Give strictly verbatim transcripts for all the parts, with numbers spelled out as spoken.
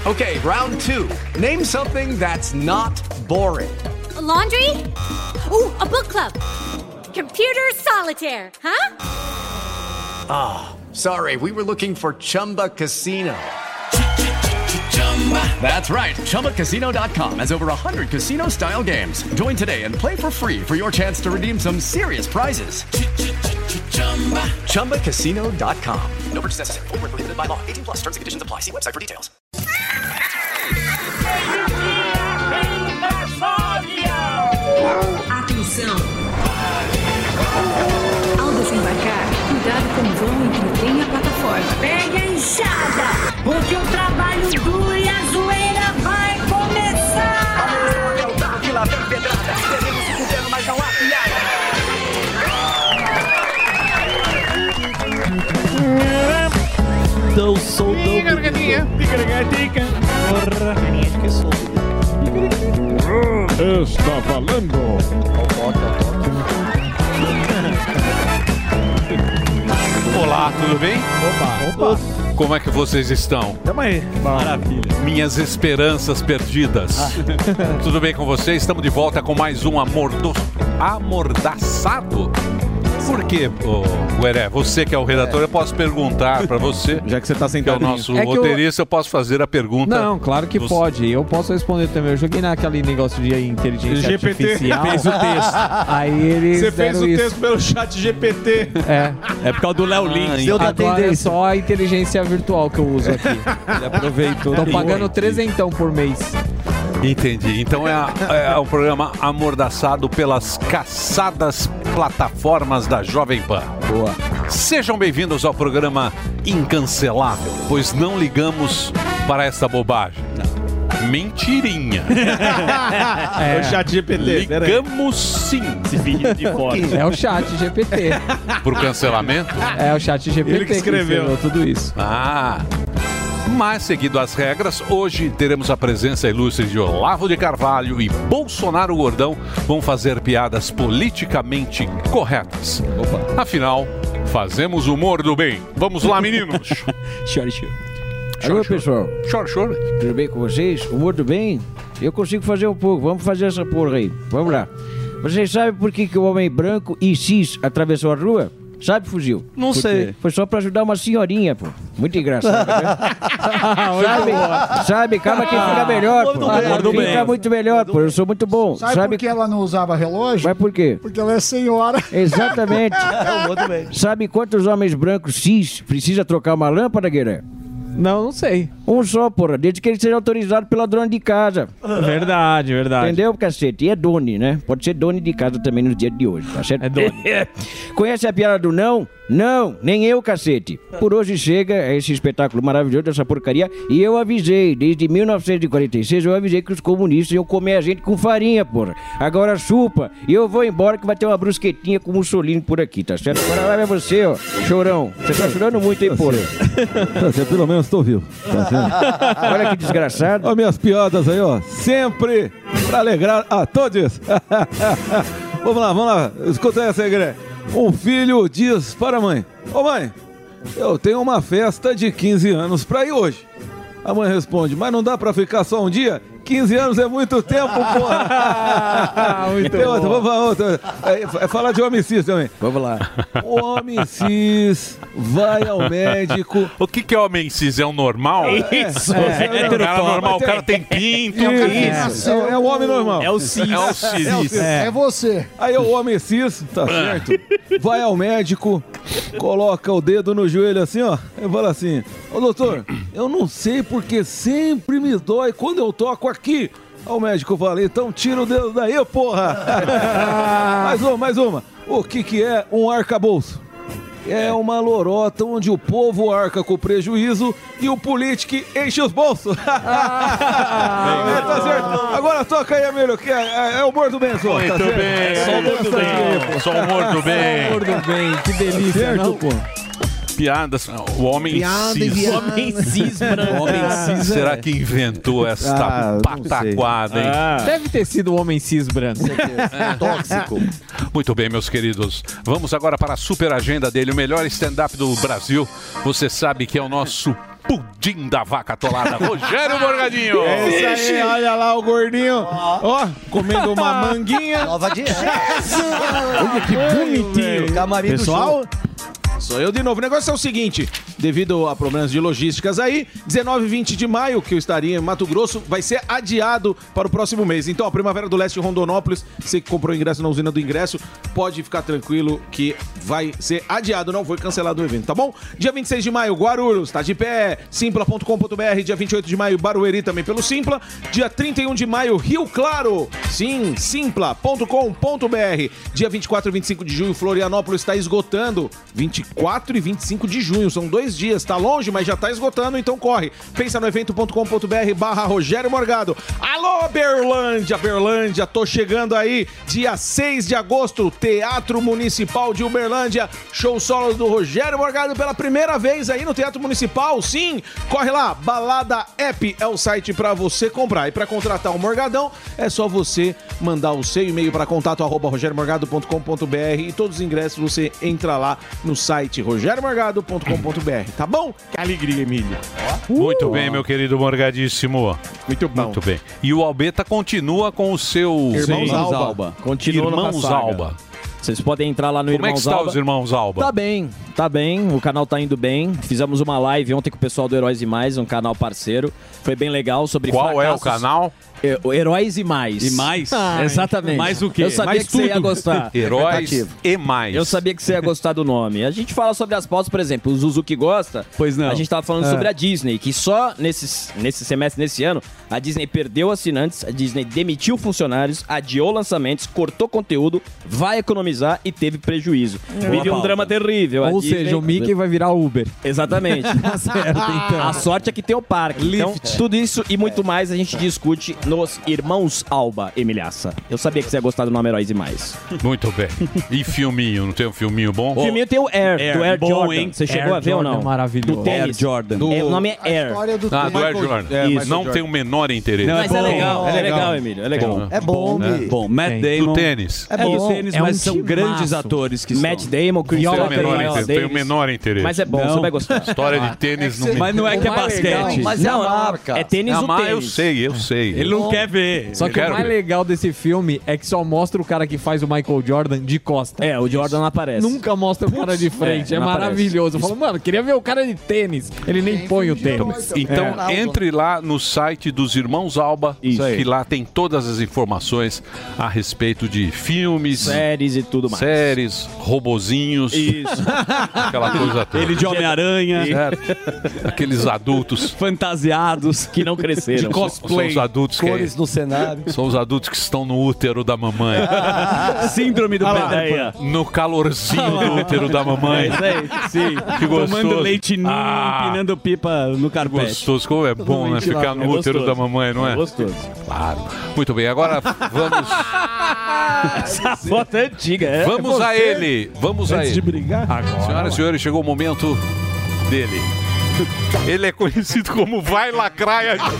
Okay, round two. Name something that's not boring. A laundry? Ooh, a book club. Computer solitaire, huh? Ah, oh, sorry. We were looking for Chumba Casino. That's right. Chumba Casino dot com has over one hundred casino-style games. Join today and play for free for your chance to redeem some serious prizes. Chumba Casino dot com. No purchase necessary. Void where prohibited by law. eighteen plus terms and conditions apply. See website for details. Atenção! Ao desembarcar, cuidado com o vão entre o trem e a plataforma. Pegue a enxada, porque o trabalho duro e a zoeira vai começar! É o carro que lá vem pedrada, teremos se fudendo, mas não há piada. Então sou do... Picaragatinha, picaragatica. Porra, acho que sou. Está valendo. Olá, tudo bem? Opa, opa. Como é que vocês estão? Tamo aí. Maravilha. Minhas esperanças perdidas. Ah. Tudo bem com vocês? Estamos de volta com mais um amordo... amordaçado. Por quê, oh, Gueré? Você que é o redator, é. eu posso perguntar para você. Já que você tá sentado. Que é o nosso é roteirista, eu... eu posso fazer a pergunta. Não, claro que você... pode. Eu posso responder também. Eu joguei naquele negócio de inteligência G P T. artificial. Fez o texto. Aí eles Você fez o isso. texto pelo chat G P T. É. É por causa do Léo Lins. Ah, agora é só a inteligência virtual que eu uso aqui. Ele aproveitou. Tô pagando trezentão por mês. Entendi. Então é, a, é o programa amordaçado pelas caçadas plataformas da Jovem Pan. Boa. Sejam bem-vindos ao programa Incancelável, pois não ligamos para essa bobagem. Não. Mentirinha. É o chat G P T. Ligamos sim. Se finge de fora. É o chat G P T. Pro cancelamento? É o chat G P T Ele que escreveu. que escreveu tudo isso. Ah... Mas, seguindo as regras, hoje teremos a presença ilustre de Olavo de Carvalho e Bolsonaro Gordão vão fazer piadas politicamente corretas. Opa. Afinal, fazemos humor do bem. Vamos lá, meninos. Chore, chore. Alô, pessoal. Chore, chore. Tudo bem com vocês? Humor do bem? Eu consigo fazer um pouco. Vamos fazer essa porra aí. Vamos lá. Vocês sabem por que, que o homem branco e cis atravessou a rua? Sabe, Fuzil? Não sei. Foi só pra ajudar uma senhorinha, pô. Muito engraçado, né? sabe, sabe, calma que fica melhor, pô. Fica bem. muito melhor, pô. Eu sou muito bom. Sabe, sabe por que ela não usava relógio? Mas por quê? Porque ela é senhora. Exatamente. É o outro bem. Sabe quantos homens brancos cis precisa trocar uma lâmpada, Gueré? Não, não sei. Um só, porra, desde que ele seja autorizado pela dona de casa. Verdade, verdade. Entendeu, cacete? E é Doni, né? Pode ser Doni de casa também nos dias de hoje, tá certo? É Doni. Conhece a piada do não? Não, nem eu, cacete. Por hoje chega esse espetáculo maravilhoso dessa porcaria. E eu avisei, desde mil novecentos e quarenta e seis, eu avisei que os comunistas iam comer a gente com farinha, porra. Agora chupa. E eu vou embora que vai ter uma brusquetinha com Mussolini por aqui, tá certo? Agora vai você, ó, chorão. Você tá chorando muito, hein, porra? Tá, pelo menos tô vivo. Tá, olha que desgraçado. Olha minhas piadas aí, ó. Sempre pra alegrar a todos. Vamos lá, vamos lá. Escuta essa aí, Guilherme. Um filho diz para a mãe: ô mãe, eu tenho uma festa de quinze anos pra ir hoje. A mãe responde: mas não dá pra ficar só um dia? quinze anos é muito tempo, porra. Muito Tem outra, vamos lá, outra. É, é falar de homem cis também. Vamos lá. O homem cis vai ao médico. O que, que é homem cis? É o normal? Isso. É, é, é o cara normal, o cara tem pinto. Isso. É, é o homem normal. É o cis. É o cis. É, o cis. É. é você. Aí o homem cis, tá certo? Vai ao médico, coloca o dedo no joelho assim, ó. E fala assim: ô doutor, eu não sei porque sempre me dói quando eu toco aqui. Aí o médico fala: então tira o dedo daí, porra. Mais uma, mais uma. O que que é um arcabouço? É uma lorota onde o povo arca com prejuízo e o político enche os bolsos. É, tá certo. Agora toca aí, Emílio, que é, é, é o humor do bem, só. Muito tá bem, certo? só o humor do bem. Só o humor do bem. Só o humor do bem, que delícia, certo, não? pô. Piadas, o homem Piada cis. e Homem cis, branco. O homem cis, será que inventou esta Ah, não pataquada, hein? Ah. Deve ter sido o homem cis branco. Tóxico. Muito bem, meus queridos. Vamos agora para a super agenda dele, o melhor stand-up do Brasil. Você sabe que é o nosso pudim da vaca atolada, Rogério Morgadinho. É isso aí, olha lá o gordinho. Ó, comendo uma manguinha. Nova dieta. Olha que bonitinho. Camarim do Pessoal, sou eu de novo. O negócio é o seguinte, devido a problemas de logísticas aí, dezenove e vinte de maio, que eu estaria em Mato Grosso, vai ser adiado para o próximo mês. Então, a Primavera do Leste Rondonópolis, você que comprou ingresso na usina do ingresso, pode ficar tranquilo que vai ser adiado, não foi cancelado o evento, tá bom? Dia vinte e seis de maio, Guarulhos, tá de pé, simpla ponto com ponto b r. Dia vinte e oito de maio, Barueri, também pelo Simpla. Dia trinta e um de maio, Rio Claro, sim, simpla ponto com ponto b r. Dia vinte e quatro e vinte e cinco de junho, Florianópolis está esgotando. vinte e quatro e vinte e cinco de junho, são dois dias, tá longe, mas já tá esgotando, então corre. Pensa no evento ponto com ponto b r barra Rogério Morgado. Alô, Berlândia, Berlândia, tô chegando aí, dia seis de agosto, Teatro Municipal de Uberlândia, show solo do Rogério Morgado pela primeira vez aí no Teatro Municipal, sim, corre lá, Balada App é o site pra você comprar, e pra contratar o Morgadão, é só você mandar o seu e-mail para contato arroba rogério morgado ponto com ponto b r e todos os ingressos você entra lá no site rogério morgado ponto com ponto b r, tá bom? Que alegria, Emílio. Uh! Muito bem, meu querido Morgadíssimo. Muito bom. Muito bem. E o Albeta continua com o seu... Irmãos Alba. Alba. Continua Irmãos Alba. Vocês podem entrar lá no Como Irmãos é que está Alba. os Irmãos Alba? Tá bem, tá bem. O canal tá indo bem. Fizemos uma live ontem com o pessoal do Heróis e Mais, um canal parceiro. Foi bem legal sobre Qual fracassos. é o canal? É, o Heróis e Mais. E mais? Ah, exatamente. Mais o quê? Eu sabia Mais que você ia tudo. gostar. Heróis e Mais. Eu sabia que você ia gostar do nome. A gente fala sobre as pautas, por exemplo, o Zuzu que gosta. Pois não. A gente tava falando É. sobre a Disney, que só nesses, nesse semestre, nesse ano, a Disney perdeu assinantes, a Disney demitiu funcionários, adiou lançamentos, cortou conteúdo, vai economizar e teve prejuízo. Vive um pauta. drama terrível. A Ou Disney- seja, o Mickey vai virar Uber. Exatamente. Tá certo, então. A sorte é que tem o parque. Então, tudo isso e muito mais a gente discute nos Irmãos Alba, Emilhaça. Eu sabia que você ia gostar do nome Heróis e Mais. Muito bem. E filminho? Não tem um filminho bom? O filminho tem o Air, Air, do Air bom, Jordan. hein? Você chegou Air a ver ou Jordan não? é maravilhoso. Do tênis. Air Jordan. É, o nome é Air. História do Ah, do Air Michael- Jordan. É, Michael Não Jordan. tem o menor interesse. Não, Mas é, bom, legal, é é legal, legal. Emílio, é legal. É bom, É Mi. bom, Matt É. Damon. Do tênis. É do tênis, É um mas são timaço. grandes atores que Matt são. Damon, Chris Tem o Tucker, menor Viola interesse. Tem o Davis. menor interesse. Mas é bom, Não. você vai gostar. História de tênis não me... Mas não é que é O mais legal, basquete. mas é a Não, marca. é tênis Ah, o mas eu tênis. sei, eu sei. Ele não quer ver. Só que Quero o mais ver. legal desse filme é que só mostra o cara que faz o Michael Jordan de costa. É, o Jordan não aparece. Nunca mostra o cara de frente. é, É, não maravilhoso. Eu falo, mano, queria ver o cara de tênis. Ele nem põe o tênis. Então, É. entre lá no site dos Irmãos Alba, Isso aí. que lá tem todas as informações a respeito de filmes, Séries e tudo mais. séries, robozinhos, Isso. aquela coisa toda. Ele de Homem-Aranha, Certo? Aqueles adultos. fantasiados. Que não cresceram. São os adultos que Cores no cenário. são os adultos que estão no útero da mamãe. Síndrome do Olha lá, Peter aí, Pan. ó. No calorzinho do útero da mamãe. É isso aí. Sim. Que gostoso. Tomando leite ninho, Ah. empinando pipa no carpete. Gostoso, como é bom, né? Ficar no É útero gostoso. da mamãe, não é? Gostoso. Claro. Muito bem, agora vamos, Essa foto é antiga, é? vamos a ele. Vamos a Antes de ele. brigar. Senhoras e senhores, chegou o momento dele. Ele é conhecido como Vai Lacraia de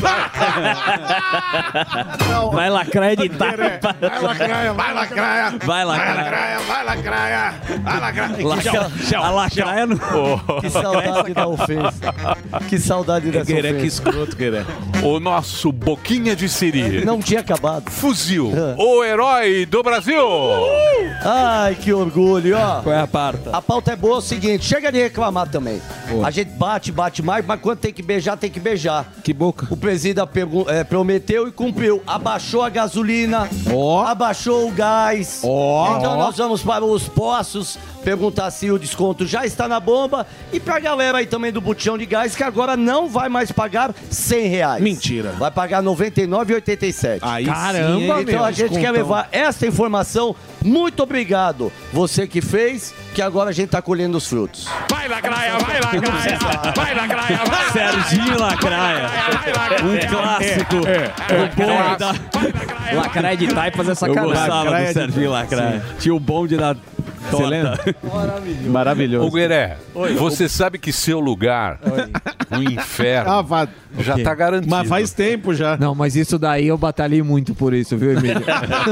Vai lacrar de tapa. Vai lacraia, vai lacraia. Vai lá, cara. Lacraia, vai lacraia. Vai lacraia. A lacraia no... Que saudade da ofensa. Que saudade dessa Queré, que ofensa. escroto, Queré. O nosso Boquinha de Siri. Não tinha acabado. Fuzil, o herói do Brasil. Ai, que orgulho, ó. Qual é a parta? A pauta é boa, é o seguinte, chega de reclamar também. A gente bate, bate mais, mas quando tem que beijar, tem que beijar. Que boca. O presídio pergu- é, prometeu e cumpriu. Abaixou a gasolina, Ó. abaixou o gás. Ó. Então nós vamos para os postos perguntar se o desconto já está na bomba. E pra galera aí também do botijão de gás, que agora não vai mais pagar cem reais. Mentira. Vai pagar noventa e nove reais e oitenta e sete. Aí Caramba, sim, hein? Então a gente quer levar essa informação. Muito obrigado, você que fez, que agora a gente tá colhendo os frutos. Vai Lacraia, vai Lacraia. Vai Lacraia, vai. Serginho Lacraia. Um clássico. O bonde da... Lacraia de taipas é Eu sacanagem. gostava Lacraia do de- Serginho Lacraia. Tinha o bonde da Você lembra? Maravilhoso. Ô Gueré, você sabe que seu lugar, o inferno, Ah, vá. Já tá garantido. Mas faz tempo já. Não, mas isso daí eu batalhei muito por isso, viu, Emílio?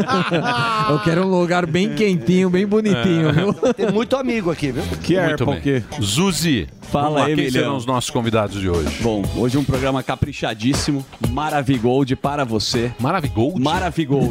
Eu quero um lugar bem quentinho, bem bonitinho, É. viu? Tem muito amigo aqui, viu? Que é, porque Zuzi, Fala vamos lá, aí, quem Emiliano. serão os nossos convidados de hoje? Bom, hoje um programa caprichadíssimo, Maravigold para você. Maravigold? Maravigold.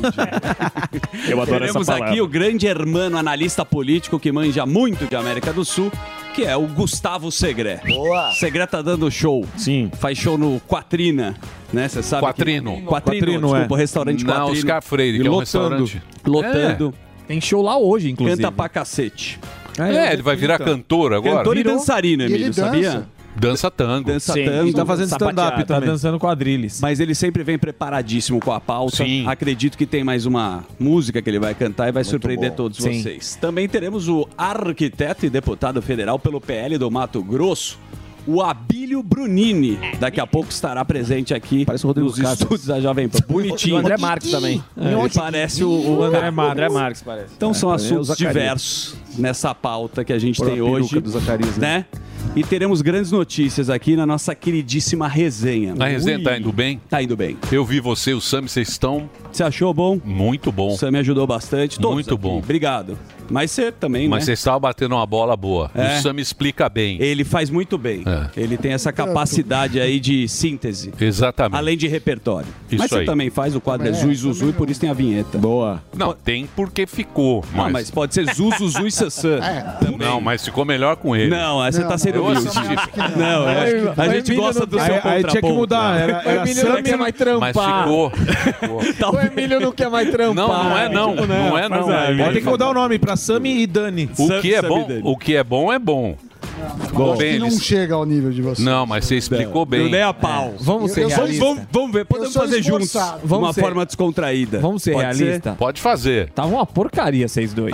Eu adoro essa Teremos palavra. aqui o grande hermano analista político que manja muito de América do Sul, que é o Gustavo Segré. Boa! Segré tá dando show. Sim. Faz show no Quatrina, né? Você sabe Quatrino. que... Quatrino. Quatrino, desculpa, é. o restaurante Não, Quatrino. Oscar Freire, que é um restaurante. Lotando. Tem show lá hoje, inclusive. Canta pra cacete. É, ele vai virar cantor agora. Cantor e Virou. dançarino, E ele Emílio, dança. sabia? Dança tango. Dança Sim, tango. E tá fazendo stand-up Sapateado, tá também. dançando quadrilhas. Mas ele sempre vem preparadíssimo com a pauta. Sim. Acredito que tem mais uma música que ele vai cantar e vai surpreender todos Sim. vocês. Também teremos o arquiteto e deputado federal pelo P L do Mato Grosso, o Abílio Brunini. Daqui a pouco estará presente aqui Parece o Rodrigo nos Casas. estúdios da Jovem Pan. Bonitinho. O André Marques também. Ele parece o, o André Marques. André Marques, parece. Então são É, assuntos o Zacarias. diversos nessa pauta que a gente Por a tem peruca hoje, do Zacarias, né? né? E teremos grandes notícias aqui na nossa queridíssima resenha. A resenha Ui. tá indo bem? Tá indo bem. Eu vi você e o Sam, vocês estão Você achou bom? muito bom. Você me ajudou bastante. Todos Muito aqui. bom. Obrigado. Mas você também, Mas né? vocês estavam batendo uma bola boa. E É. o Sam explica bem. Ele faz muito bem. É. Ele tem essa capacidade aí de síntese. Exatamente. Além de repertório. Isso mas você aí. também faz, o quadro é, Zui Zuzu e por isso tem a vinheta. Boa. Não, tem porque ficou. Não, Mas... mas pode ser Zu, Zuzu e Sassã. Não, mas ficou melhor com ele. Não, aí você Não, tá sendo eu humilde. assisti. Não, eu acho que a o gente Emílio gosta não do tem- seu Aí, aí tinha que contraponto. mudar. Era, O era Emílio não Sam quer mais trampar. Mas ficou. ficou. O Emílio não quer mais trampar. Não, não é não. Tipo, Não é não. Ó, tem que mudar o nome pra Sami e Dani. O que é Sam- bom, Sam e Dani. o que é bom é bom. Eu acho que não Eles- chega ao nível de você. Não, mas você explicou Não bem. nem a pau. Vamos ser Eu- eu sou- realistas. Vamos, vamos ver, podemos sou fazer juntos. esforçado. De Vamos uma ser- forma descontraída. Vamos ser Pode realistas. Pode fazer. Tava uma porcaria vocês dois.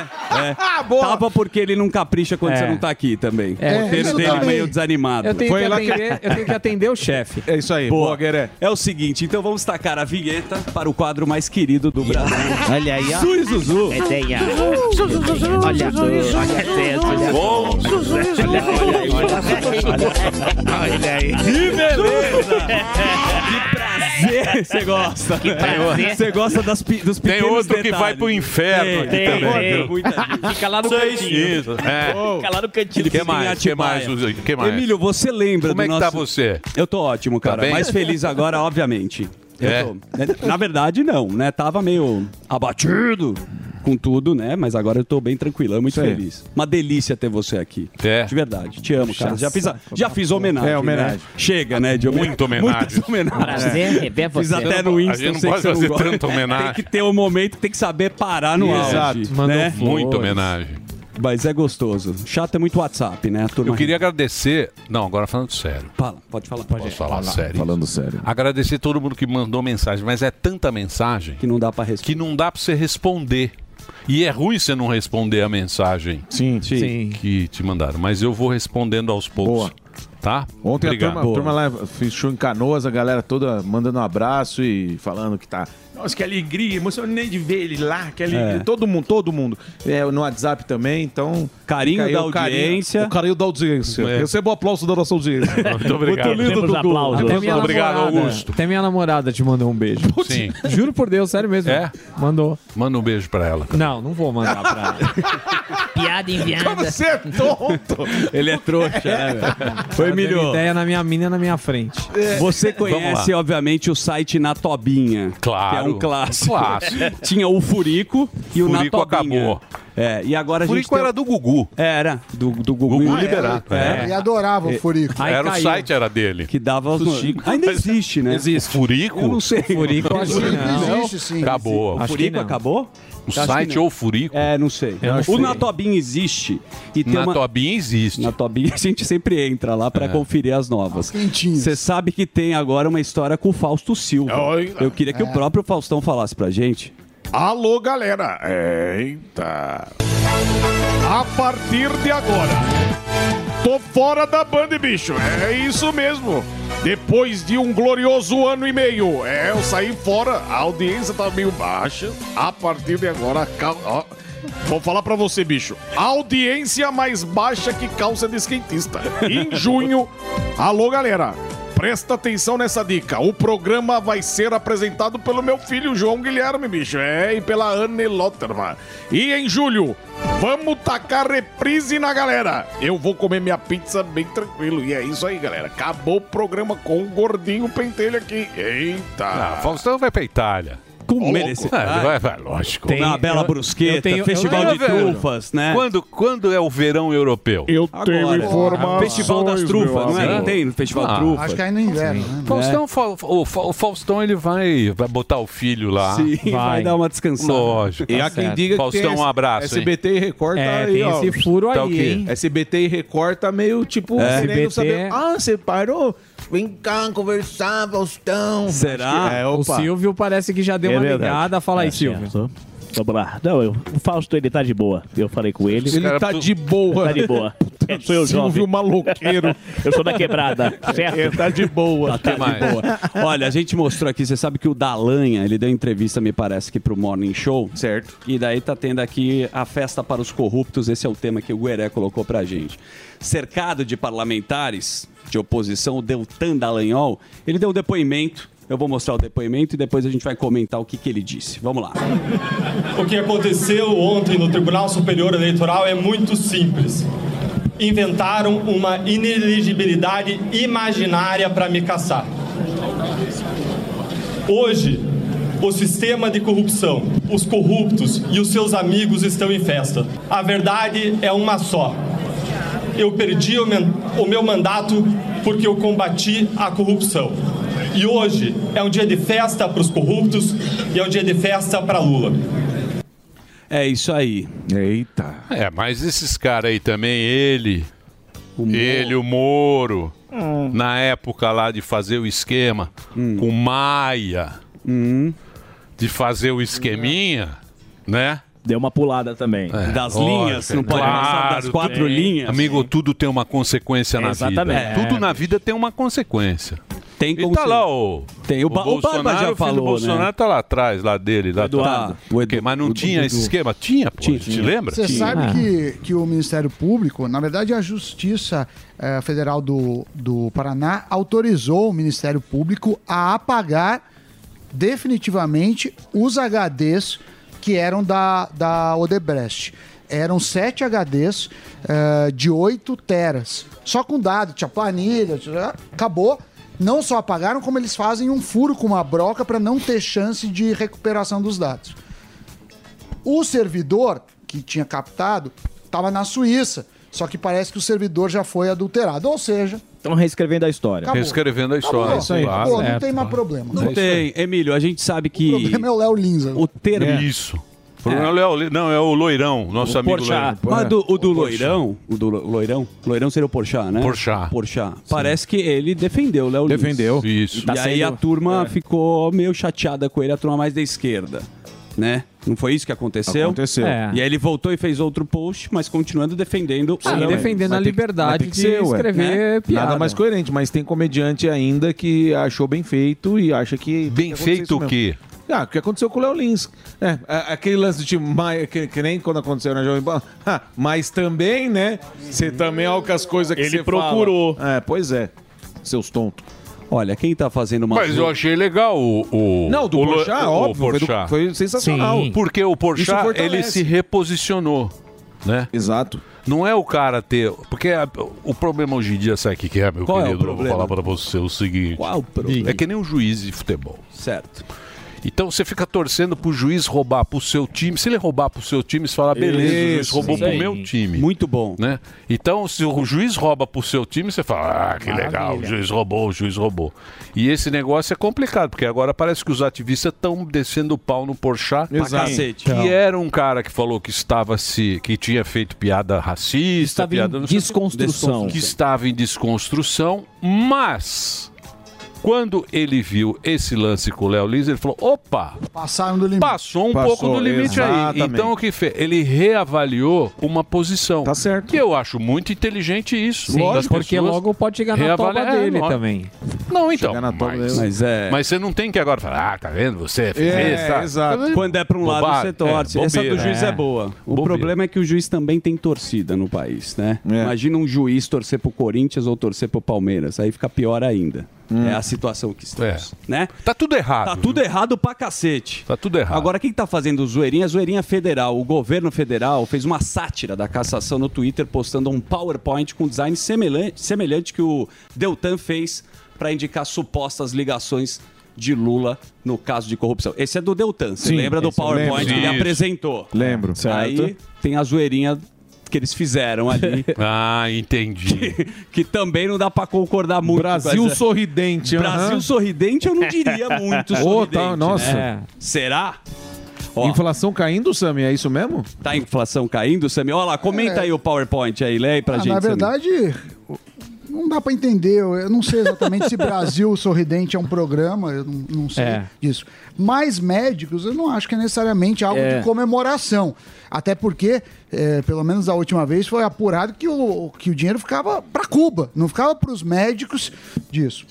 Tava porque ele não capricha quando É. você não tá aqui também. É, o roteiro isso dele também. meio desanimado. Eu tenho, Foi que lá que- atender, eu tenho que atender o chefe. É isso aí. Boa. Boa, Gueré. É o seguinte, então vamos tacar a vinheta para o quadro mais querido do Brasil. Olha aí, ó. Zui Zuzu. Resenha. Olha, olha, Bom, olha aí. Que beleza! Que prazer você gosta. Que prazer. Você gosta das, pi- dos tem pequenos outro que detalhes. vai pro inferno aqui tem, também. tem. Muita gente. Fica lá no cantinho. Isso. É. Fica lá no cantinho. O que fica em mais? O que Atibaia. mais? O que mais? Emílio, você lembra Como do é que nosso... tá você? Eu tô ótimo, cara. bem? Mais feliz agora, obviamente. Eu É? tô. Na verdade, não, né? Tava meio abatido com tudo, né? Mas agora eu tô bem tranquilão, muito aí. feliz. Uma delícia ter você aqui. É. De verdade. Te amo, cara. Já fiz, a- já fiz homenagem. É, homenagem. né? Chega, né? De homenagem. Muita homenagem. Muitas homenagens. Prazer rever Fiz você. até no A Insta. gente não eu sei pode que você fazer gosta. tanta homenagem. Tem que ter um momento que tem que saber parar no Exato. auge. Mandou Né? flores. Muita homenagem. Mas é gostoso. Chato é muito WhatsApp, né? A turma Eu queria agradecer. Não, agora falando sério. Fala, pode falar. Pode Posso falar sério? Falando sério. Agradecer todo mundo que mandou mensagem, mas é tanta mensagem Que não dá pra responder. que não dá pra você responder. E é ruim você não responder a mensagem Sim. Sim. que te mandaram, mas eu vou respondendo aos poucos. Boa. Tá? Ontem Obrigado. a turma, a turma lá fechou em Canoas, a galera toda mandando um abraço e falando que tá. Nossa, que alegria, emocionei de ver ele lá, que alegria. É. Todo mundo, todo mundo. É, no WhatsApp também, então. Carinho fica aí da o carinho- audiência. O carinho da audiência. É. Receba o aplauso da nossa audiência. Muito obrigado. Muito lindo, Temos Dudu. aplausos. Até minha Obrigado, namorada, Augusto. Até minha namorada te mandou um beijo. Sim. Juro por Deus, sério mesmo. É? Mandou. Manda um beijo pra ela. Não, não vou mandar pra ela. Piada enviada. Você é tonto! Ele é trouxa, né, velho? Foi, Ela deu Emílio. ideia na minha mina na minha frente. Você Vamos conhece, lá. obviamente, o site Na Tobinha. Claro. Que é um clássico. Clássico. Tinha o Furico e o Na Furico Tobinha. acabou. É, e agora a gente Furico tem... era do Gugu. Era, do, do Gugu. Gugu Ah, Liberato. É. E adorava o Furico. Aí Era o caiu. site, era dele. Que dava os... Fuxico. Ainda existe, né? Existe. Furico? Eu não sei. Furico, eu acho que não. Existe sim. Acabou. O Acho que Furico não. acabou? O Acho que site não. ou Furico? É, não sei. Eu não o sei. Na Tobinha existe. E tem Na uma... Tobinha existe. Na Tobinha a gente sempre entra lá pra conferir as novas. Quentinhos. Você sabe que tem agora uma história com o Fausto Silva. Oi. Eu queria que o próprio Faustão falasse pra gente. Alô, galera! Eita! A partir de agora, tô fora da Band, bicho. É isso mesmo. Depois de um glorioso ano e meio, é, eu saí fora. A audiência tá meio baixa. A partir de agora, cal... ó, vou falar pra você, bicho. Audiência mais baixa que calça de skatista. Em junho, alô, galera. Presta atenção nessa dica. O programa vai ser apresentado pelo meu filho João Guilherme, bicho. É, e pela Anne Lotterman. E em julho, vamos tacar reprise na galera. Eu vou comer minha pizza bem tranquilo. E é isso aí, galera. Acabou o programa com o gordinho pentelho aqui. Eita. Ah, Faustão vai pra Itália. Com merecer. Ah, vai, vai, lógico. Tem uma bela brusqueta, festival de trufas, né? Quando, quando é o verão europeu? Eu tenho informações, Festival das trufas, não é? Não tem festival Ah, trufas. acho que é no inverno, né? Faustão, Fa- o, Fa- o Faustão, ele vai, vai botar o filho lá. Sim, vai, vai dar uma descansada. Lógico. E há quem diga Faustão, que tem um abraço, S B T hein? e Record tá É, aí, tem ó. esse furo Tá aí, o quê? hein? S B T e Record tá meio tipo É. querendo S B T saber. é- Ah, você parou? Vem cá conversar, Faustão. Será? Acho que- É, O opa. Silvio parece que já deu É uma verdade. ligada. Fala aí, É, Silvio. certo. Vamos lá. Não, eu, o Fausto, ele tá de boa. Eu falei com ele. Ele tá de boa. Tá de boa. É, sou eu, Silvio jovem. maloqueiro. Eu sou da quebrada, certo? Ele tá de boa. Tá de boa. Olha, a gente mostrou aqui, você sabe que o Dalanha, ele deu entrevista, me parece que pro Morning Show. Certo. E daí tá tendo aqui a festa para os corruptos, esse é o tema que o Gueré colocou pra gente. Cercado de parlamentares de oposição, o Deltan Dallagnol, ele deu um depoimento. Eu vou mostrar o depoimento e depois a gente vai comentar o que, que ele disse. Vamos lá. O que aconteceu ontem no Tribunal Superior Eleitoral é muito simples. Inventaram uma inelegibilidade imaginária para me caçar. Hoje, o sistema de corrupção, os corruptos e os seus amigos estão em festa. A verdade é uma só. Eu perdi o, men- o meu mandato porque eu combati a corrupção. E hoje é um dia de festa para os corruptos e é um dia de festa para Lula. É isso aí. Eita. É, mas esses caras aí também, ele, o ele, o Moro, Hum. na época lá de fazer o esquema com Maia, de fazer o esqueminha, né? Deu uma pulada também. É, Das lógico, linhas, não pode passar das quatro tem. linhas. Amigo, tudo tem uma consequência na Exatamente. vida. Tudo na vida tem uma consequência. Tem e como tá ser. lá o, Tem o Ba- o Barba já Bolsonaro, o filho falou, do Bolsonaro né? tá lá atrás, lá dele. Lá Eduardo. tá. Ok, mas não tinha esse esquema? Tinha, pô. Tinha. Te lembra? Você Tinha. sabe Ah. que, que o Ministério Público, na verdade a Justiça eh, Federal do, do Paraná autorizou o Ministério Público a apagar definitivamente os H Ds que eram da, da Odebrecht. Eram sete H Ds eh, de oito teras. Só com dado, tinha planilha, tinha- acabou. Não só apagaram, como eles fazem um furo com uma broca para não ter chance de recuperação dos dados. O servidor que tinha captado estava na Suíça, só que parece que o servidor já foi adulterado, ou seja... Estão reescrevendo a história. Acabou. Reescrevendo a história. Acabou. Isso aí. Acabou, não Certo. tem mais problema. Não tem. Emílio, a gente sabe que... O problema é o Léo Lins. O termo... Isso. O problema é o Léo- não, é o Loirão, nosso O amigo Porchat. Loirão. Mas do, o do O Porchat. Loirão, o do Lo- Loirão, Loirão seria o Porchat, né? Porchat. Porchat. Parece que ele defendeu o Léo Lins. Defendeu. Isso. E Tá aí sendo- a turma é. ficou meio chateada com ele, a turma mais da esquerda, né? Não foi isso que aconteceu? Aconteceu. É. E aí ele voltou e fez outro post, mas continuando defendendo Ah, o Léo defendendo Mas a tem que- liberdade mas tem que de ser, ué. escrever piada. Nada mais coerente, mas tem comediante ainda que achou bem feito e acha que... Bem que feito o quê? Ah, o que aconteceu com o Léo Lins. É, a- aquele lance do tipo, mas- que, que nem quando aconteceu na Jovem Pan. Ah, mas também, né? Você também olha com as coisas que Ele você procurou. fala. É, pois é. Seus tontos. Olha, quem tá fazendo uma... Mas eu achei legal o... o Não, do o Lo- Porchat, o óbvio, foi do- Porchat. foi sensacional. Sim. Porque o Isso Porchat, fortalece. ele se reposicionou, né? Exato. Não é o cara ter... Porque a- o problema hoje em dia, sabe o que que é, meu Qual é o querido? Eu vou problema? falar pra você o seguinte. Qual o problema? É que nem um juiz de futebol. Certo. Então você fica torcendo pro juiz roubar pro seu time. Se ele roubar pro seu time, você fala, beleza, o juiz Isso, roubou isso pro aí. meu time. Muito bom. Né? Então, se o juiz rouba pro seu time, você fala, ah, que legal, o juiz roubou, o juiz roubou. E esse negócio é complicado, porque agora parece que os ativistas estão descendo o pau no Porchat. Pra cacete. Que era um cara que falou que estava se. que tinha feito piada racista, Estava em piada não sei o quê. desconstrução. Que estava em desconstrução, mas. Quando ele viu esse lance com o Léo Lins, ele falou: opa! Passaram do limite. Passou um Passou, pouco do limite aí. exatamente. Então o que fez? Ele reavaliou uma posição. Tá certo. Que eu acho muito inteligente isso. Sim, das porque pessoas logo pode chegar na toba reavaliar- é, dele lógico. também. Não, então. Chegar na toba Mas, dele. Mas é. mas você não tem que agora falar, ah, tá vendo? Você fez, É, tá? exato. Quando é pra um lado, Bobagem. você torce. É, Essa do bobeira. juiz é, É. boa. O Bobeira. problema é que o juiz também tem torcida no país, né? É. Imagina um juiz torcer pro Corinthians ou torcer pro Palmeiras. Aí fica pior ainda. É a situação que estamos, né? Tá tudo errado. Tá tudo errado pra cacete. Tá tudo errado. Agora, quem tá fazendo zoeirinha? A zoeirinha federal. O governo federal fez uma sátira da cassação no Twitter, postando um PowerPoint com design semelhante, semelhante que o Deltan fez para indicar supostas ligações de Lula no caso de corrupção. Esse é do Deltan. Você Sim, lembra do esse eu lembro. PowerPoint que ele Isso. apresentou? Lembro. Aí tem a zoeirinha que eles fizeram ali. Ah, entendi. que, que também não dá pra concordar muito. Brasil com essa- sorridente. Brasil aham. sorridente, eu não diria muito Ô, sorridente. tá, nossa. né? Será? Ó, Inflação caindo, Sami, é isso mesmo? tá a inflação caindo, Sammy? Olha lá, comenta aí o PowerPoint aí, lê aí pra Ah, gente. na Sammy. verdade, não dá pra entender. Eu eu não sei exatamente se Brasil Sorridente é um programa, eu não, não sei É. disso. Mas médicos, eu não acho que é necessariamente algo É. de comemoração. Até porque, é, pelo menos a última vez, foi apurado que o, que o dinheiro ficava pra Cuba, não ficava pros médicos disso.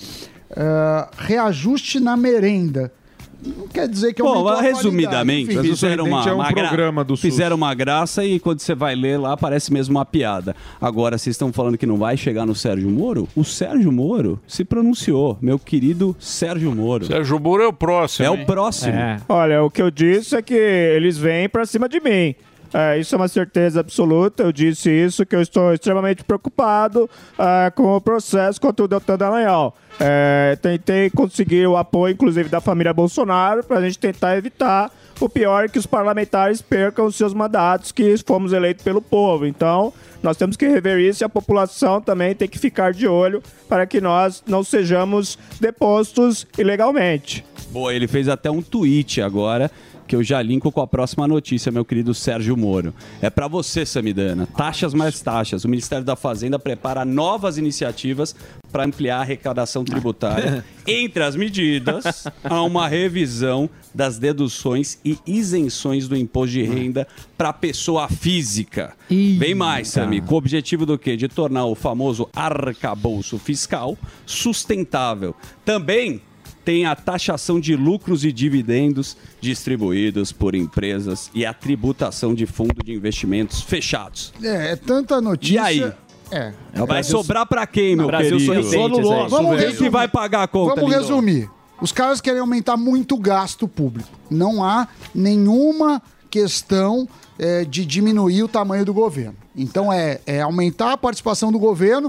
Ah, reajuste na merenda. Não quer dizer que Bom, aumentou a resumidamente, qualidade. Enfim. fizeram uma, Sorridente é um uma gra- programa do SUS. fizeram uma graça e quando você vai ler lá parece mesmo uma piada. Agora, vocês estão falando que não vai chegar no Sérgio Moro? O Sérgio Moro se pronunciou, meu querido Sérgio Moro. Sérgio Moro é o próximo. É hein? o próximo. Olha, o que eu disse é que eles vêm pra cima de mim. É, isso é uma certeza absoluta. Eu disse isso, que eu estou extremamente preocupado é, com o processo contra o Deltan Dallagnol. É, tentei conseguir o apoio, inclusive, da família Bolsonaro, para a gente tentar evitar o pior, que os parlamentares percam os seus mandatos, que fomos eleitos pelo povo. Então, nós temos que rever isso e a população também tem que ficar de olho para que nós não sejamos depostos ilegalmente. Boa, ele fez até um tweet agora, que eu já linko com a próxima notícia, meu querido Sérgio Moro. É para você, Samidana. Taxas mais taxas. O Ministério da Fazenda prepara novas iniciativas para ampliar a arrecadação tributária. Entre as medidas, há uma revisão das deduções e isenções do imposto de renda para pessoa física. Vem mais, Sami, com o objetivo do quê? De tornar o famoso arcabouço fiscal sustentável. Também tem a taxação de lucros e dividendos distribuídos por empresas e a tributação de fundo de investimentos fechados. É, é tanta notícia. E aí? É. Vai sobrar pra quem, meu Brasil querido? sorridente, Vamos Quem resumir. que vai pagar a conta, Vamos Lindor? resumir. Os caras querem aumentar muito o gasto público. Não há nenhuma questão é, de diminuir o tamanho do governo. Então é, é aumentar a participação do governo,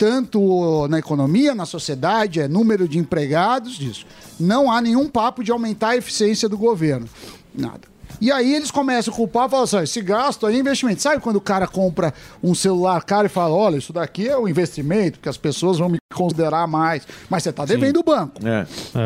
tanto na economia, na sociedade, é número de empregados, disso. Não há nenhum papo de aumentar a eficiência do governo. Nada. E aí eles começam a culpar e falam assim, esse gasto aí é investimento. Sabe quando o cara compra um celular caro e fala, olha, isso daqui é um investimento, que as pessoas vão me considerar mais. Mas você está devendo o banco. É.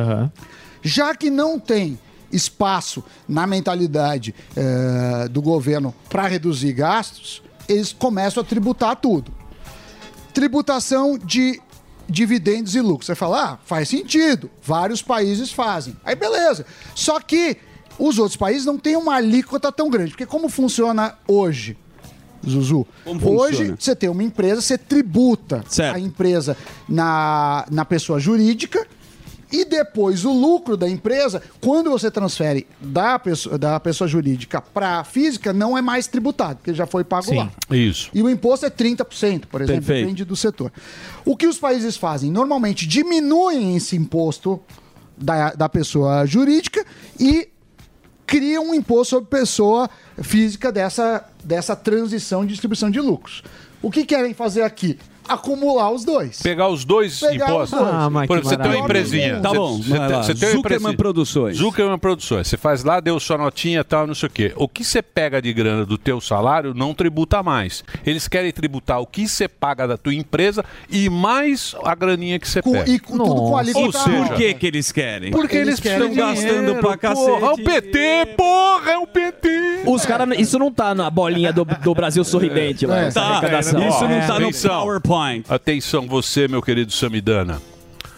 Já que não tem espaço na mentalidade eh, do governo para reduzir gastos, eles começam a tributar tudo. Tributação de dividendos e lucros. Você fala, ah, faz sentido. Vários países fazem. Aí beleza. Só que os outros países não têm uma alíquota tão grande. Porque como funciona hoje, Zuzu? Como Hoje funciona? você tem uma empresa, você tributa Certo. a empresa na, na pessoa jurídica e depois o lucro da empresa, quando você transfere da pessoa, da pessoa jurídica para a física, não é mais tributado, porque já foi pago lá. Isso. E o imposto é trinta por cento, por exemplo, Perfeito. depende do setor. O que os países fazem? Normalmente diminuem esse imposto da, da pessoa jurídica e criam um imposto sobre pessoa física dessa, dessa transição de distribuição de lucros. O que querem fazer aqui? Acumular os dois. Pegar os dois Pegar impostos. os dois. Ah, mas Por que exemplo, você tem uma maravilha. empresinha. Tá Você- bom, você vai tem- lá. você tem uma Zuckerman empresinha. Produções. Zuckerman Produções. Você faz lá, deu sua notinha e tal, não sei o quê. O que você pega de grana do teu salário não tributa mais. Eles querem tributar o que você paga da tua empresa e mais a graninha que você Com- pega. e com, tudo com a Ou alíquota seja, alta. Por que que eles querem? Porque eles, Eles querem estão gastando dinheiro, pra cacete. Porra, é o P T, porra, é o P T. Os caras, isso não tá na bolinha do, do Brasil sorridente lá, É. essa Tá, arrecadação. isso não Ó, tá no atenção. PowerPoint. Atenção, você, meu querido Samidana.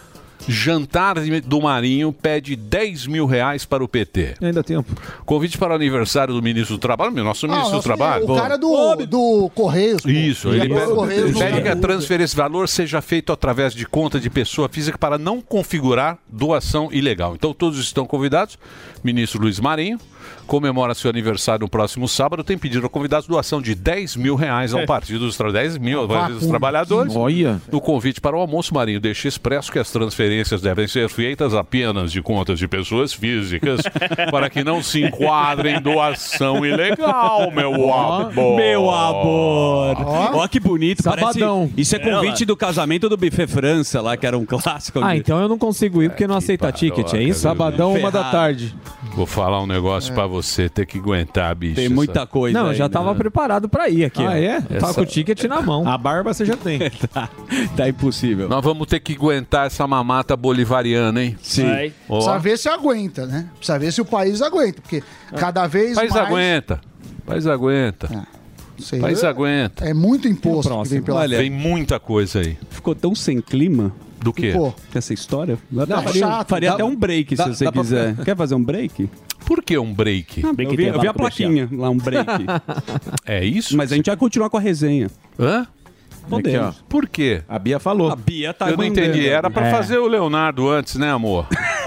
Jantar do Marinho pede dez mil reais para o P T. Ainda tempo. Convite para o aniversário do ministro do Trabalho, meu nosso ministro Ah, do Trabalho. O cara do, do Correios. pô. Isso, Ele ele é do Correios. pede, pede que a transferência de valor seja feita através de conta de pessoa física para não configurar doação ilegal. Então todos estão convidados. Ministro Luiz Marinho comemora seu aniversário no próximo sábado. Tem pedido a convidados doação de dez mil reais ao Partido dos Tra- dez mil ao Partido dos Trabalhadores. Olha. No convite para o almoço, Marinho deixa expresso que as transferências devem ser feitas apenas de contas de pessoas físicas para que não se enquadrem em doação ilegal, meu amor. Meu amor. Ó, que bonito. Sabadão. Parece, isso é convite do casamento do Buffet França lá, que era um clássico. Ah, então eu não consigo ir porque não aceita ticket, é isso? Sabadão, uma da tarde. Vou falar um negócio pra você, ter que aguentar, bicho. Tem muita coisa Não, eu aí, já né? tava preparado pra ir aqui. Ah, ó. é? Tava Essa- com o ticket na mão. A barba você já tem. tá, tá impossível. Nós vamos ter que aguentar essa mamata bolivariana, hein? Sim. Ó. Precisa ver se aguenta, né? Precisa ver se o país aguenta, porque cada vez O país mais... aguenta. O país aguenta. Sei. O país aguenta. É muito imposto que vem pela Olha, Vem muita coisa aí. Ficou tão sem clima. Do quê? Pô, Essa história? Não, faria chato. faria Dá- até um break dá- se você dá pra- quiser. Quer fazer um break? Por que um break? eu vi, eu vi a plaquinha lá, um break. É isso? Mas a gente vai continuar com a resenha. Hã? Podemos. Aqui, Por quê? A Bia falou. A Bia tá Eu não mandando. entendi. Era pra É. fazer o Leonardo antes, né, amor?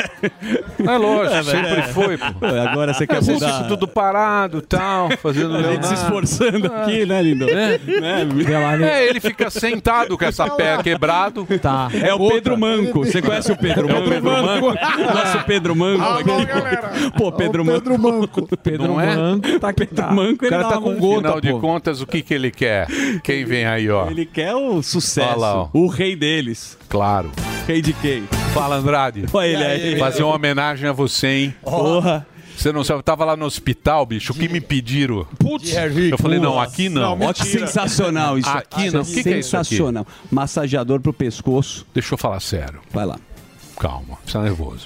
É lógico, É, sempre é. foi, pô. Pô, agora você quer Putz, mudar. isso tudo parado e tal, fazendo A gente se esforçando aqui, né, lindo? É. Né? É, ele fica sentado com essa pé quebrado. Tá. É o Pedro Manco. Você conhece o Pedro É o Manco? Pedro Manco. Nosso Pedro Manco. aqui. Pô, Pedro Manco. Pedro Manco. Pedro Não é? Manco tá aqui. Pedro Tá. Manco, O cara ele tá dá com uma- gota, Afinal de pô. contas, o que, que ele quer? Quem vem aí, ó? Ele quer o sucesso. Olha lá, ó. O rei deles. Claro. Rei de quem? Fala, Andrade. Olha ele aí. Fazer uma homenagem a você, hein? Porra. Você não sabe, eu tava lá no hospital, bicho, o que me pediram? Putz, eu falei, não, aqui não. Ó, que sensacional isso. Aqui não. O que, que é isso aqui? Sensacional. Massageador pro pescoço. Deixa eu falar sério. Vai lá. Calma, você tá nervoso.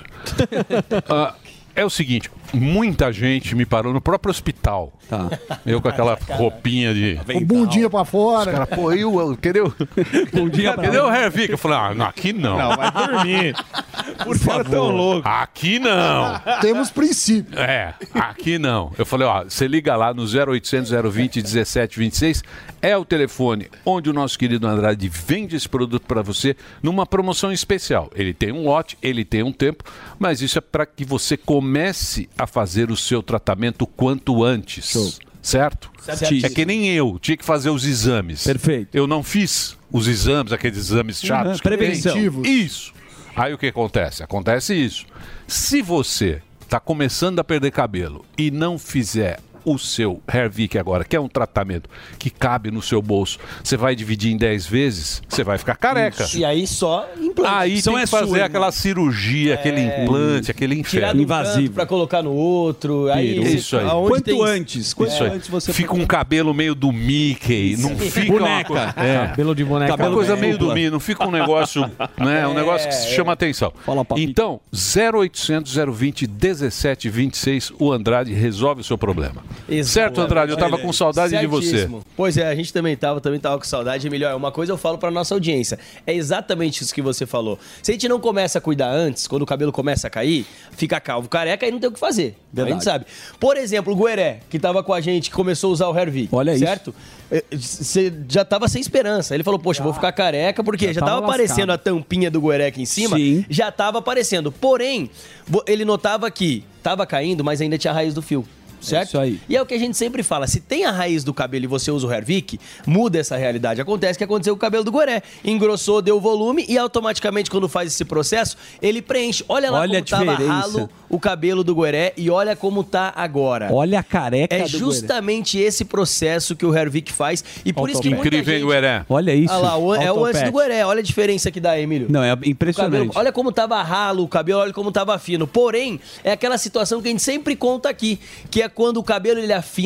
Ah, é o seguinte, muita gente me parou no próprio hospital. Tá. Eu com aquela roupinha de... o bundinha pra fora. Cara, pô, eu, eu entendeu? Bundinha pra Entendeu, Hervik? Eu falei, ah, não, aqui não. Não, vai dormir. Por favor. Tão louco. Aqui não. Temos princípio. É, aqui não. Eu falei, ó, você liga lá no zero oitocentos, zero vinte, dezessete vinte e seis, é o telefone onde o nosso querido Andrade vende esse produto para você numa promoção especial. Ele tem um lote, ele tem um tempo, mas isso é para que você comece a fazer o seu tratamento quanto antes. Certo? Certíssimo. É que nem eu, tinha que fazer os exames. Perfeito. Eu não fiz os exames, aqueles exames chatos. Uhum, que tem. prevenção. Isso. Aí o que acontece? Acontece isso. Se você está começando a perder cabelo e não fizer o seu Hervik agora, que é um tratamento que cabe no seu bolso, você vai dividir em dez vezes, você vai ficar careca. Isso. E aí só implante. Aí Opção tem é que fazer sua, aquela cirurgia, aquele implante, aquele Tirar inferno. do canto pra colocar no outro. Aí Isso aí. aonde Quanto tem- antes? Quanto Isso aí. antes você Fica um cabelo meio do Mickey, não fica uma Boneca. coisa- É. Cabelo de boneca. Uma coisa dupla. meio do Mickey, não fica um negócio, né? Um negócio que se chama atenção. Então, zero oitocentos, zero vinte, dezessete vinte e seis, o Andrade resolve o seu problema. Exato. Certo, Andrade? Eu tava com saudade de você. Certíssimo. Pois é, a gente também tava, também tava com saudade. Melhor, uma coisa eu falo pra nossa audiência. É exatamente isso que você falou. Se a gente não começa a cuidar antes, quando o cabelo começa a cair, fica calvo, careca e não tem o que fazer. Verdade. A gente sabe. Por exemplo, o Gueré, que tava com a gente, que começou a usar o Hervik. Olha isso. Certo? Você já tava sem esperança. Ele falou, poxa, vou ficar careca, porque já, Já tava, tava aparecendo lascado. a tampinha do Gueré aqui em cima. Sim. Já tava aparecendo. Porém, vo- ele notava que tava caindo, mas ainda tinha a raiz do fio. Certo? Isso aí. E é o que a gente sempre fala, se tem a raiz do cabelo e você usa o Hervik, muda essa realidade. Acontece o que aconteceu com o cabelo do Gueré. Engrossou, deu volume e automaticamente quando faz esse processo, ele preenche. Olha lá Olha como a tava diferença. ralo o cabelo do Gueré e olha como tá agora. Olha a careca É do justamente esse processo que o Hervik faz e por isso que muita Incrível, hein, gente... Gueré? Olha isso. Olha lá, o- é o antes Autopet. do Gueré. Olha a diferença que dá, Emílio. Não, é O cabelo- impressionante. olha como tava ralo o cabelo, olha como tava fino. Porém, é aquela situação que a gente sempre conta aqui, que é quando o cabelo ele afina,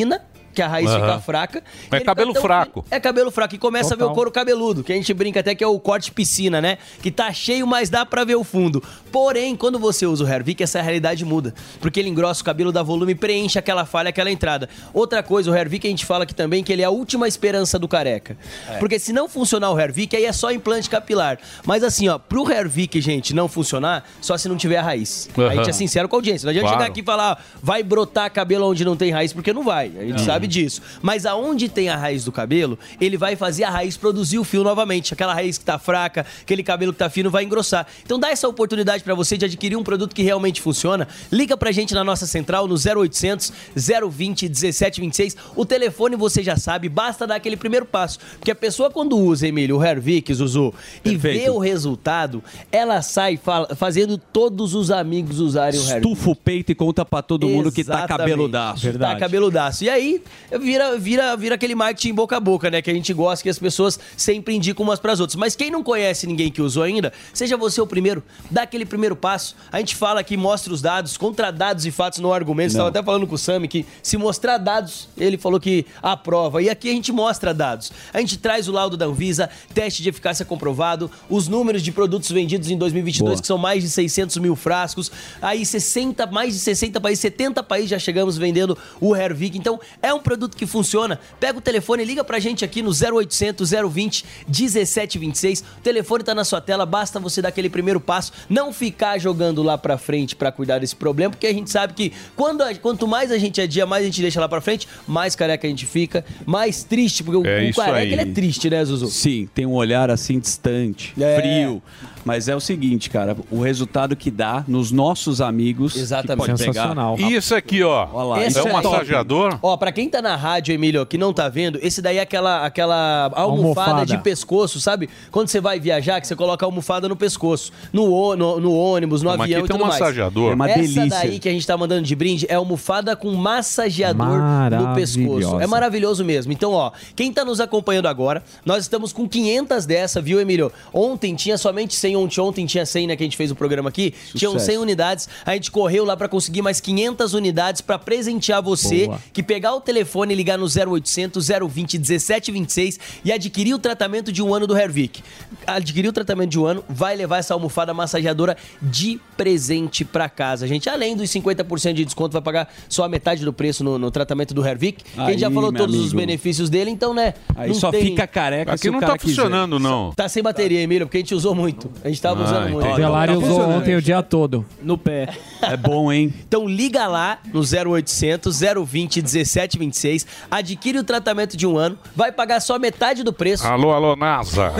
que a raiz Aham. fica fraca. É e ele cabelo fica tão fraco. fino- É cabelo fraco. E começa a ver Total. o couro cabeludo, que a gente brinca até que é o corte piscina, né? Que tá cheio, mas dá pra ver o fundo. Porém, quando você usa o Hervik, essa realidade muda. Porque ele engrossa o cabelo, dá volume, preenche aquela falha, aquela entrada. Outra coisa, o Hervik a gente fala aqui também que ele é a última esperança do careca. É. Porque se não funcionar o Hervik, aí é só implante capilar. Mas assim, ó, pro Hervik, gente, não funcionar, só se não tiver a raiz. Aham. A gente é sincero com a audiência. Não adianta Claro. chegar aqui e falar, ah, vai brotar cabelo onde não tem raiz, porque não vai. A gente Não. sabe disso. Mas aonde tem a raiz do cabelo, ele vai fazer a raiz produzir o fio novamente. Aquela raiz que tá fraca, aquele cabelo que tá fino vai engrossar. Então dá essa oportunidade pra você de adquirir um produto que realmente funciona. Liga pra gente na nossa central no zero oitocentos, zero vinte, dezessete vinte e seis. O telefone você já sabe, basta dar aquele primeiro passo. Porque a pessoa quando usa, Emílio, o Hervik, Zuzu, e vê o resultado, ela sai fa- fazendo todos os amigos usarem o Hervik. Estufa o peito e conta pra todo mundo que tá Exatamente. cabeludaço. Tá cabeludaço. E aí vira, vira, vira aquele marketing boca a boca, né? Que a gente gosta, que as pessoas sempre indicam umas pras outras. Mas quem não conhece ninguém que usou ainda, seja você o primeiro, dá aquele primeiro passo. A gente fala aqui, mostra os dados, contra dados e fatos não argumentos. Não. Estava até falando com o Sami que se mostrar dados, ele falou que aprova. E aqui a gente mostra dados. A gente traz o laudo da Anvisa, teste de eficácia comprovado, os números de produtos vendidos em dois mil e vinte e dois, Boa. que são mais de seiscentos mil frascos. Aí sessenta, mais de sessenta países, setenta países já chegamos vendendo o Hervik. Então é um produto que funciona. Pega o telefone, liga pra gente aqui no zero oitocentos, zero vinte, dezessete vinte e seis. O telefone tá na sua tela, basta você dar aquele primeiro passo, não ficar jogando lá pra frente pra cuidar desse problema, porque a gente sabe que quando a- quanto mais a gente adia, mais a gente deixa lá pra frente, mais careca a gente fica, mais triste, porque o, É o isso careca aí. ele é triste, né, Zuzu? Sim, tem um olhar assim distante, É. frio. Mas é o seguinte, cara, o resultado que dá nos nossos amigos. Exatamente. Que pode pegar. E isso aqui, ó. Olha lá, Esse é um é massageador? Ó, pra quem tá na rádio, Emílio, que não tá vendo, esse daí é aquela, aquela almofada, Almofada. de pescoço, sabe? Quando você vai viajar, que você coloca a almofada no pescoço. No, ô- no, no ônibus, no Mas avião aqui e tem tudo um mais. massageador. É uma Essa delícia. daí que a gente tá mandando de brinde é almofada com massageador no Maravilhosa. pescoço. É maravilhoso mesmo. Então, ó, quem tá nos acompanhando agora, nós estamos com quinhentas dessa, viu, Emílio? Ontem tinha somente cem, ontem, ontem tinha cem, né, que a gente fez o programa aqui. Tinham Sucesso. cem unidades. A gente correu lá pra conseguir mais quinhentas unidades pra presentear você Boa. que pegar o telefone e ligar no zero oitocentos, zero vinte, dezessete vinte e seis e adquirir o tratamento de um ano do Hervik. Adquirir o tratamento de um ano, vai levar essa almofada massageadora de presente pra casa, gente. Além dos cinquenta por cento de desconto, vai pagar só a metade do preço no, no tratamento do Hervik. Que a gente já Aí, falou meu todos os amigo. benefícios dele, então, né? Aí não só tem- fica careca Aqui se o não cara tá funcionando, quiser. não. Tá sem bateria, Emílio, porque a gente usou muito. A gente tava Ah, usando muito. O Delari usou ontem o dia todo. No pé. É bom, hein? Então liga lá no zero oitocentos, zero vinte, dezessete vinte e seis, adquire o tratamento de um ano, vai pagar só metade do preço. Alô, alô, NASA.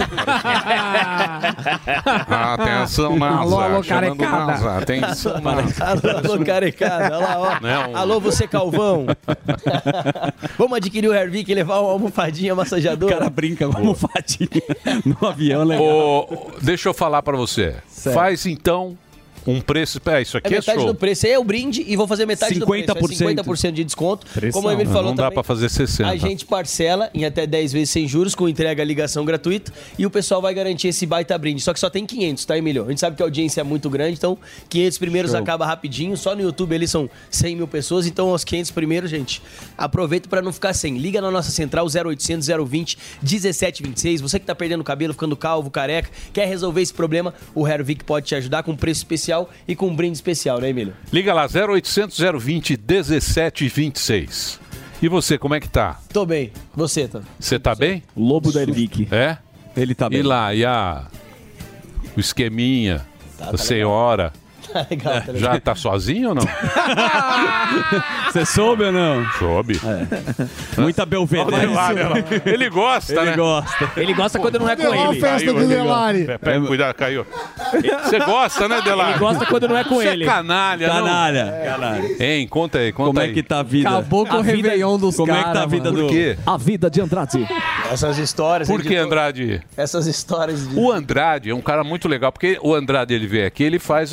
Atenção, NASA. Alô, alô, Chamando carecada. NASA. Atenção, NASA. Alô, alô, carecada. Olha lá, ó. Não. Alô, você calvão. Vamos adquirir o Hervik e levar uma almofadinha massageadora? O cara brinca com almofadinha no avião, legal. Ô, deixa eu falar pra você. Certo. Faz então um preço. É, isso É aqui é, metade show. do preço. Aí é o brinde e vou fazer metade cinquenta por do cento. preço. É cinquenta por cento de desconto. Pressão. Como o Emílio falou Não dá também, pra fazer sessenta. A gente parcela em até dez vezes sem juros, com entrega ligação gratuita. E o pessoal vai garantir esse baita brinde. Só que só tem quinhentos, tá, Emílio? A gente sabe que a audiência é muito grande, então quinhentos primeiros Show. acaba rapidinho. Só no YouTube ali são cem mil pessoas. Então, aos quinhentos primeiros, gente, aproveita pra não ficar sem. Liga na nossa central zero oitocentos, zero vinte, dezessete vinte e seis. Você que tá perdendo cabelo, ficando calvo, careca, quer resolver esse problema, o Hervik pode te ajudar com preço especial e com um brinde especial, né, Emílio? Liga lá, zero oitocentos, zero vinte, dezessete vinte e seis. E você, como é que tá? Tô bem. Você, tá? Você tá bem? Lobo da Hervik. É? Ele tá bem. E lá, e a... O esqueminha, Tá, a senhora... Tá legal, tá legal. Já tá sozinho ou não? Você soube ou não? Soube. Muita belvedere. Ele gosta, Ele né? gosta. Ele gosta quando não é com Cadê lá a ele. festa Caiu do aqui, Delari? ó. Pega, cuidado, caiu. Você gosta, né, Delari? Ele gosta quando não é com Você ele. é canalha, não? Canalha. Canalha. Hein, conta aí, conta Como aí. é que tá a vida? Acabou com A o vida- Réveillon dos Como é que tá a caras, vida mano. do... Por quê? A vida de Andrade. Essas histórias. Por de- que, Andrade? Essas histórias de... O Andrade é um cara muito legal, porque o Andrade, ele vem aqui, ele faz a, a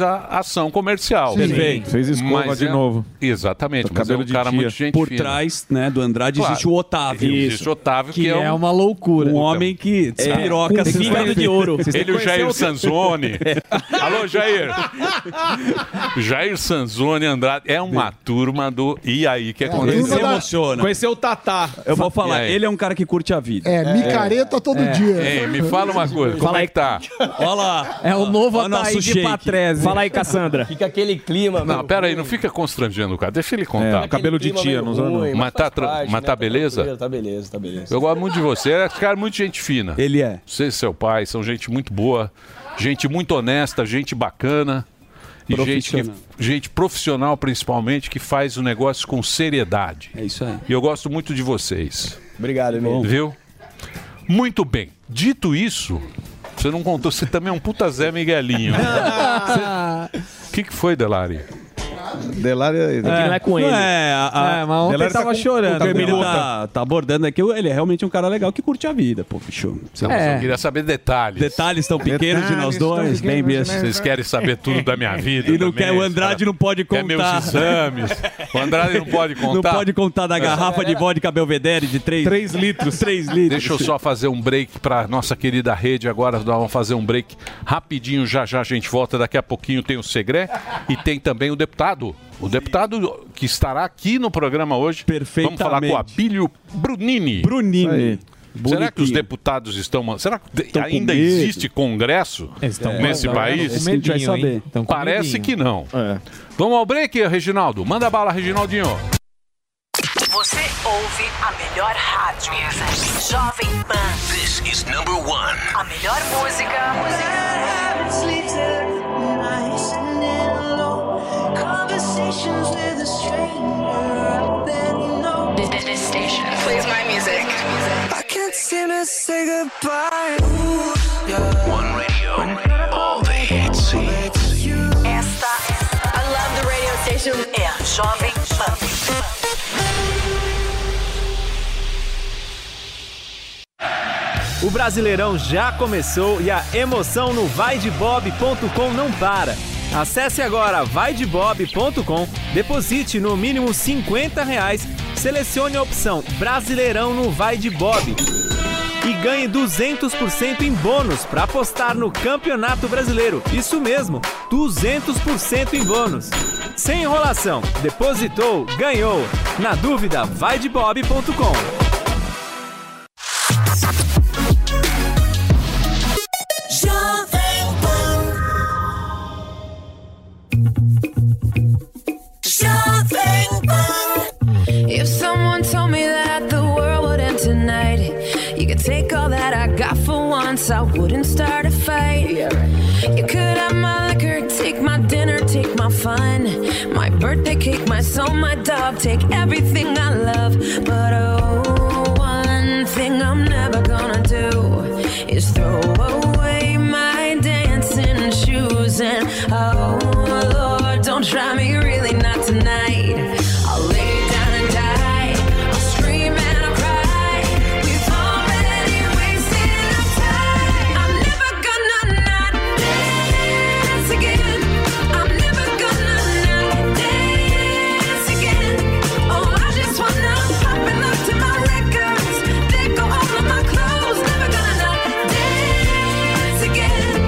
ação comercial. Sim. Perfeito. Fez escova Mas de é- novo. Exatamente. O Mas é cabelo um de cara tia. muito gente Por fina. trás, né, do Andrade Claro. existe o Otávio. Existe o Otávio, que, Que é um... uma loucura. Um homem que despiroca com assim, fígado de ouro. Ele e o Jair Sanzoni. Alô, Jair. Jair Sanzoni Andrade. É uma turma do... E aí, que Ele aconteceu? se emociona. Conheceu o Tatá. Eu vou falar, E aí? ele é um cara que curte a vida. É, micareta todo dia. Ei, me fala uma coisa. Como é que tá? Olha lá. É o novo Olha Ataí nosso de shake. Patrese. Fala aí, Cassandra. Fica aquele clima. Não, meu, pera aí, ruim. não fica constrangendo o cara. Deixa ele contar. É, cabelo de Clima tia, meio não usando. ruim, Mas tá faz tra- parte, mas né? tá beleza? tranquilo, Tá beleza, tá beleza. Eu gosto muito de você. É cara muito gente fina. Ele é. Você e seu pai são gente muito boa, gente muito honesta, gente bacana. E gente, que, Profissional. gente profissional, principalmente, que faz o negócio com seriedade. É isso aí. E eu gosto muito de vocês. Obrigado, Emílio. Viu? Muito bem. Dito isso, você não contou, você também é um puta Zé Miguelinho. O que, que foi, Delari? Delário é... não é com ele. Não é, a, a, É, mas ontem Delari tá tava com- chorando. tá o Emílio com tá, tá abordando aqui, ele é realmente um cara legal que curte a vida, pô, bicho. Eu É. queria saber detalhes. Detalhes tão pequenos de nós Detalhes tão dois, bem pequenos, mesmo. Vocês querem saber tudo da minha vida. E não também, quer, o Andrade não pode Quer meus contar. exames. O Andrade não pode Não contar. pode contar da garrafa de vodka Belvedere de três Três litros. três litros. Deixa eu só fazer um break para nossa querida rede. Agora nós vamos fazer um break rapidinho. Já já a gente volta. Daqui a pouquinho tem o Segré e tem também o deputado. O deputado que estará aqui no programa hoje. Perfeitamente. Vamos falar com o Abílio Brunini. Brunini. Será que os Bonitinho. deputados estão... Será que Estão com ainda medo. existe congresso nesse Tão- país? tão com Isso que a gente vai medinho, hein? saber. Tão com Parece medinho. que não. É. Vamos ao break, Reginaldo. Manda bala, Reginaldinho. Você ouve a melhor rádio. Jovem Pan. This is number one. A melhor música. This, this station plays my music. I can't seem to say goodbye. One radio, all the hits. Esta I love the radio station. É a Jovem Pan. O Brasileirão já começou e a emoção no vai de bob ponto com não para. Acesse agora vai de bob ponto com, deposite no mínimo cinquenta reais, selecione a opção Brasileirão no Vai de Bob e ganhe duzentos por cento em bônus para apostar no Campeonato Brasileiro. Isso mesmo, duzentos por cento em bônus. Sem enrolação, depositou, ganhou. Na dúvida, vai de bob ponto com. Jovem Pan. Jovem Pan. If someone told me that the world would end tonight, you could take all that I got for once, I wouldn't start a fight. You could have my liquor, take my dinner, take my fun, my birthday cake, my soul, my dog, take everything I love. But oh, one thing I'm never gonna do is throw away my dancing shoes. And oh Lord, don't try me, really not tonight. I'll lay down and die, I'll scream and I'll cry. We've already wasted enough time. I'm never gonna not dance again. I'm never gonna not dance again. Oh, I just wanna pop and look to my records, then go all of my clothes. Never gonna not dance again.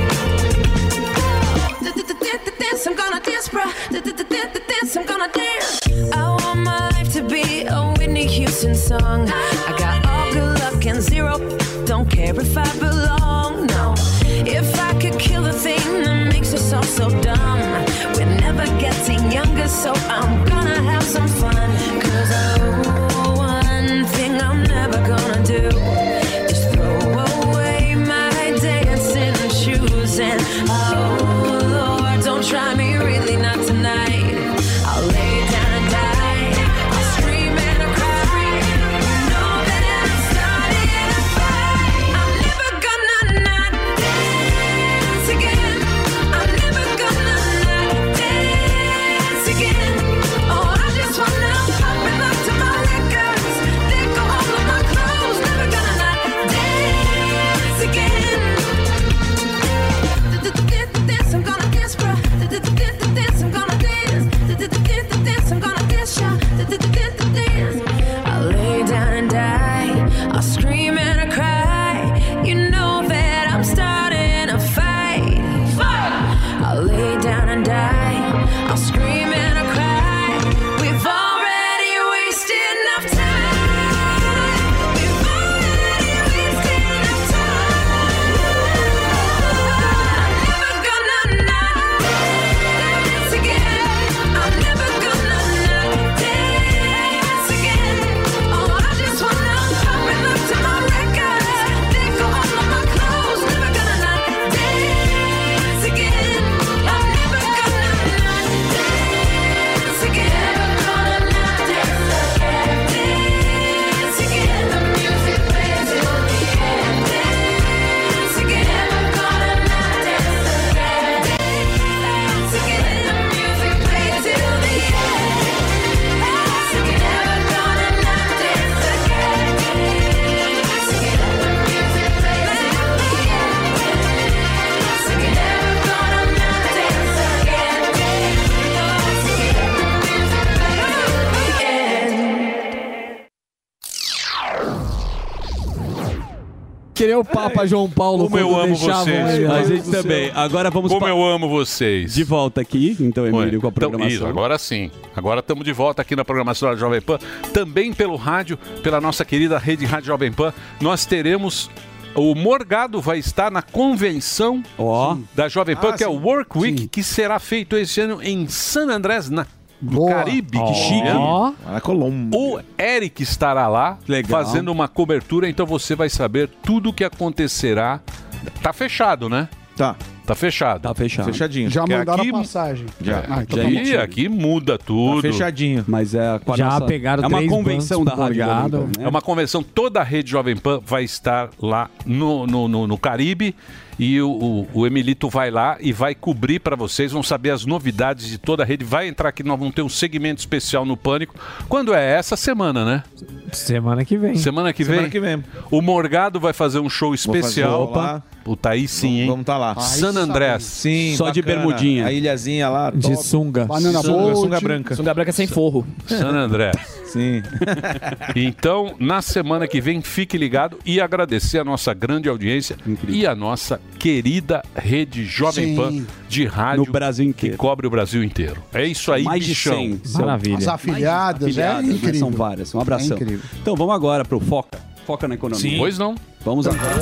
Dance, I'm gonna dance, bruh. Dance, I'm gonna dance. I want my life to be a Whitney Houston song. I got all good luck and zero. Don't care if I belong, no. If I could kill the thing that makes us all so dumb. We're never getting younger, so I'm gonna have some fun. Cause oh, one thing I'm never gonna do is throw away my dancing shoes. And oh Lord, don't try me, really not tonight. I'll lay down and die, I'll scream and I'll cry. You know that I'm starting a fight. I'm never gonna not dance again. I'm never gonna not dance again. Oh, I just wanna Que nem o Papa João Paulo. Como eu quando amo deixavam vocês. ele. A gente também. Agora vamos Como pa- eu amo vocês. de volta aqui, então, Emílio, com a Então, programação. isso, agora sim. Agora estamos de volta aqui na programação da Jovem Pan. Também pelo rádio, pela nossa querida rede Rádio Jovem Pan. Nós teremos... O Morgado vai estar na convenção da Jovem Pan, Ah, que é o sim. Work Week, que será feito esse ano em San Andrés, na, no Caribe. Ó. Que chique. Ó. Na Colômbia. O Eric estará lá Legal. fazendo uma cobertura, então você vai saber tudo o que acontecerá. Tá fechado, né? Tá. Tá fechado. Tá fechado. Fechadinho. Já Porque mandaram aqui- a passagem. Já. Ah, então Já tá bom. aqui, aqui muda tudo. Tá fechadinho. Mas é com a Já nossa- pegaram É uma três convenção da bancos Rádio Jovem morgado. Pan, né? É uma convenção, toda a rede Jovem Pan vai estar lá no, no, no, no Caribe e o, o, o Emilito vai lá e vai cobrir para vocês, vão saber as novidades de toda a rede. Vai entrar aqui, nós vamos ter um segmento especial no Pânico. Quando é? Essa semana, né? Semana que vem. Semana que vem? Semana que vem. O Morgado vai fazer um show fazer especial. lá. Puta, aí sim, hein? Vamos tá lá. San Andrés. Sim, Só de bacana. bermudinha. A ilhazinha lá. De top. sunga. Banana Sunga, boat. sunga branca. Sunga branca sem forro. San Andrés. Sim. Então, na semana que vem, fique ligado e agradecer a nossa grande audiência e a nossa querida rede Jovem Sim. Pan de rádio No Brasil que inteiro. cobre o Brasil inteiro. É isso aí, Mais de bichão. cem. Maravilha. As afiliadas, Afiliadas, é né? incrível. São várias. Um abração. É incrível. Então vamos agora pro Foca. Foca na economia. Sim. Pois não. Vamos agora.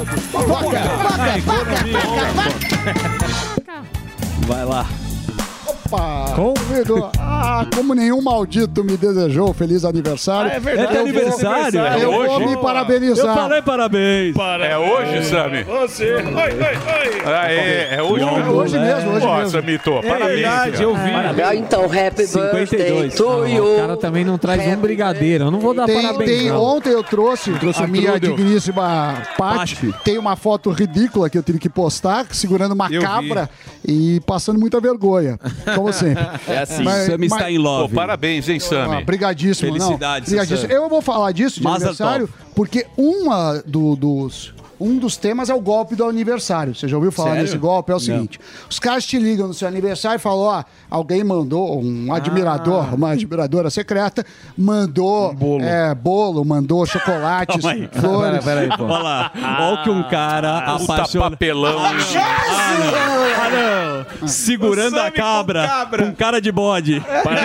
Vai lá. Opa! Convido. Ah, como nenhum maldito me desejou feliz aniversário. Ah, é verdade. eu É aniversário? Vou, É eu vou hoje? me parabenizar. Eu falei parabéns. É hoje, Sami? Você. Oi, oi, oi. Ah, é, é hoje. É hoje mesmo, hoje Nossa, mesmo. Samito, É parabéns. verdade, cara. eu vi. Então, happy cinquenta e dois. birthday to Ah, you. o cara também não traz um brigadeiro. Eu não vou dar Tem, parabéns. tem- não. ontem eu trouxe, Trouxe a um minha trudel. digníssima Paty. Tem uma foto ridícula que eu tive que postar, segurando uma Eu vi. cabra e passando muita vergonha, como sempre. É assim. Sami está em Pô, love. parabéns, hein, Ah, Sami? Brigadíssimo, Felicidades, não. Brigadíssimo. Sam. Eu vou falar disso de Mazel aniversário, porque uma do- dos... Um dos temas é o golpe do aniversário. Você já ouviu falar Sério? nesse golpe? É o seguinte: os caras te ligam no seu aniversário e falam: ó, alguém mandou, um admirador, uma admiradora secreta, mandou bolo, é, bolo mandou chocolates, Calma aí. flores. Peraí, pô. Olha lá. Olha o que um cara Puta apaixonado. papelão. Ah, não. Segurando O a Sami com cabra, cabra. com cara de bode.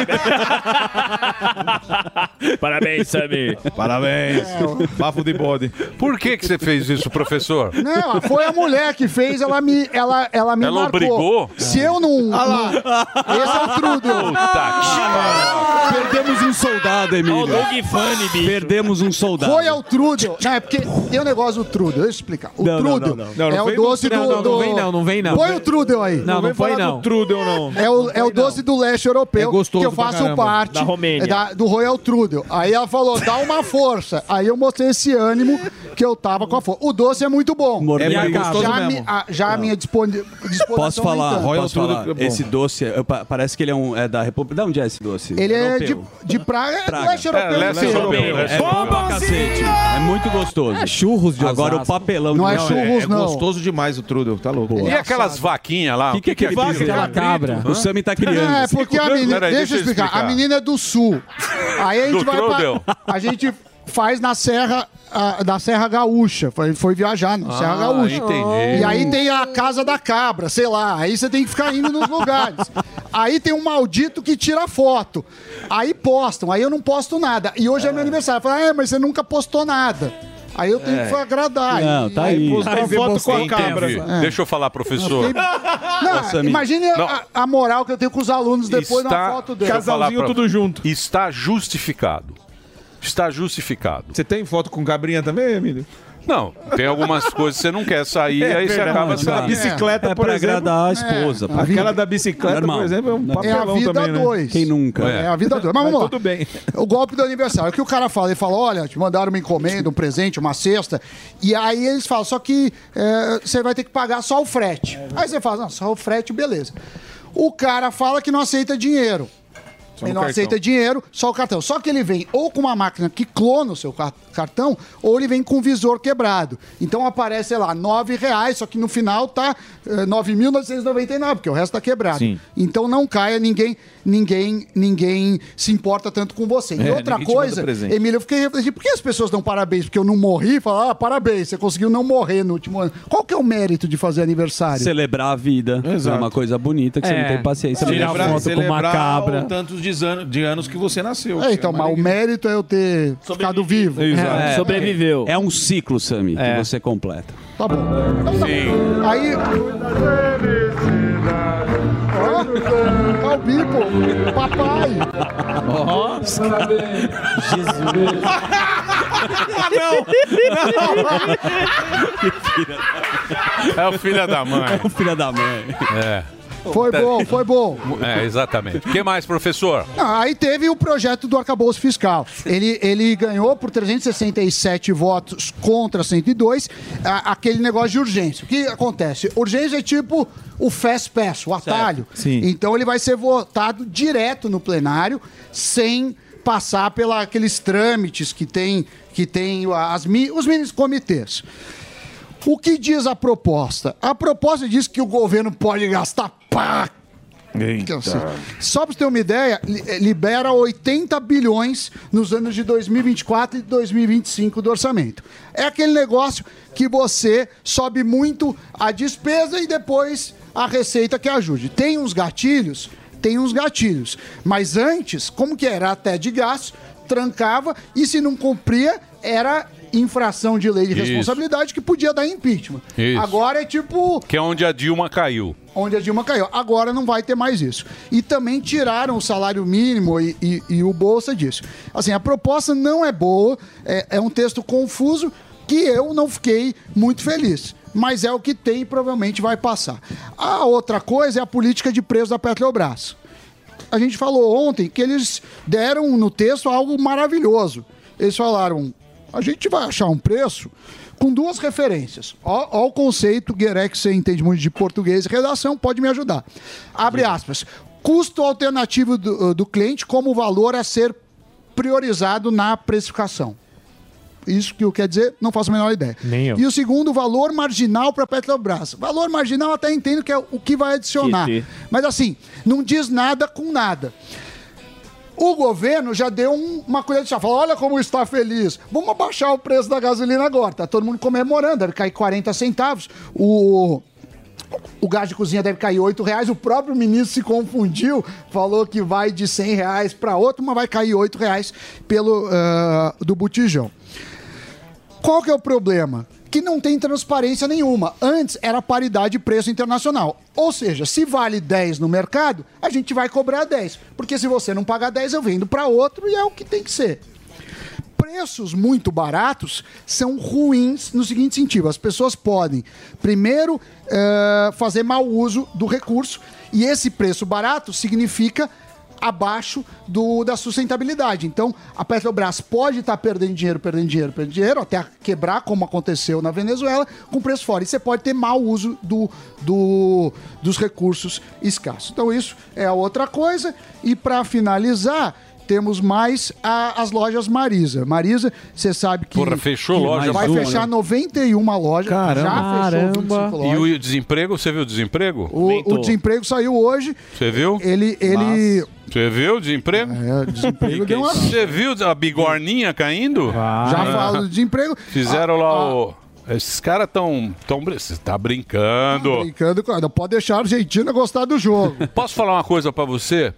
Parabéns, Sami. Parabéns. Bafo de bode. Por que, que você fez isso, professor? Não, foi a mulher que fez, ela me, ela, ela me Ela marcou. obrigou? Se eu não... não esse é o Trudel. Puta Perdemos um soldado, Emílio. Olha o Doug Funny, bicho. Perdemos um soldado. Foi ao Trudel. Não, é porque tem um negócio do Trudel, deixa eu explicar. O Não, não, Trudel não, não. Não, não é o vem do- doce do... Não, não, do- não vem não, não vem não. Põe o Trudel aí. Não, não vem foi falar não. do Trudel, não. É o, é o doce do leste europeu, É gostoso que eu pra faço caramba. parte Da Romênia. é da- do Royal Trudel. Aí ela falou, dá uma força. Aí eu mostrei esse ânimo que eu tava com a força. O doce é muito bom. Mordeu É a muito cabra. gostoso já, mesmo. mi- a, já a minha disponi- disposição Posso falar? nem tanto. Royal Posso falar? Trudel é bom. Esse doce, eu pa- parece que ele é, um, é da República. De onde é esse doce? Ele é de, Europeu. de praga, é do Praga. leste europeu. É, leste inteiro. europeu. É bom pra cacete. É muito gostoso. É churros de Agora o Osasco. papelão Não de é Não, churros, É não. gostoso demais o Trudel, tá louco. E aquelas vaquinhas lá? Que que é aquele aquilo? bicho? Aquela cabra. O Sami tá criando. Não, é porque a menina. Peraí, deixa eu deixa eu explicar. explicar. A menina é do sul. Aí a gente Do vai Trudel. pra, A gente faz na Serra. a- da Serra Gaúcha, foi, foi viajar na Serra Gaúcha. entendi. E aí tem a Casa da Cabra, sei lá. Aí você tem que ficar indo nos lugares. Aí tem um maldito que tira foto. Aí postam, aí eu não posto nada. E hoje é, meu aniversário. Fala, é, mas você nunca postou nada. Aí eu tenho É. que agradar. Não, tá aí. postar uma foto com a cabra. Entendi. É. Deixa eu falar, professor. Não, Samir. imagine Não. a, a moral que eu tenho com os alunos depois Está- na foto dele. deixa eu falar pra- tudo junto. Está justificado. Está justificado. Você tem foto com cabrinha também, Emílio? Não, tem algumas coisas que você não quer sair, É aí você verdade. acaba Aquela saindo. bicicleta, É por pra exemplo. agradar a esposa. É. Aquela da bicicleta, Normal. por exemplo, é um É a papelão vida também, né? dois. Quem nunca? É, a vida dois. Mas vamos Mas lá. tudo bem. O golpe do aniversário. O que o cara fala? Ele fala, olha, te mandaram uma encomenda, um presente, uma cesta. E aí eles falam, só que é, você vai ter que pagar só o frete. Aí você fala, não, só o frete, beleza. O cara fala que não aceita dinheiro. Só ele no não cartão. aceita dinheiro, só o cartão. Só que ele vem ou com uma máquina que clona o seu ca- cartão, ou ele vem com o visor quebrado. Então aparece, sei lá, nove reais, só que no final tá eh, nove mil novecentos e noventa e nove, porque o resto tá quebrado. Sim. Então não caia, ninguém, ninguém, ninguém se importa tanto com você. E É, outra ninguém te manda coisa, presente. Emílio, eu fiquei refletindo, por que as pessoas dão parabéns? Porque eu não morri? Falam, ah, parabéns, você conseguiu não morrer no último ano. Qual que é o mérito de fazer aniversário? Celebrar a vida. Exato. É uma coisa bonita que você É. não tem paciência. pra Celebrar, ver. celebrar o tantos de, anos, de anos que você nasceu. É, então, mas o mérito é eu ter ficado vivo. É, Sobreviveu. É um ciclo, Sami, que você completa. Tá bom. Então, tá bom. Aí. Ó, ó o Bipo, papai. Nossa. Jesus. Ah, não! É o filho da mãe. É o filho da mãe. É. Foi bom, foi bom. É, exatamente. O que mais, professor? Ah, aí teve o projeto do arcabouço fiscal. Ele, ele ganhou por trezentos e sessenta e sete votos contra cento e dois, a, aquele negócio de urgência. O que acontece? Urgência é tipo o fast pass, o atalho. Sim. Então ele vai ser votado direto no plenário, sem passar pelos aqueles trâmites que tem, que tem as, mi- os mini comitês. O que diz a proposta? A proposta diz que o governo pode gastar pá. Então, assim, só para você ter uma ideia, li- libera oitenta bilhões nos anos de dois mil e vinte e quatro e dois mil e vinte e cinco do orçamento. É aquele negócio que você sobe muito a despesa e depois a receita que ajude. Tem uns gatilhos? Tem uns gatilhos. Mas antes, como que era até de gasto, trancava e se não cumpria, era infração de lei de Isso. responsabilidade que podia dar impeachment. Isso. Agora é tipo Que é onde a Dilma caiu. onde a Dilma caiu. Agora não vai ter mais isso. E também tiraram o salário mínimo e, e- e o Bolsa disso. Assim, a proposta não é boa, é, é um texto confuso que eu não fiquei muito feliz. Mas é o que tem e provavelmente vai passar. A outra coisa é a política de preço da Petrobras. A gente falou ontem que eles deram no texto algo maravilhoso. Eles falaram, a gente vai achar um preço com duas referências. Ó, ó o conceito, Guerec, você entende muito de português e redação, pode me ajudar. Abre aspas. Custo alternativo do, do cliente como valor a ser priorizado na precificação. Isso que eu quer dizer, não faço a menor ideia. Nem eu. E o segundo, valor marginal para a Petrobras. Valor marginal até entendo que é o que vai adicionar. Que- Mas assim, não diz nada com nada. O governo já deu um- uma colher de chá. Falou, olha como está feliz. Vamos abaixar o preço da gasolina agora. Tá todo mundo comemorando. Deve cair quarenta centavos. O... O gás de cozinha deve cair oito reais. O próprio ministro se confundiu, falou que vai de cem reais para outro, mas vai cair oito reais pelo, ah, do botijão. Qual que é o problema? Que não tem transparência nenhuma. Antes era paridade de preço internacional. Ou seja, se vale dez no mercado, a gente vai cobrar dez. Porque se você não pagar dez, eu vendo para outro e é o que tem que ser. Preços muito baratos são ruins no seguinte sentido: as pessoas podem, primeiro, eh, fazer mau uso do recurso, e esse preço barato significa abaixo do, da sustentabilidade. Então, a Petrobras pode estar perdendo dinheiro, perdendo dinheiro, perdendo dinheiro, até quebrar, como aconteceu na Venezuela, com preço fora. E você pode ter mau uso do, do, dos recursos escassos. Então, isso é a outra coisa. E, para finalizar, temos mais a- as lojas Marisa. Marisa, você sabe que... Porra, fechou que loja vai mais uma, fechar né? noventa e uma lojas. Caramba. Já fechou vinte e cinco E lojas. o desemprego, você viu o desemprego? O, o desemprego saiu hoje. Você viu? Ele... ele... Você viu o desemprego? É, o desemprego deu uma... Você viu a bigorninha caindo? Já falo do desemprego. Fizeram lá o... Esses caras estão... Tão... Você tá brincando. Brincando, cara. Pode deixar a Argentina gostar do jogo. Posso falar uma coisa pra você?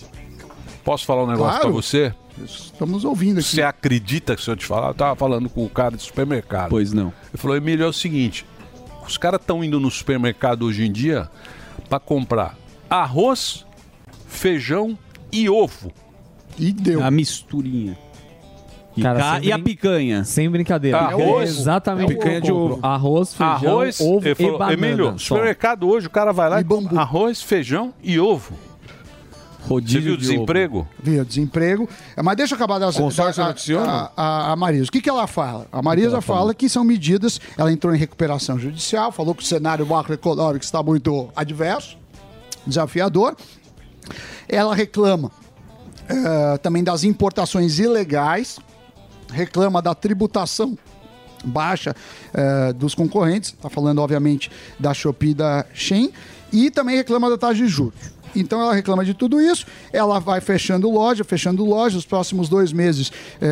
Posso falar um negócio Claro. pra você? Estamos ouvindo aqui. Você acredita que se eu te falar? Eu tava falando com o cara do supermercado. Pois não. Ele falou, Emílio, é o seguinte, os caras estão indo no supermercado hoje em dia pra comprar arroz, feijão e ovo. E deu. A misturinha. E, Cara, ca- sem e a brin- picanha? Sem brincadeira. Arroz, É exatamente é picanha o que de eu compro. ovo. Arroz, feijão, Arroz, ovo ele e falou, banana. Emílio, só. supermercado hoje, o cara vai lá e, compra arroz, feijão e ovo. Rodízio Você viu o de desemprego? Viu, desemprego. É, Mas deixa eu acabar das... Consórcio da- a, noticiona? a, a, a Marisa. O que, que ela fala? A Marisa fala que são medidas... Ela entrou em recuperação judicial, falou que o cenário macroeconômico está muito adverso, desafiador. Ela reclama eh, também das importações ilegais, reclama da tributação baixa eh, dos concorrentes, está falando obviamente da Shopee e da Shein, e também reclama da taxa de juros. Então ela reclama de tudo isso, ela vai fechando loja, fechando loja, os próximos dois meses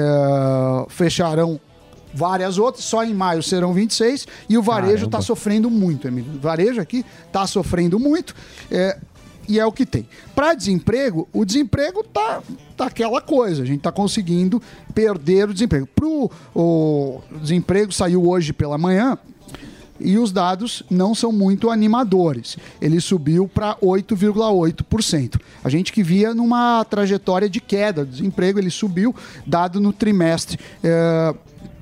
eh, fecharão várias outras, só em maio serão vinte e seis, e o varejo está sofrendo muito, Emílio. O varejo aqui está sofrendo muito, é, e é o que tem. Para desemprego, o desemprego tá, tá aquela coisa, a gente está conseguindo perder o desemprego. Pro, o desemprego saiu hoje pela manhã, e os dados não são muito animadores. Ele subiu para oito vírgula oito por cento. A gente que via numa trajetória de queda do desemprego, ele subiu, dado no trimestre... É,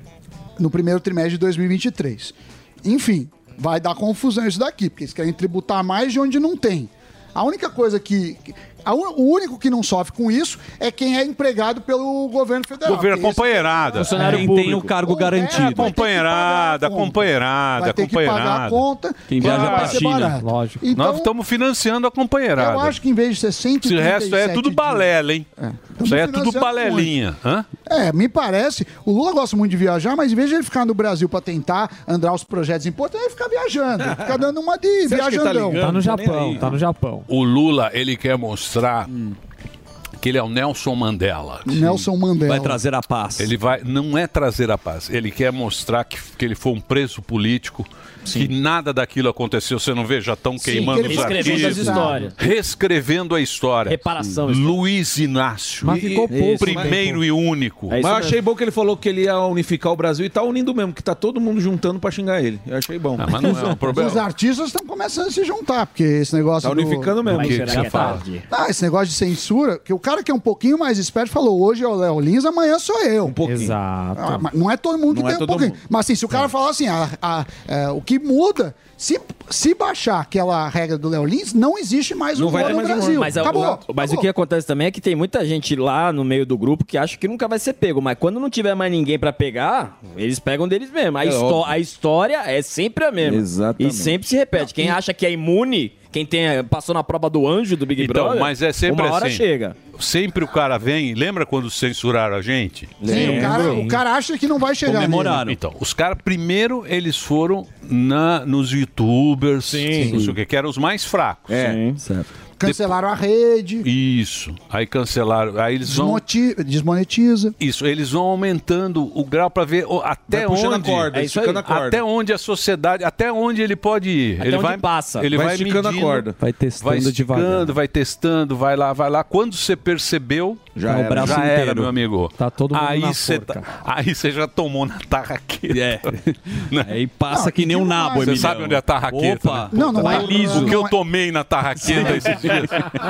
no primeiro trimestre de dois mil e vinte e três. Enfim, vai dar confusão isso daqui, porque eles querem tributar mais de onde não tem. A única coisa que... A un, o único que não sofre com isso é quem é empregado pelo governo federal. Governo companheirada. Funcionário é, público. Tem o cargo garantido. É, companheirada, companheirada, vai ter que pagar a conta. Quem viaja vai pra ser China. barato. Lógico. Então, nós estamos financiando a companheirada. Eu acho que em vez de ser cento e trinta e sete... Esse resto é tudo balela, hein? É. Isso aí é tudo balelinha. Hã? É, me parece... O Lula gosta muito de viajar, mas em vez de ele ficar no Brasil para tentar andar os projetos importantes, ele fica viajando. Ele fica dando uma de viajandão. Tá, tá no Japão, tá no Japão. O Lula, ele quer mostrar... Hum. que ele é o Nelson Mandela. Nelson Mandela. Vai trazer a paz. Ele vai, não é trazer a paz, ele quer mostrar que, que ele foi um preso político, Sim. que nada daquilo aconteceu. Você não vê? Já estão queimando os arquivos. As histórias. Reescrevendo a história. Reparação. Luiz Inácio. Mas ficou pouco. Isso, primeiro e único. É Mas eu achei bom que ele falou que ele ia unificar o Brasil e tá unindo mesmo, que tá todo mundo juntando pra xingar ele. Eu achei bom. Ah, mas não é um problema. Os artistas estão começando a se juntar, porque esse negócio Tá unificando do... mesmo. O que, que você fala? Ah, esse negócio de censura, que o cara que é um pouquinho mais esperto falou, hoje é o Léo Lins, amanhã sou eu. Um pouquinho. Exato. Ah, mas não é todo mundo Não que é tem um todo pouquinho. mundo. Mas assim, se o cara falar assim, a, a, a, o que muda, se, se baixar aquela regra do Léo Lins, não existe mais Não um vai humor ter no mais Brasil. humor. Mas, a- Acabou. o, mas Acabou. o que acontece também é que tem muita gente lá no meio do grupo que acha que nunca vai ser pego. Mas quando não tiver mais ninguém pra pegar, eles pegam deles mesmo. A, É histó- óbvio. a história é sempre a mesma. Exatamente. E sempre se repete. Quem acha que é imune, quem tem, passou na prova do anjo do Big Então, Brother, mas é sempre uma hora assim. chega. Sempre o cara vem. Lembra quando censuraram a gente? Sim, o cara, o cara acha que não vai chegar nele. Então, os caras, primeiro, eles foram na, nos youtubers, Sim. não sei o que, que eram os mais fracos. É. Sim. Certo. Cancelaram a rede. Isso. Aí cancelaram. Aí eles vão. Desmoti- desmonetiza. Isso, eles vão aumentando o grau para ver o- até Vai puxando onde. a corda, É esticando aí. a corda. Até onde a sociedade, até onde ele pode ir. Até ele onde vai passa. Ele Vai vai, esticando a medindo, corda. Vai testando vai esticando, devagar. vai testando, vai lá, vai lá. Quando você percebeu, Já já era. era, braço era, inteiro. meu amigo. Tá todo mundo aí na você forca. tá, aí você já tomou na tarraqueta. É. Né? Aí passa Não, que nem um demais. nabo, Você Emiliano. sabe onde é a tarraqueta? Opa. né? Não, não Vai é- liso. O que não eu é- tomei na tarraqueta esses dias.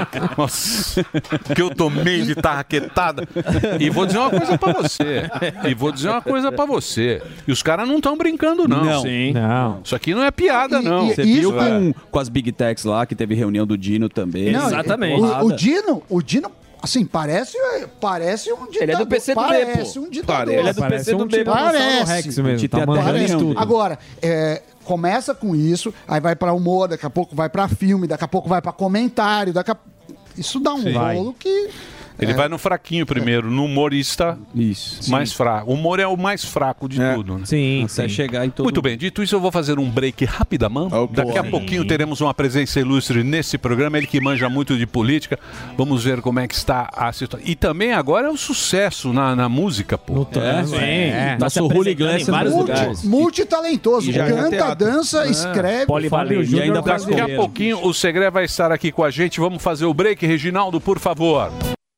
Nossa, o que eu tomei de tarraquetada. E vou dizer uma coisa pra você. E vou dizer uma coisa pra você. E os caras não estão brincando, não. Não. Sim. Não. Isso aqui não é piada, E- não. e- Você Isso, viu com, é. com as Big Techs lá, que teve reunião do Dino também. Não, Exatamente. O, o Dino, o Dino, assim, parece, parece um ditador. Ele é do P C do B, Parece pô. um ditador. Ele é do Parece P C do um B. tiranossauro Parece. Rex mesmo. Te Tá tem até mandando Parece. em tudo. Agora, é, começa com isso, aí vai pra humor, daqui a pouco vai pra filme, daqui a pouco vai pra comentário, daqui a... Isso dá um Sim. rolo que... Ele É. vai no fraquinho primeiro, no humorista Isso. mais fraco. O humor é o mais fraco de É. tudo, né? Sim, Até sim. chegar em todo Muito bem, dito isso, eu vou fazer um break rapidamente. Oh, Daqui a boa. pouquinho teremos uma presença ilustre nesse programa, ele que manja muito de política. Vamos ver como é que está a situação. E também agora é um sucesso na, na música, pô. No trânsito. É. Tá se Nosso Julio apresentando em Iglesias vários brasileiro. lugares. Multitalentoso. E já é Canta, teatro. dança, É. escreve. Polivalente. E ainda Daqui a pouquinho o Segré vai estar aqui com a gente. Vamos fazer o break. Reginaldo, por favor.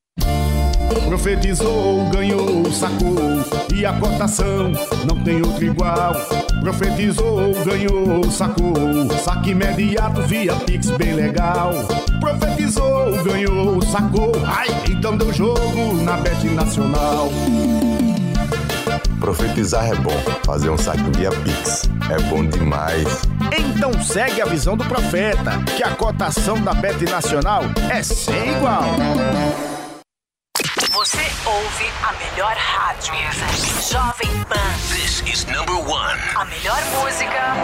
Profetizou, ganhou, sacou, e a cotação não tem outro igual. Profetizou, ganhou, sacou, saque imediato via Pix bem legal. Profetizou, ganhou, sacou, ai, então deu jogo na Bet Nacional. Profetizar é bom, fazer um saque via Pix é bom demais. Então segue a visão do profeta, que a cotação da Bet Nacional é sem igual. Você ouve a melhor rádio. Jovem Pan. This is number one. A melhor música.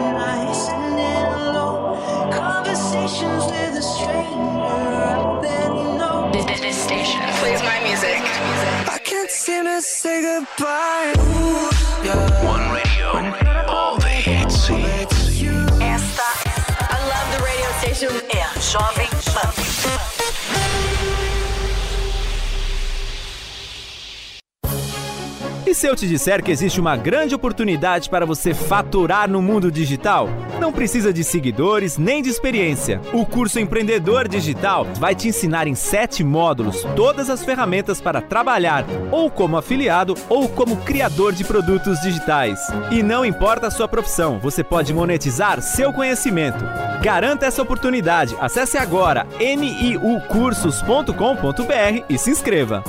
Conversations with a stranger. I've been music. I can't seem to say goodbye. Ooh, yeah. One radio, all the hits. Esta, I love the radio station, é a Jovem Pan. E se eu te disser que existe uma grande oportunidade para você faturar no mundo digital? Não precisa de seguidores nem de experiência. O curso Empreendedor Digital vai te ensinar em sete módulos todas as ferramentas para trabalhar ou como afiliado ou como criador de produtos digitais. E não importa a sua profissão, você pode monetizar seu conhecimento. Garanta essa oportunidade. Acesse agora n i u cursos ponto com ponto b r e se inscreva.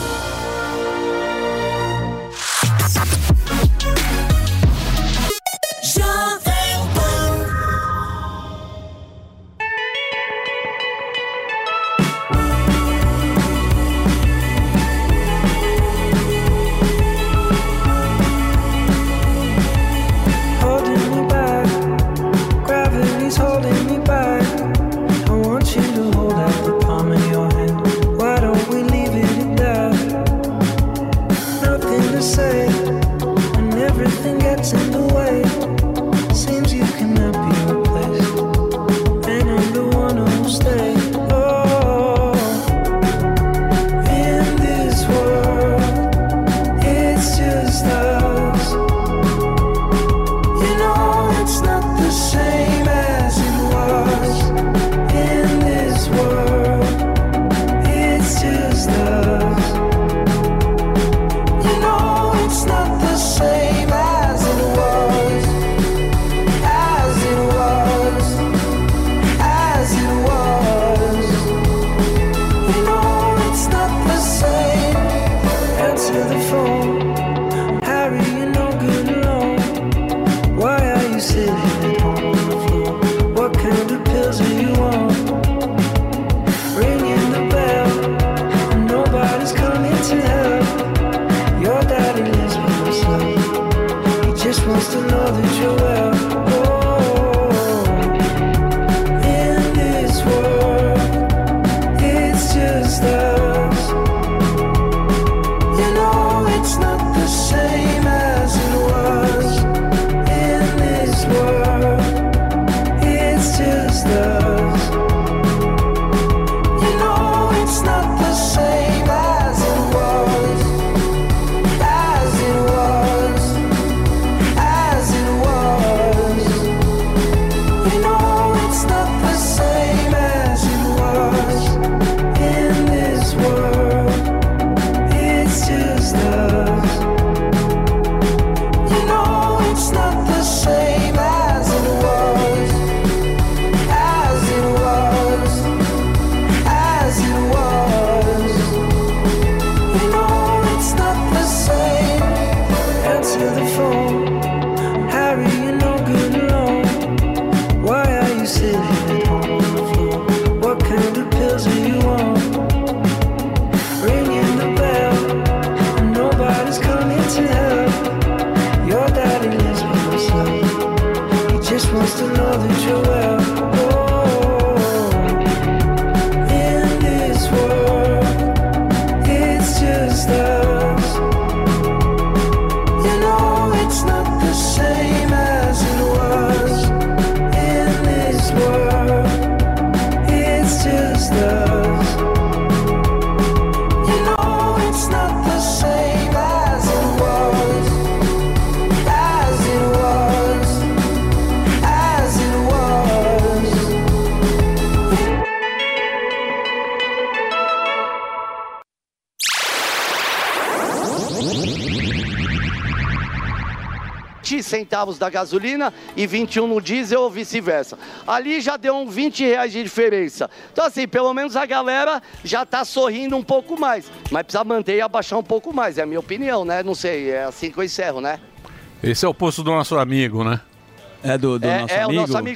Centavos da gasolina e vinte e um no diesel ou vice-versa. Ali já deu uns vinte reais de diferença. Então assim, pelo menos a galera já tá sorrindo um pouco mais. Mas precisa manter e abaixar um pouco mais, é a minha opinião, né? Não sei, é assim que eu encerro, né? Esse é o posto do nosso amigo, né? É do, do é, nosso é amigo? É o nosso amigo.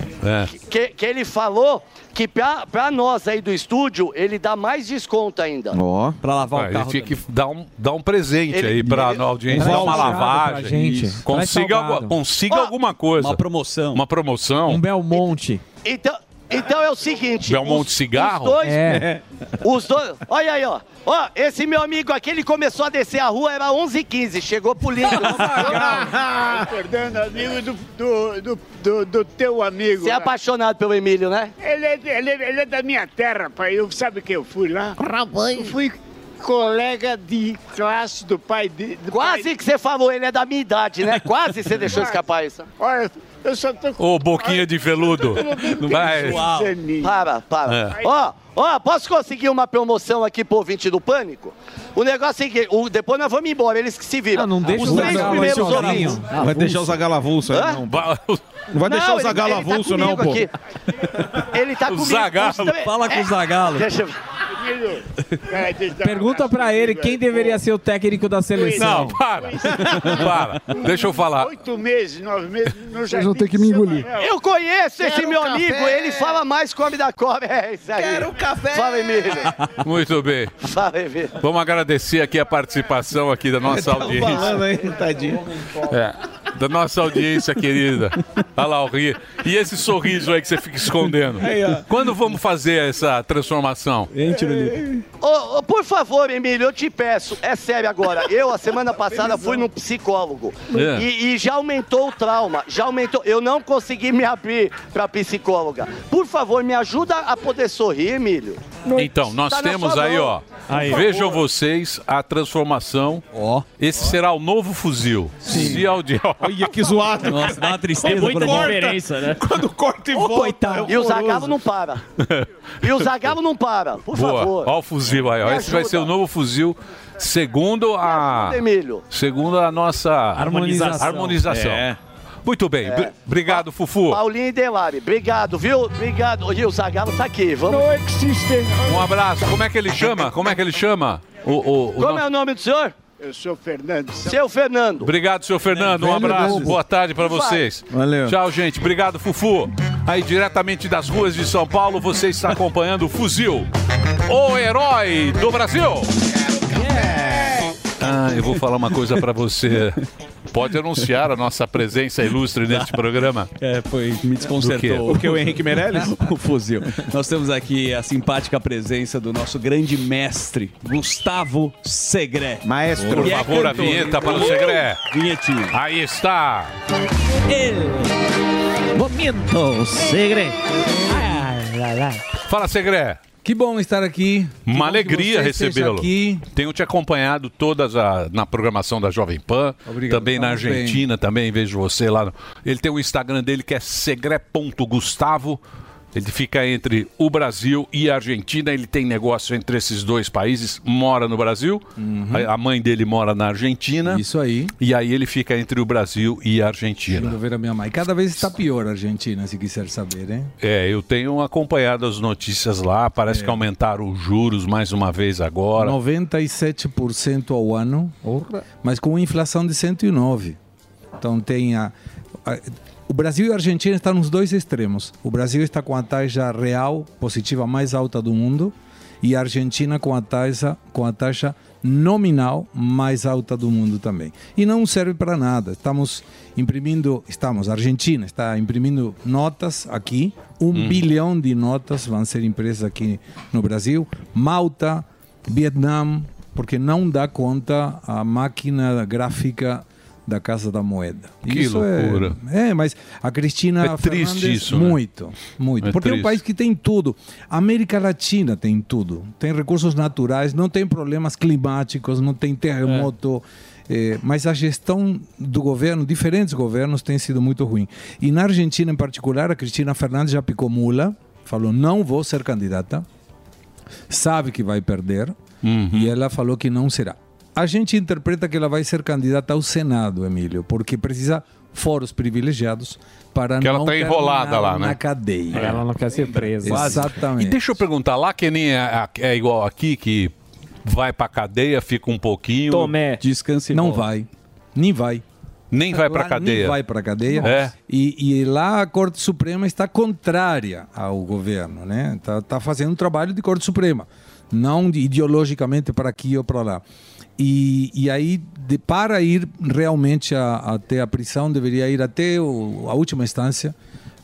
É. Que, que ele falou que pra, pra nós aí do estúdio, ele dá mais desconto ainda. Ó. Pra lavar Ah, o carro. Ele tinha que dar um, dar um presente Ele- aí pra ele- audiência, um dar uma salgado lavagem. pra gente. Isso. Traz Consiga, salgado. algu- consiga alguma coisa. Uma promoção. Uma promoção. Um Belmonte. Então, Então é o seguinte... Belmonte Cigarro? Os dois... É. Os dois... Olha aí, ó. Ó, esse meu amigo aqui, ele começou a descer a rua, era onze e quinze, chegou pro lindo. Fernando, amigo do, do, do, do, do teu amigo. Você é lá. apaixonado pelo Emílio, né? Ele é, ele, é, ele é da minha terra, pai. Eu, sabe que eu fui lá? Eu fui colega de classe do pai de... do Quase pai- que você falou, ele é da minha idade, né? Quase você deixou escapar isso. Olha, eu só tô... Ô, boquinha de veludo. Vai. Para, para. É. Ó, ó, posso conseguir uma promoção aqui pro ouvinte do Pânico? O negócio é que o, depois nós vamos embora, eles que se viram. Ah, não deixa Os o três Zagallo primeiros sozinho. ouvintes. Não vai deixar o Zagallo avulso aí, Hã? não. Não vai deixar o ele- Zagallo ele tá avulso, não, comigo pô. aqui. Ele tá O comigo. Zagallo. Os três- Fala com o Zagallo. Deixa eu... Pergunta pra ele quem deveria ser o técnico da seleção. Não, para. Para. Deixa eu falar. Oito meses, nove meses, no Vocês vão ter que me engolir. Eu conheço esse Quero meu café. amigo, ele fala mais que o homem da cobra. É isso aí. Quero café. Fala, Emílio. Muito bem. Fala, Emílio. Vamos agradecer aqui a participação aqui da nossa audiência. Falando aí, tadinho. É, da nossa audiência querida. Olha lá o ri. E esse sorriso aí que você fica escondendo. Aí, ó. Quando vamos fazer essa transformação? Ô, ô, por favor, Emílio, eu te peço, é sério agora. Eu, a semana passada, fui num psicólogo. É. E, e já aumentou o trauma. Já aumentou. Eu não consegui me abrir pra psicóloga. Por favor, me ajuda a poder sorrir, Emílio. Então, nós Tá na temos sua aí, mão. ó. Aí. Vejam vocês a transformação. Ó. Esse será o novo fuzil. Se audi... Olha que zoado. Nossa, dá uma tristeza. É muita quando volta. diferença, né? Quando corta e Ô, volta. coitado. E o Zagallo não para. E o Zagallo não para, por Boa. favor. Ó o fuzil aí, ó. Me Esse vai ajuda. ser o novo fuzil, segundo a. Emílio. Segundo a nossa Harmonização. harmonização. É. Muito bem. É. Br- Obrigado, Fufu. Paulinho e Delari, obrigado, viu? Obrigado. E o Zagallo tá aqui, vamos. Não existe. Um abraço. Como é que ele chama? Como é que ele chama? O, o, o Como no- é o nome do senhor? Eu sou Fernando. Seu Fernando. Obrigado, senhor Fernando. Um Velho abraço. novo. Boa tarde pra Vai. vocês. Valeu. Tchau, gente. Obrigado, Fufu. Aí, diretamente das ruas de São Paulo, você está acompanhando o Fuzil, o herói do Brasil. Ah, eu vou falar uma coisa pra você. Pode anunciar a nossa presença ilustre neste programa. É, foi, me desconcertou. Do quê? O que, o Henrique Meirelles? O fuzil. Nós temos aqui a simpática presença do nosso grande mestre, Gustavo Segré. Maestro. Por Que é favor, a cantor. vinheta para o Segré. Vinhetinha. Aí está. Momento, segredo. Fala, Segré. Que bom estar aqui. Que Uma bom que alegria você esteja recebê-lo. aqui. Tenho te acompanhado todas a- na programação da Jovem Pan, Obrigado, também na estamos bem. Argentina, também vejo você lá. no- Ele tem um Instagram dele que é segré ponto gustavo. Ele fica entre o Brasil e a Argentina. Ele tem negócio entre esses dois países. Mora no Brasil. A, a mãe dele mora na Argentina. Uhum. Isso aí. E aí ele fica entre o Brasil e a Argentina. Indo ver a minha mãe. Cada vez está pior a Argentina, se quiser saber, hein? É, eu tenho acompanhado as notícias lá. Parece É. que aumentaram os juros mais uma vez agora. noventa e sete por cento ao ano, mas com inflação de cento e nove. Então tem a, a- o Brasil e a Argentina estão nos dois extremos. O Brasil está com a taxa real positiva mais alta do mundo e a Argentina com a taxa com a taxa nominal mais alta do mundo também. E não serve para nada. Estamos imprimindo, estamos, a Argentina está imprimindo notas aqui, um Hum. bilhão de notas vão ser impressas aqui no Brasil. Malta, Vietnã, porque não dá conta a máquina gráfica da Casa da Moeda. Que loucura. É, é, mas a Cristina É triste Fernandes, isso, né? muito, muito. É porque é um triste. país que tem tudo. A América Latina tem tudo. Tem recursos naturais, não tem problemas climáticos, não tem terremoto. É, mas a gestão do governo, diferentes governos, tem sido muito ruim. E na Argentina, em particular, a Cristina Fernandes já picou mula, falou: não vou ser candidata, sabe que vai perder, e ela falou que não será. A gente interpreta que ela vai ser candidata ao Senado, Emílio, porque precisa foros privilegiados para Que ela não tá enrolada terminar lá, né? na cadeia. Ela não quer ser presa. Exatamente. E deixa eu perguntar, lá que nem é, é igual aqui, que vai pra cadeia, fica um pouquinho... Tomé. Descanse e Não volta. vai. Nem vai. Nem vai pra Lá cadeia. Nem vai para cadeia. É. E, e lá a Corte Suprema está contrária ao governo, né? Está tá fazendo um trabalho de Corte Suprema, não de- ideologicamente para aqui ou para lá. E, e aí, de- para ir realmente a- até a prisão, deveria ir até o- a última instância,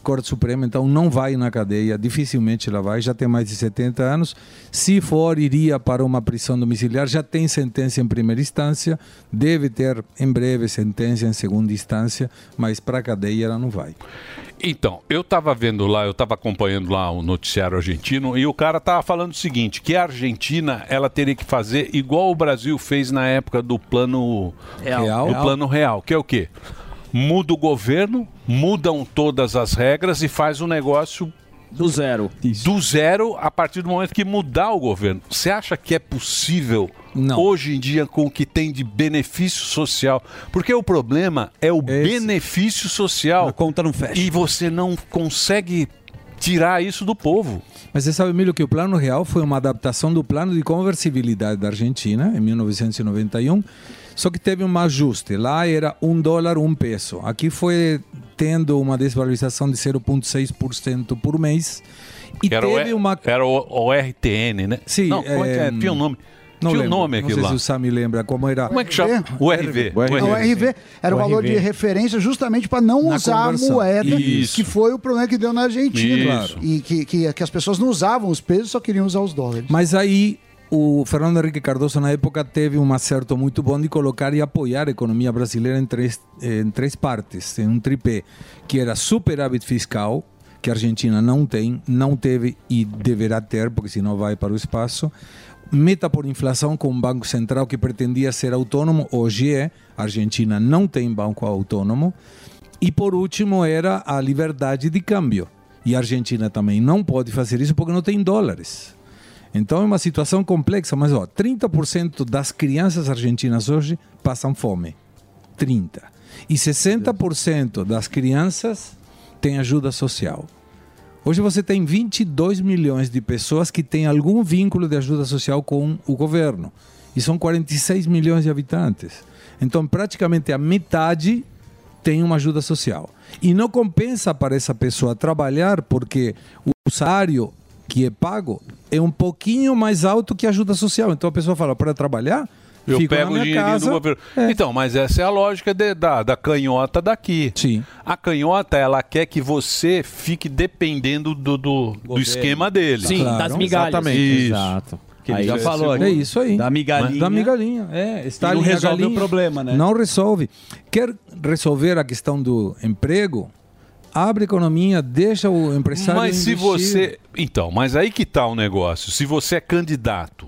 Corte Suprema, então não vai na cadeia, dificilmente ela vai, já tem mais de setenta anos. Se for, iria para uma prisão domiciliar, já tem sentença em primeira instância, deve ter em breve sentença em segunda instância, mas para a cadeia ela não vai. Então, eu estava vendo lá, eu estava acompanhando lá o noticiário argentino e o cara estava falando o seguinte, que a Argentina, ela teria que fazer igual o Brasil fez na época do plano Real, do plano real, que é o quê? Muda o governo, mudam todas as regras e faz um negócio do zero. Do zero a partir do momento que mudar o governo. Você acha que é possível Não. hoje em dia com o que tem de benefício social? Porque o problema é o benefício social. A conta não fecha. E você não consegue tirar isso do povo. Mas você sabe, Emílio, que o Plano Real foi uma adaptação do plano de conversibilidade da Argentina, em mil novecentos e noventa e um, só que teve um ajuste. Lá era um dólar, um peso. Aqui foi tendo uma desvalorização de zero vírgula seis por cento por mês. E era teve o, uma... Era o, o R T N, né? Sim. Não, como é que é? Tinha um nome. Não Tinha um lembro. nome Não aquilo sei lá. se o Sam me lembra como era. Como é que chama? O R V. O R V era o, O valor R V. de referência justamente para não Na usar conversão. a moeda, Isso. que foi o problema que deu na Argentina. Isso. E que, que, que as pessoas não usavam os pesos, só queriam usar os dólares. Mas aí o Fernando Henrique Cardoso, na época, teve um acerto muito bom de colocar e apoiar a economia brasileira em três, em três partes, em um tripé, que era superávit fiscal, que a Argentina não tem, não teve e deverá ter, porque senão vai para o espaço. Meta por inflação com um banco central que pretendia ser autônomo, hoje é, a Argentina não tem banco autônomo. E por último era a liberdade de câmbio. E a Argentina também não pode fazer isso porque não tem dólares. Então é uma situação complexa, mas ó, trinta por cento das crianças argentinas hoje passam fome. trinta por cento. E sessenta por cento das crianças têm ajuda social. Hoje você tem vinte e dois milhões de pessoas que têm algum vínculo de ajuda social com o governo. E são quarenta e seis milhões de habitantes. Então praticamente a metade tem uma ajuda social. E não compensa para essa pessoa trabalhar porque o salário que é pago é um pouquinho mais alto que a ajuda social. Então a pessoa fala, para trabalhar, Eu fico pego na o minha dinheirinho casa. do governo. Então, mas essa é a lógica de- da, da canhota daqui. Sim. A canhota, ela quer que você fique dependendo do, do, do esquema dele. Sim, Claro. das migalhas. Exatamente. Isso. Exato. Que ele já falou aqui. É isso aí. Da migalhinha. Da migalhinha. É, está E não ali a resolve o galinha. problema, né? Não resolve. Quer resolver a questão do emprego? Abre a economia, deixa o empresário Mas se investir. você... Então, mas aí que tá o negócio. Se você é candidato,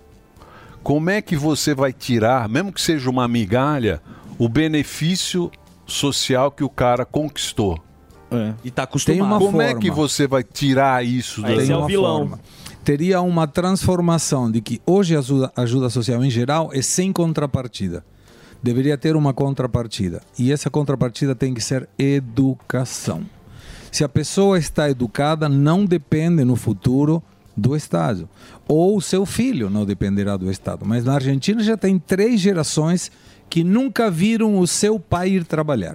como é que você vai tirar, mesmo que seja uma migalha, o benefício social que o cara conquistou? E tá Tem uma Como é forma. que você vai tirar isso? Tem da- uma forma. Teria uma transformação de que hoje a ajuda, ajuda social em geral é sem contrapartida. Deveria ter uma contrapartida. E essa contrapartida tem que ser educação. Se a pessoa está educada, não depende no futuro do Estado. Ou o seu filho não dependerá do Estado. Mas na Argentina já tem três gerações que nunca viram o seu pai ir trabalhar.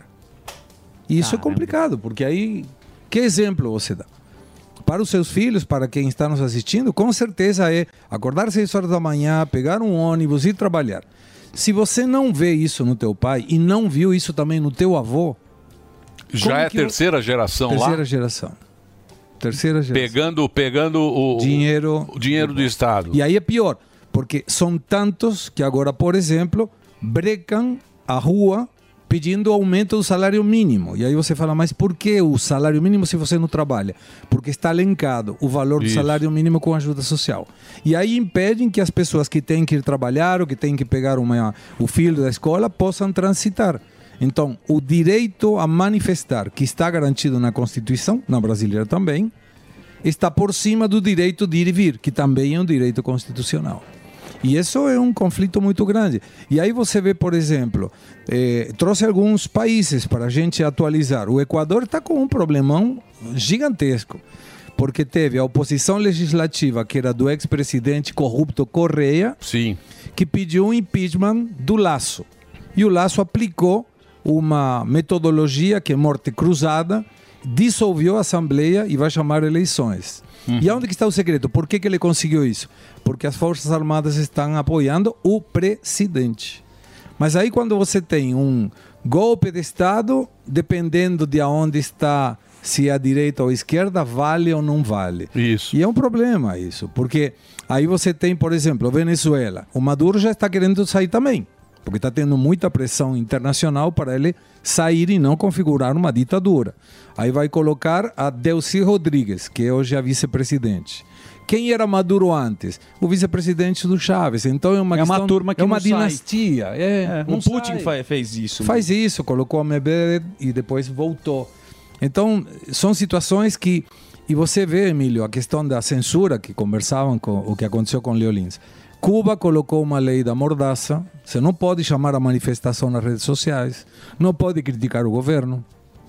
E isso é complicado, porque aí, que exemplo você dá? Para os seus filhos, para quem está nos assistindo, com certeza é acordar às seis horas da manhã, pegar um ônibus e ir trabalhar. Se você não vê isso no teu pai e não viu isso também no teu avô, Já como é a que- terceira geração terceira lá? geração. Terceira geração. Pegando, pegando o, Dinheiro. o dinheiro do Estado. E aí é pior, porque são tantos que agora, por exemplo, brecam a rua pedindo aumento do salário mínimo. E aí você fala, mas por que o salário mínimo se você não trabalha? Porque está linkado o valor do Isso. salário mínimo com a ajuda social. E aí impedem que as pessoas que têm que ir trabalhar ou que têm que pegar uma, o filho da escola possam transitar. Então, o direito a manifestar, que está garantido na Constituição, na brasileira também, está por cima do direito de ir e vir, que também é um direito constitucional. E isso é um conflito muito grande. E aí você vê, por exemplo, eh, trouxe alguns países para a gente atualizar. O Equador está com um problemão gigantesco, porque teve a oposição legislativa, que era do ex-presidente corrupto Correia, Sim. que pediu o impeachment do Lasso. E o Lasso aplicou uma metodologia que é morte cruzada, dissolveu a Assembleia e vai chamar eleições. Uhum. E onde que está o segredo? Por que, que ele conseguiu isso? Porque as Forças Armadas estão apoiando o presidente. Mas aí quando você tem um golpe de Estado, dependendo de onde está se a direita ou a esquerda vale ou não vale. Isso. E é um problema isso, porque aí você tem, por exemplo, Venezuela. O Maduro já está querendo sair também, porque está tendo muita pressão internacional para ele sair e não configurar uma ditadura. Aí vai colocar a Delcy Rodrigues, que é hoje a vice-presidente. Quem era Maduro antes? O vice-presidente do Chávez. Então é uma, É uma questão- turma que é uma não sai. dinastia. É, É, não o Putin sai. fa- fez isso. né? Faz isso, colocou a Medvedev e depois voltou. Então, são situações que... E você vê, Emílio, a questão da censura, que conversavam com o que aconteceu com Leo Lins. Cuba colocou uma lei da mordaça. Você não pode chamar a manifestação nas redes sociais. Não pode criticar o governo.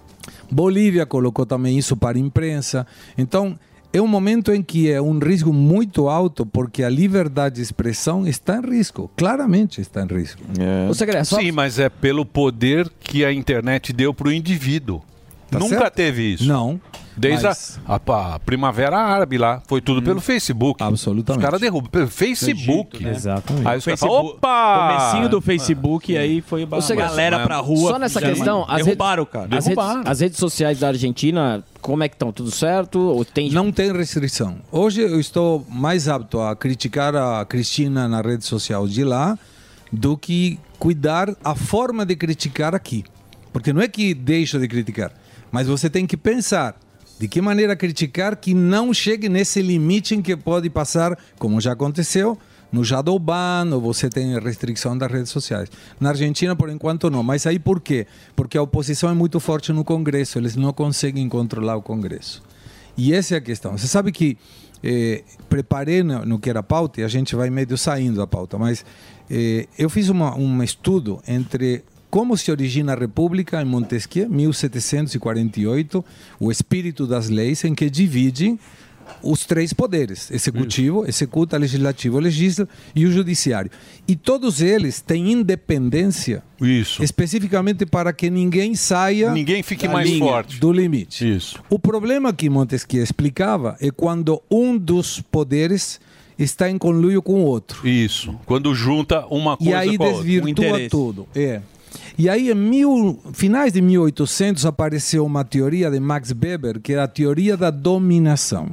Bolívia colocou também isso para a imprensa. Então, é um momento em que é um risco muito alto, porque a liberdade de expressão está em risco. Claramente está em risco. Sim, mas é pelo poder que a internet deu para o indivíduo. Tá Nunca certo? teve isso. Não. Desde mas- a, a- a Primavera Árabe lá, foi tudo pelo Facebook. Absolutamente. Os caras derrubam pelo Facebook. né? Exatamente. Aí os caras Facebook- falam, opa! Comecinho do Facebook, e aí foi Ô, Segredo, galera pra rua. Só nessa fizeram questão, uma- as, derrubaram, redes, cara. as, redes, as redes sociais da Argentina, como é que estão? Tudo certo? Ou tem... Não tem restrição. Hoje eu estou mais apto a criticar a Cristina na rede social de lá do que cuidar a forma de criticar aqui. Porque não é que deixo de criticar, mas você tem que pensar de que maneira criticar que não chegue nesse limite em que pode passar, como já aconteceu, no Jadouban, ou você tem restrição das redes sociais. Na Argentina, por enquanto, não. Mas aí por quê? Porque a oposição é muito forte no Congresso, eles não conseguem controlar o Congresso. E essa é a questão. Você sabe que eh, preparei no, no que era a pauta, e a gente vai meio saindo da pauta, mas eh, eu fiz uma, um estudo entre como se origina a República em Montesquieu, mil setecentos e quarenta e oito, o espírito das leis, em que divide os três poderes: executivo, executa, legislativo, legisla, e o judiciário. E todos eles têm independência, Isso. especificamente para que ninguém saia Ninguém fique da mais linha, forte. do limite. Isso. O problema que Montesquieu explicava é quando um dos poderes está em conluio com o outro. Isso. Quando junta uma coisa E aí com a outra. Um desvirtua interesse. tudo. É. E aí, em mil, finais de mil e oitocentos, apareceu uma teoria de Max Weber, que era a teoria da dominação.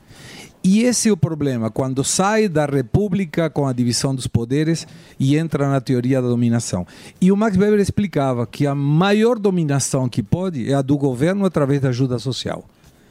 E esse é o problema, quando sai da república com a divisão dos poderes e entra na teoria da dominação. E o Max Weber explicava que a maior dominação que pode é a do governo através da ajuda social.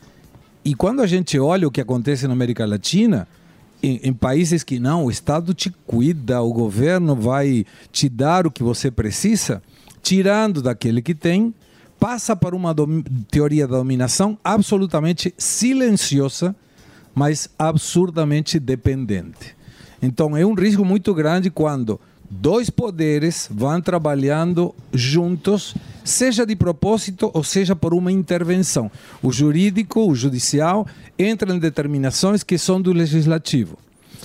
E quando a gente olha o que acontece na América Latina, em, em países que não, o Estado te cuida, o governo vai te dar o que você precisa, tirando daquele que tem, passa para uma dom- teoria da dominação absolutamente silenciosa, mas absurdamente dependente. Então é um risco muito grande quando dois poderes vão trabalhando juntos, seja de propósito ou seja por uma intervenção. O jurídico, o judicial, entra em determinações que são do legislativo.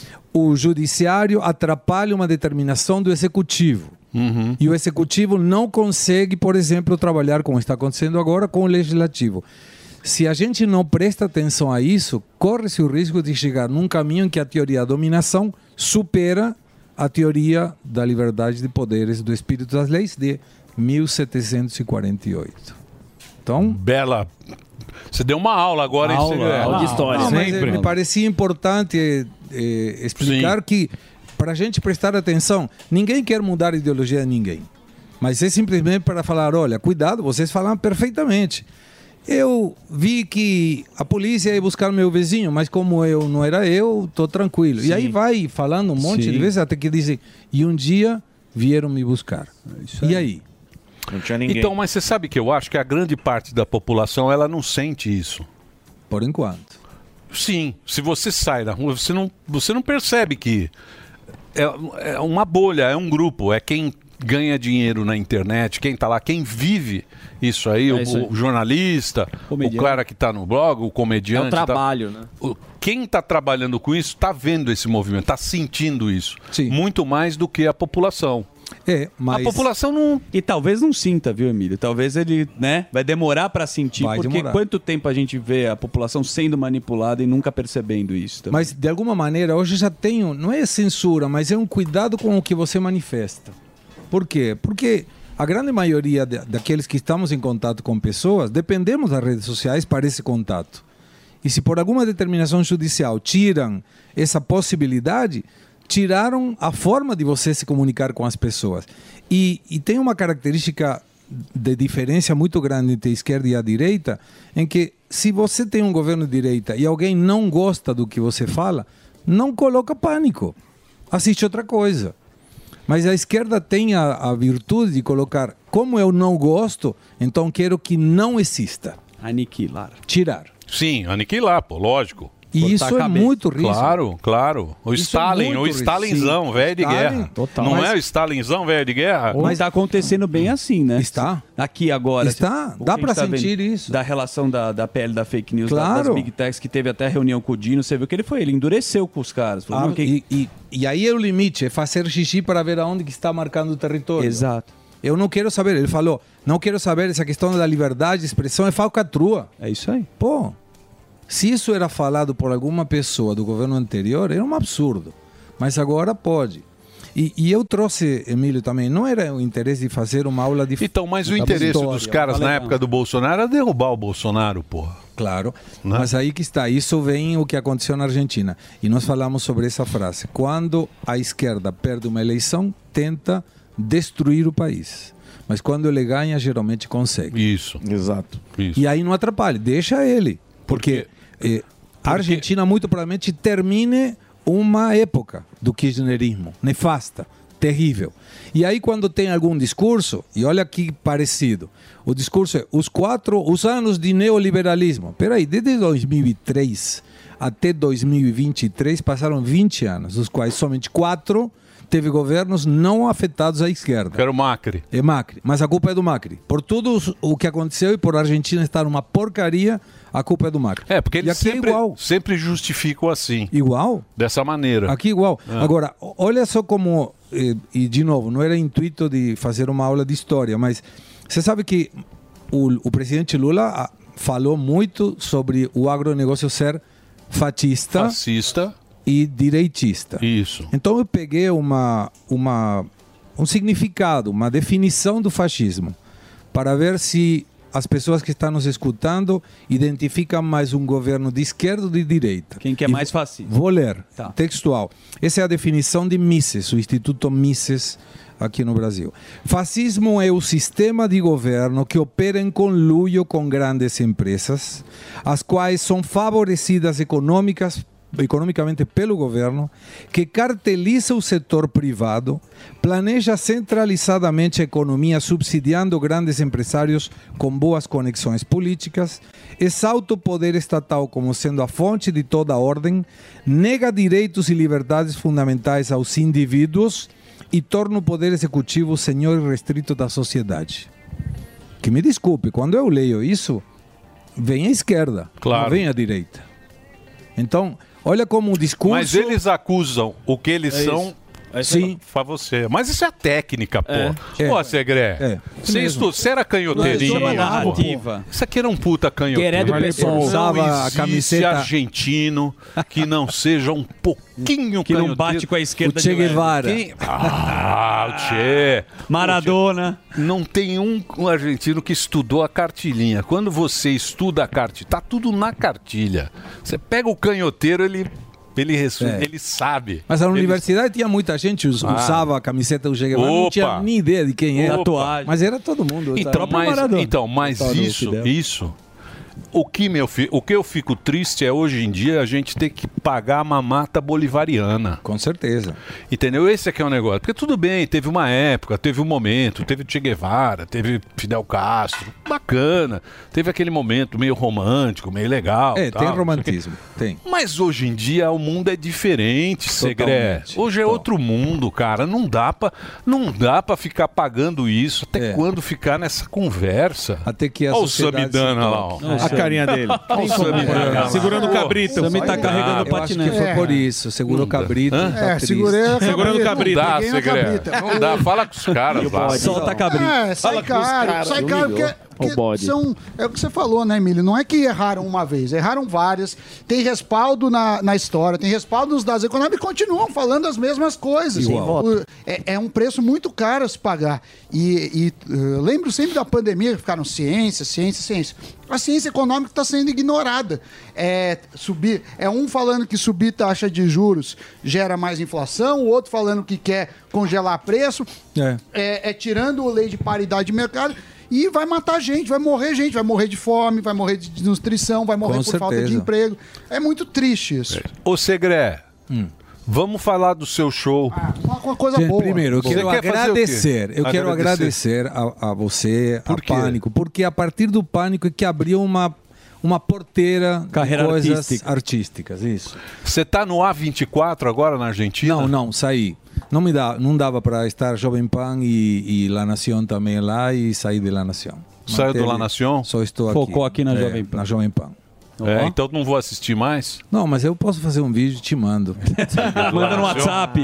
O judiciário atrapalha uma determinação do executivo. E o executivo não consegue, por exemplo, trabalhar, como está acontecendo agora, com o legislativo. Se a gente não presta atenção a isso, corre-se o risco de chegar num caminho em que a teoria da dominação supera a teoria da liberdade de poderes do espírito das leis de mil setecentos e quarenta e oito. Então, Bela. Você deu uma aula agora, hein, aula, Segredo? aula de história. Não, mas me parecia importante eh, explicar Sim. que, para a gente prestar atenção, ninguém quer mudar a ideologia de ninguém. Mas é simplesmente para falar, olha, cuidado, vocês falaram perfeitamente. Eu vi que a polícia ia buscar meu vizinho, mas como eu não era eu, estou tranquilo. Sim. E aí vai falando um monte Sim. de vezes até que dizem, e um dia vieram me buscar. E aí? Não tinha ninguém. Então, mas você sabe que eu acho que a grande parte da população ela não sente isso. Por enquanto. Sim, se você sai na rua, você não, você não percebe que é, é uma bolha, é um grupo, é quem ganha dinheiro na internet, quem tá lá, quem vive isso aí, É o, isso aí. o jornalista, Comediante. o cara que tá no blog, o comediante. É o trabalho, tá, né? o- Quem tá trabalhando com isso tá vendo esse movimento, tá sentindo isso. Muito mais do que a população. É, mas... A população não... E talvez não sinta, viu, Emílio? Talvez ele, né, vai demorar pra sentir, Vai porque demorar. quanto tempo a gente vê a população sendo manipulada e nunca percebendo isso também. Mas, de alguma maneira, hoje já tenho, não é censura, mas é um cuidado com o que você manifesta. Por quê? Porque a grande maioria de, daqueles que estamos em contato com pessoas, dependemos das redes sociais para esse contato. E se por alguma determinação judicial tiram essa possibilidade, tiraram a forma de você se comunicar com as pessoas. E, e tem uma característica de diferença muito grande entre a esquerda e a direita, em que se você tem um governo de direita e alguém não gosta do que você fala, não coloca pânico, assiste outra coisa. Mas a esquerda tem a, a virtude de colocar, como eu não gosto, então quero que não exista. Aniquilar. Tirar. Sim, aniquilar, pô, lógico. E isso é muito risco. Claro, claro. O Isso Stalin, é muito o Stalinzão, risco. velho de Stalin, guerra. total. Não Mas- é o Stalinzão, velho de guerra? Mas está acontecendo bem assim, né? Está. Aqui agora. Está. o Dá que a pra gente tá sentir vendo isso. Da relação da, da P L da fake news, da- Claro. das Big Techs, que teve até reunião com o Dino. Você viu que ele foi, ele endureceu com os caras. Falou, Ah, não, quem- e, e, e aí é o limite, é fazer xixi para ver aonde que está marcando o território. Exato. Eu não quero saber, ele falou, não quero saber essa questão da liberdade de expressão, é falcatrua. É isso aí. Pô, se isso era falado por alguma pessoa do governo anterior, era um absurdo. Mas agora pode. E, e eu trouxe, Emílio, também, não era o interesse de fazer uma aula de Então, mas o da interesse história, dos caras alemão. na época do Bolsonaro era derrubar o Bolsonaro, porra. Claro, mas aí que está, isso vem o que aconteceu na Argentina. E nós falamos sobre essa frase. Quando a esquerda perde uma eleição, tenta destruir o país. Mas quando ele ganha, geralmente consegue. Isso. Exato. Isso. E aí não atrapalha, deixa ele. Porque, eh, a Argentina muito provavelmente termine uma época do kirchnerismo, nefasta, terrível. E aí quando tem algum discurso, e olha que parecido, o discurso é os quatro, os anos de neoliberalismo. Peraí, desde dois mil e três até dois mil e vinte e três passaram vinte anos, dos quais somente quatro teve governos não afetados à esquerda. Era o Macri. É Macri, mas a culpa é do Macri. Por tudo o que aconteceu e por a Argentina estar uma porcaria, a culpa é do Macri. É, porque e eles aqui sempre, é igual. sempre justificam assim. Igual? Dessa maneira. Aqui igual. Ah. Agora, o- olha só como, eh, e de novo, não era intuito de fazer uma aula de história, mas você sabe que o, o presidente Lula ah, falou muito sobre o agronegócio ser fascista, Fascista. e direitista. Isso. Então eu peguei uma, uma, um significado, uma definição do fascismo, para ver se as pessoas que estão nos escutando identificam mais um governo de esquerda ou de direita. Quem que é E mais fascista? Vou ler, Tá. textual. Essa é a definição de Mises, o Instituto Mises aqui no Brasil. Fascismo é o sistema de governo que opera em conluio com grandes empresas, as quais são favorecidas econômicas economicamente pelo governo, que carteliza o setor privado, planeja centralizadamente a economia subsidiando grandes empresários com boas conexões políticas, exalta o poder estatal como sendo a fonte de toda a ordem, nega direitos e liberdades fundamentais aos indivíduos e torna o poder executivo o senhor restrito da sociedade. Que me desculpe, quando eu leio isso, vem a esquerda, Claro. não vem a direita. Então, olha como o discurso... Mas eles acusam o que eles É são. isso. Sim. Pra você. Mas isso é É. técnica, pô. É. Ô, Segré. É. Você, Mesmo. estu... você era canhoteirinho. Não, eu sou narrativa. Isso aqui era um puta canhoteiro. Gueré do Não pessoal. Usava a existe camiseta- argentino que não seja um pouquinho Que não canhoteiro. bate com a esquerda O Che de leve. Guevara. Quem- Ah, o Che. Maradona. Não tem um, um argentino que estudou a cartilhinha. Quando você estuda a cartilha, tá tudo na cartilha. Você pega o canhoteiro, ele, ele, resu- É. ele sabe. Mas na Ele- universidade tinha muita gente us- Ah. usava a camiseta do Che Guevara, não Opa. tinha nem ideia de quem era. Opa. Mas era todo mundo. o Então, próprio mas, Maradona. então, mas Todo isso, Fidel. isso. O que, meu fi- o que eu fico triste é hoje em dia a gente ter que pagar a mamata bolivariana. Com certeza. Entendeu? Esse aqui é o negócio. Porque tudo bem, teve uma época, teve um momento, teve Che Guevara, teve Fidel Castro, bacana. Teve aquele momento meio romântico, meio legal. É, tal, tem não sei o quê. romantismo. Tem. Mas hoje em dia o mundo é diferente, Segré. Totalmente. Hoje é outro mundo, cara. Não dá pra, não dá pra ficar pagando isso. Até quando ficar nessa conversa? Até que a Olha o sociedade Samidana se lá, ó. toque. A carinha dele. Olha o Samidana. Segurando o cabrito. Samir tá Olha. carregando o Eu acho patinete. que Foi é. por isso. Segurou o cabrito. Hã? tá É, triste. segurei a Segurando o cabrito. Peguei Dá, na Segré. cabrita. Não dá. Fala com os caras lá. Solta a cabrita. É, sai Fala com os caro, caras, sai caro, porque Porque O bode. são, é o que você falou, né, Emílio? Não é que erraram uma vez, erraram várias. Tem respaldo na, na história, tem respaldo nos dados econômicos e continuam falando as mesmas coisas. Igual. O- é, é um preço muito caro a se pagar. E, e uh, lembro sempre da pandemia, que ficaram ciência, ciência, ciência. A ciência econômica está sendo ignorada. É, subir, é um falando que subir taxa de juros gera mais inflação, o outro falando que quer congelar preço, É. é, é tirando a lei de paridade de mercado e vai matar gente, vai morrer gente, vai morrer de fome, vai morrer de desnutrição, vai morrer Com por falta de certeza. emprego. É muito triste isso. Ô, Segré, Hum. vamos falar do seu show. Uma, uma coisa Gente, boa. primeiro, eu Você quero quer fazer o quê? agradecer. Eu quero agradecer a, a você, Por a quê? Pânico, porque a partir do Pânico é que abriu uma, uma porteira Carreira de coisas artística. artísticas. Isso. Você tá no A vinte e quatro agora na Argentina? Não, não, saí. Não me dá, não dava para estar Jovem Pan e, e La Nación também lá e saí de La Nación. Saiu do Manteve- La Nación? Só estou aqui. Focou aqui na É, Jovem Pan. Na Jovem Pan. É, então não vou assistir mais. Não, mas eu posso fazer um vídeo e te mando. Manda no WhatsApp.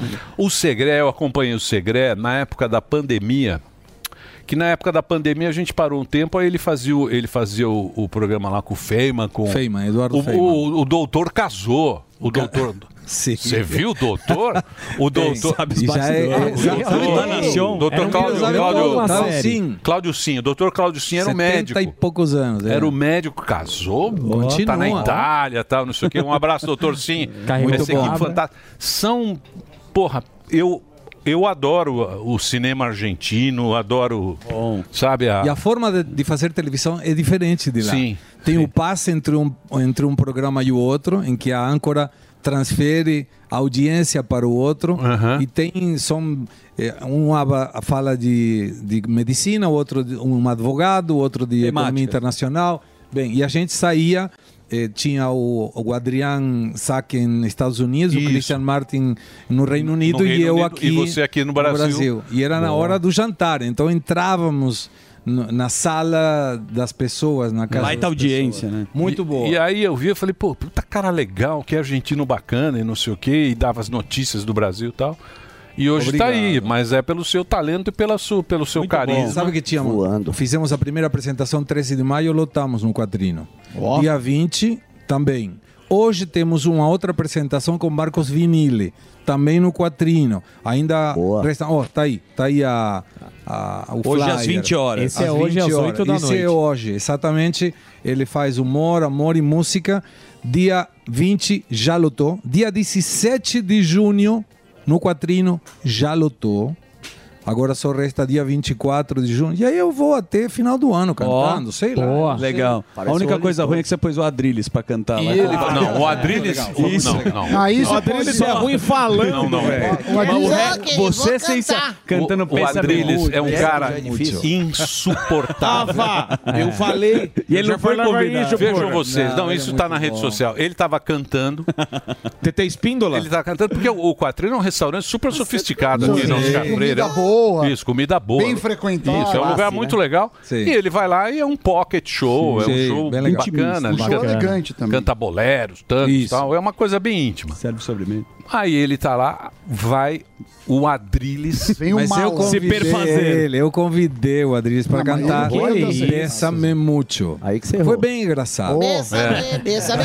O Segré, eu acompanhei o Segré na época da pandemia. Que na época da pandemia a gente parou um tempo, aí ele fazia o, ele fazia o, o programa lá com o Feynman. Com Feynman, Eduardo o, Feynman. O, o doutor casou. O doutor. Sim. Você viu o doutor? O doutor. Sabe os E já é- bastidores. é- o sabe doutor, da Nación. doutor Era um Cláudio, empresário Cláudio, bom, Cláudio série. Sim. Cláudio Sim. O doutor Cláudio Sim era o médico. setenta e poucos anos. é. Era o médico, casou, Continua. tá na Itália, tal, não sei o quê. Um abraço, doutor Sim. Carregou Essa equipe bom. fantástica. São, porra, eu, eu adoro o cinema argentino, adoro, sabe, a... E a forma de, de fazer televisão é diferente de lá. Sim, Tem o passe entre um, entre um programa e o outro, em que a âncora transfere a audiência para o outro. E tem, são, eh, um aba- fala de, de medicina, o outro de um advogado, o outro de Temática. economia internacional. Bem, e a gente saía, eh, tinha o, o Adrian Sack nos Estados Unidos, Isso. o Christian Martin no Reino Unido Reino e eu Unido, aqui, e você aqui no Brasil. E era na Boa. hora do jantar, então entrávamos no- na sala das pessoas, na casa Baita das audiência, pessoas. né? Muito E- boa. E aí eu vi, eu falei, pô, puta cara legal, que argentino bacana e não sei o quê, e dava as notícias do Brasil e tal. E hoje Obrigado. tá aí, mas é pelo seu talento e pela su, pelo seu carisma. Sabe que tínhamos? Fizemos a primeira apresentação treze de maio, lotamos no Quatrino. Ó. Dia vinte, também. Hoje temos uma outra apresentação com Marcos Vinile, também no Quatrino. Ainda resta... Ó, tá aí, tá aí a, a, o Hoje flyer. às vinte horas. Esse Esse é hoje às oito da Esse noite. é hoje, exatamente. Ele faz humor, amor e música. Dia vinte já lotou. Dia dezessete de junho, no Quatrino, já lotou. Agora só resta dia vinte e quatro de junho. E aí eu vou até final do ano cantando, sei lá. Legal. A única coisa ruim é que você pôs o Adrilles pra cantar E lá. ele- não, o Adrilles- o- Isso. não, não. Aí O Adrilles é ruim falando, Não, não, velho. O Adrilles- Mas o re- Você sem cantando O, o pensa Adrilles bem. é um É, cara já é difícil. insuportável. Ah, vá, eu falei. E ele eu não foi já falava convidado. isso, Vejam porra. vocês, não, Não, isso ele é tá muito na rede bom. social. Ele tava cantando. T T Espíndola? Ele tava cantando porque o, o Quatrino é um restaurante super sofisticado aqui Sim. no Oscar Comida Freire. boa. Isso, comida boa. Bem frequentada. Isso, é um lugar Classe, muito né? legal. Sim. E ele vai lá e é um pocket show, Sim, é um sim, show bem legal. bacana. Um ele show canta- elegante também. Canta boleros, tantos e tal. É uma coisa bem íntima. Serve sobremesa. Aí ele tá lá, vai o Adrilles. Vem um Mas eu mal. convidei ele, eu convidei o Adriles para Não, mas cantar ele foi das Bésame Mucho. Aí que você Foi errou. bem engraçado. Bésame, bésame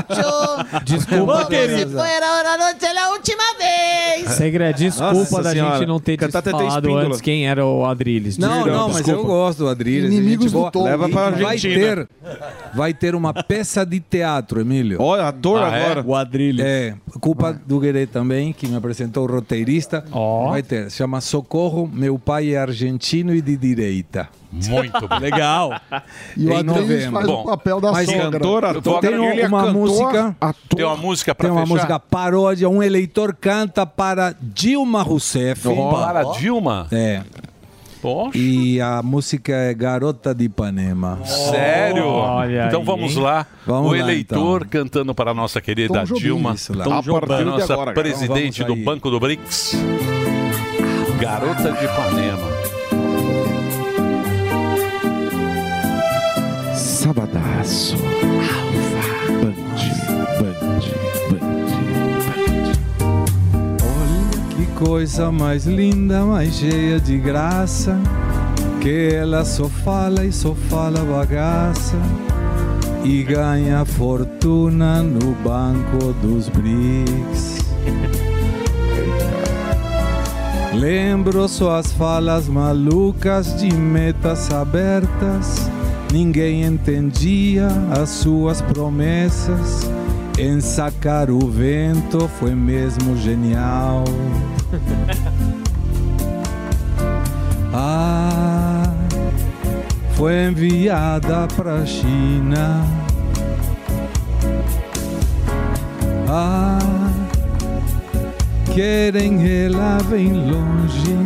mucho. Desculpa, Porque se querida. fuera una noche la última vez. Segredo, desculpa Nossa da senhora. gente não ter te Cantar T T falado Espíndola. antes quem era o Adrilles. Não, Desculpa. não, mas eu gosto do Adriles. Inimigos gente do boa. Tom. Leva pra vai Argentina. ter, vai ter uma peça de teatro, Emílio. Olha, ator Ah, é? agora. O Adrilles. É, culpa do Guerê também, que me apresentou o roteirista. Ó. Vai ter, se chama Socorro, meu pai é argentino e de direita. Muito bem. Legal. E o Em Adriles novembro. faz Bom, o papel da mas sogra. Cantor, Eu vou ator. Tem agora- ele é uma cantor, música- ator. Tem uma música pra Tem uma fechar? música paródia, um eleitor canta para Dilma Rousseff. Para Dilma? É. Poxa. E a música é Garota de Ipanema. Sério? Olha Então aí, vamos hein? lá. Vamos o lá, eleitor então. cantando para a nossa querida Tom Jobim, Dilma. isso lá. Tom A Jobim, partir de nossa agora, cara. presidente Então do vamos aí. Banco do B R I C S. Garota de Ipanema. Sabadaço. Band, band, Que coisa mais linda, mais cheia de graça. que ela só fala e só fala bagaça e ganha fortuna no banco dos B R I C S. Lembro suas falas malucas de metas abertas. Ninguém entendia as suas promessas. Em sacar o vento foi mesmo genial. Ah, foi enviada pra China. Ah, querem ela bem longe.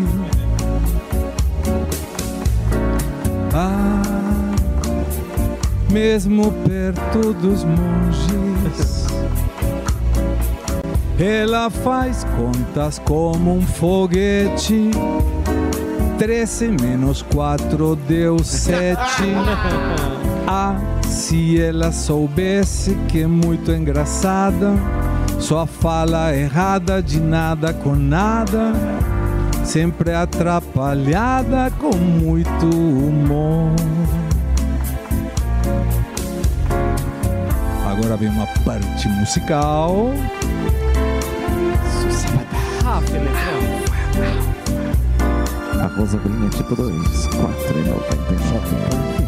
Ah, mesmo perto dos monges. Ela faz contas como um foguete. Treze menos quatro deu sete. Ah, se ela soubesse que é muito engraçada. Só fala errada de nada com nada. Sempre atrapalhada com muito humor. Agora vem uma parte musical. A Rosa Green é tipo dois, quatro e noventa e nove.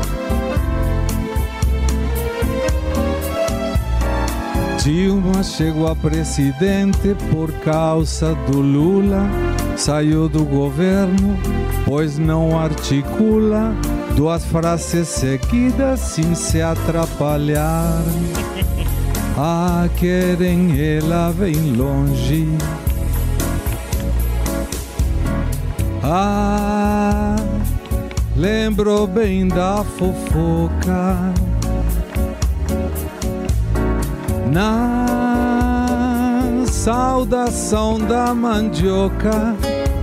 Dilma chegou a presidente por causa do Lula. Saiu do governo, pois não articula duas frases seguidas sem se atrapalhar. Ah, querem ela bem longe. Ah, lembro bem da fofoca. Na saudação da mandioca.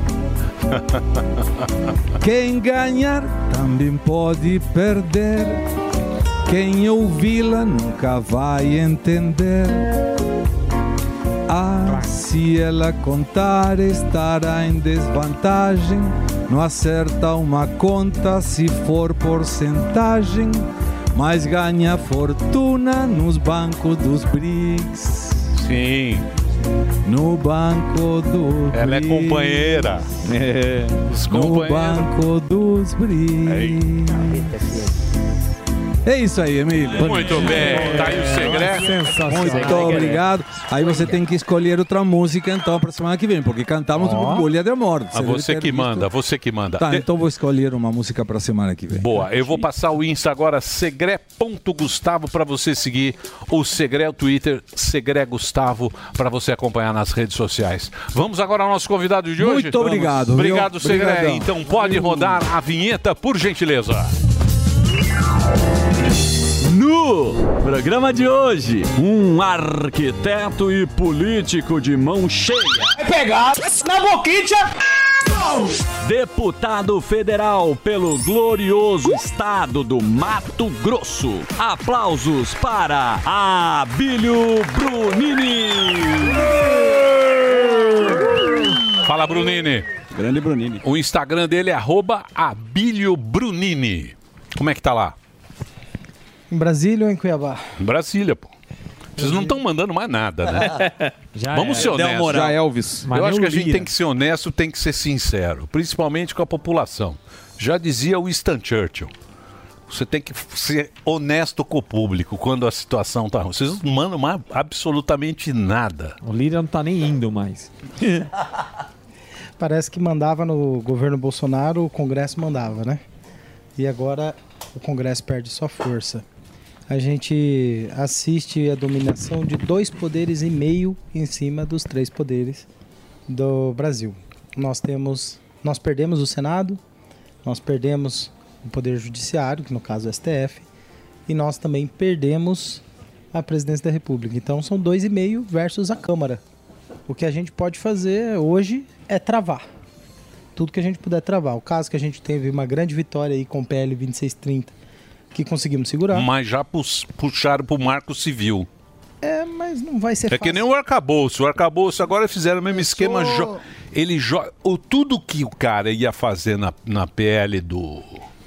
Quem ganhar também pode perder. Quem ouvi-la nunca vai entender. Ah, se ela contar estará em desvantagem. Não acerta uma conta se for porcentagem. Mas ganha fortuna nos bancos dos B R I C S. Sim. No banco do Ela é B R I C S. companheira. É. Os No companheiros. banco dos B R I C S. É isso aí, Emílio. Muito bem, tá aí o segredo. Sensacional. Muito obrigado. Aí você tem que escolher outra música então pra semana que vem, porque cantamos Ó. o Bolha de Morte. Ah, você que manda, você que manda. Tá, De- então vou escolher uma música pra semana que vem. Boa, eu vou passar o Insta agora, segre ponto gustavo, para você seguir o Segre, o Twitter, Segre Gustavo, para você acompanhar nas redes sociais. Vamos agora ao nosso convidado de hoje? Muito obrigado, viu? Obrigado, Segre. Obrigadão. Então pode rodar a vinheta, por gentileza. No programa de hoje, um arquiteto e político de mão cheia. Vai pegar na boquinha. Deputado federal pelo glorioso estado do Mato Grosso. Aplausos para Abílio Brunini. Fala, Brunini. Grande Brunini. O Instagram dele é arroba Abílio Brunini. Como é que tá lá? Em Brasília ou em Cuiabá? Em Brasília, pô. Vocês não estão mandando mais nada, né? Já Vamos é. ser Deu honestos. moral. Já Elvis. Eu Mas acho nem que a o gente Lira. tem que ser honesto, tem que ser sincero. Principalmente com a população. Já dizia Winston Churchill. Você tem que ser honesto com o público quando a situação tá ruim. Vocês não mandam mais absolutamente nada. O Lira não tá nem indo mais. Parece que mandava no governo Bolsonaro, o Congresso mandava, né? E agora o Congresso perde sua força. A gente assiste a dominação de dois poderes e meio em cima dos três poderes do Brasil. Nós temos, nós perdemos o Senado, nós perdemos o Poder Judiciário, que no caso é o S T F, e nós também perdemos a Presidência da República. Então são dois e meio versus a Câmara. O que a gente pode fazer hoje é travar. Tudo que a gente puder travar. O caso que a gente teve uma grande vitória aí com o P L vinte e seis trinta, que conseguimos segurar. Mas já pus- puxaram pro Marco Civil. É, mas não vai ser É fácil. que nem o arcabouço. O arcabouço agora fizeram o mesmo esquema. jo- ele joga. O, tudo que o cara ia fazer na, na P L do,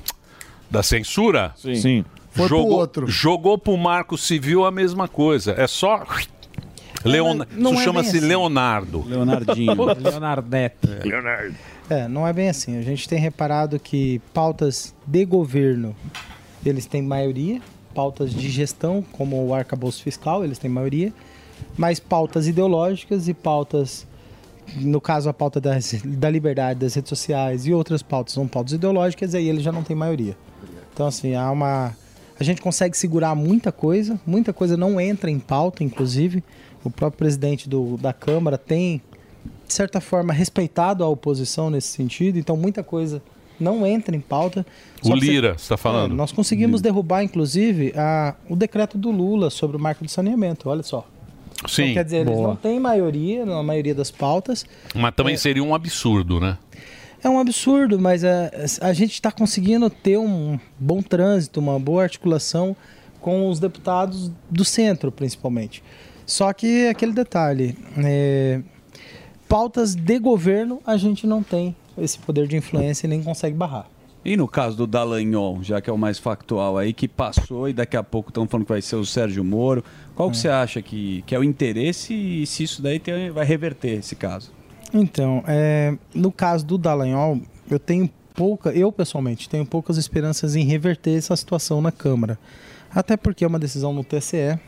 da censura, Sim. Sim. Foi pro jogou, outro. jogou pro Marco Civil a mesma coisa. É só. Leon... não Isso é chama-se bem assim. Leonardo. Leonardinho. Leonardete. Leonardo. É, não é bem assim. A gente tem reparado que pautas de governo, eles têm maioria. Pautas de gestão, como o arcabouço fiscal, eles têm maioria. Mas pautas ideológicas e pautas, no caso a pauta das, da liberdade das redes sociais e outras pautas são pautas ideológicas, aí eles já não têm maioria. Então assim, há uma... A gente consegue segurar muita coisa, muita coisa não entra em pauta, inclusive. O próprio presidente do, da Câmara tem, de certa forma, respeitado a oposição nesse sentido, então muita coisa não entra em pauta. O Só que Lira, você- você está falando? É, nós conseguimos derrubar, inclusive, a, o decreto do Lula sobre o marco de saneamento, olha só. Sim. Então, quer dizer, eles Boa. não têm maioria na maioria das pautas. Mas também É. seria um absurdo, né? É um absurdo, mas a, a gente está conseguindo ter um bom trânsito, uma boa articulação com os deputados do centro, principalmente. Só que aquele detalhe, é, pautas de governo a gente não tem esse poder de influência e nem consegue barrar. E no caso do Dallagnol, já que é o mais factual aí, que passou e daqui a pouco estão falando que vai ser o Sérgio Moro, qual que você acha que, que é o interesse e se isso daí tem, vai reverter esse caso? Então, é, no caso do Dallagnol, eu tenho pouca, eu pessoalmente tenho poucas esperanças em reverter essa situação na Câmara. Até porque é uma decisão no T S E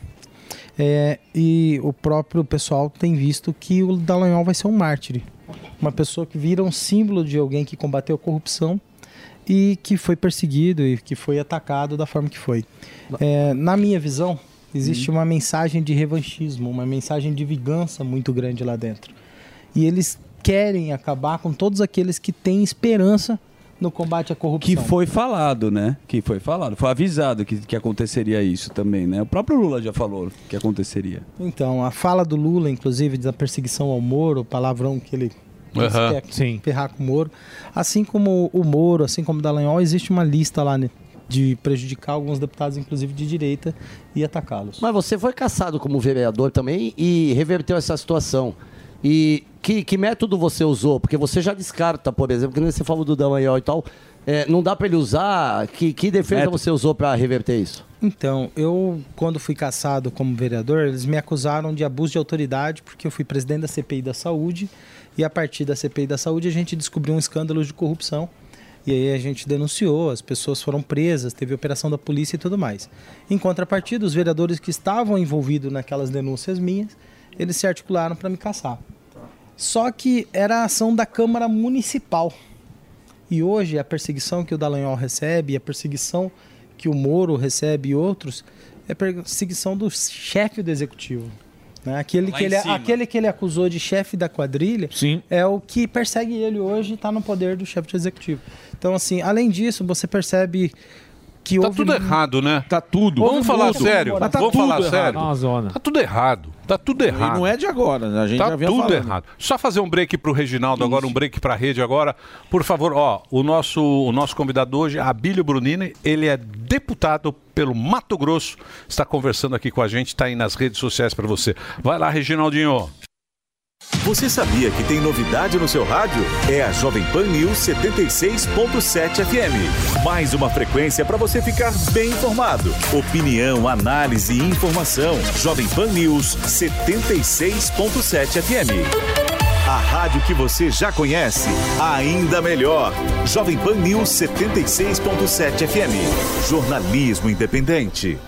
é, e o próprio pessoal tem visto que o Dallagnol vai ser um mártir. Uma pessoa que vira um símbolo de alguém que combateu a corrupção e que foi perseguido e que foi atacado da forma que foi. É, na minha visão, existe uma mensagem de revanchismo, uma mensagem de vingança muito grande lá dentro. E eles querem acabar com todos aqueles que têm esperança no combate à corrupção. Que foi falado, né? Que foi falado, foi avisado que, que aconteceria isso também, né? O próprio Lula já falou que aconteceria. Então, a fala do Lula, inclusive, da perseguição ao Moro, o palavrão que ele Aham, quer ferrar com o Moro, assim como o Moro, assim como o Dallagnol, existe uma lista lá, né, de prejudicar alguns deputados, inclusive de direita, e atacá-los. Mas você foi cassado como vereador também e reverteu essa situação. E que, que método você usou? Porque você já descarta, por exemplo, que nem você falou do Dallagnol e tal, é, não dá para ele usar? Que, que defesa Método. você usou para reverter isso? Então, eu, quando fui cassado como vereador, eles me acusaram de abuso de autoridade, porque eu fui presidente da C P I da Saúde, e a partir da C P I da Saúde a gente descobriu um escândalo de corrupção, e aí a gente denunciou, as pessoas foram presas, teve operação da polícia e tudo mais. Em contrapartida, os vereadores que estavam envolvidos naquelas denúncias minhas, eles se articularam para me cassar. Só que era a ação da Câmara Municipal. E hoje a perseguição que o Dallagnol recebe, a perseguição que o Moro recebe e outros, é perseguição do chefe do executivo. Né? Aquele, Lá que em ele, cima. aquele que ele acusou de chefe da quadrilha é o que persegue ele hoje e está no poder do chefe do executivo. Então, assim, além disso, você percebe que Tá houve... tudo errado, né? Tá tudo. Vamos falar muito sério. comemoração. Tá Vamos tudo falar errado. sério. Tá uma zona. Tá tudo errado. Tá tudo errado. E não é de agora, né? A gente tá já vinha tudo falando. errado. Só fazer um break pro Reginaldo agora, um break pra rede agora. Por favor, ó, o nosso, o nosso convidado hoje, Abílio Brunini, ele é deputado pelo Mato Grosso, está conversando aqui com a gente, está aí nas redes sociais para você. Vai lá, Reginaldinho. Você sabia que tem novidade no seu rádio? É a Jovem Pan News setenta e seis ponto sete F M. Mais uma frequência para você ficar bem informado. Opinião, análise e informação. Jovem Pan News setenta e seis ponto sete F M. A rádio que você já conhece, ainda melhor. Jovem Pan News setenta e seis ponto sete F M. Jornalismo independente.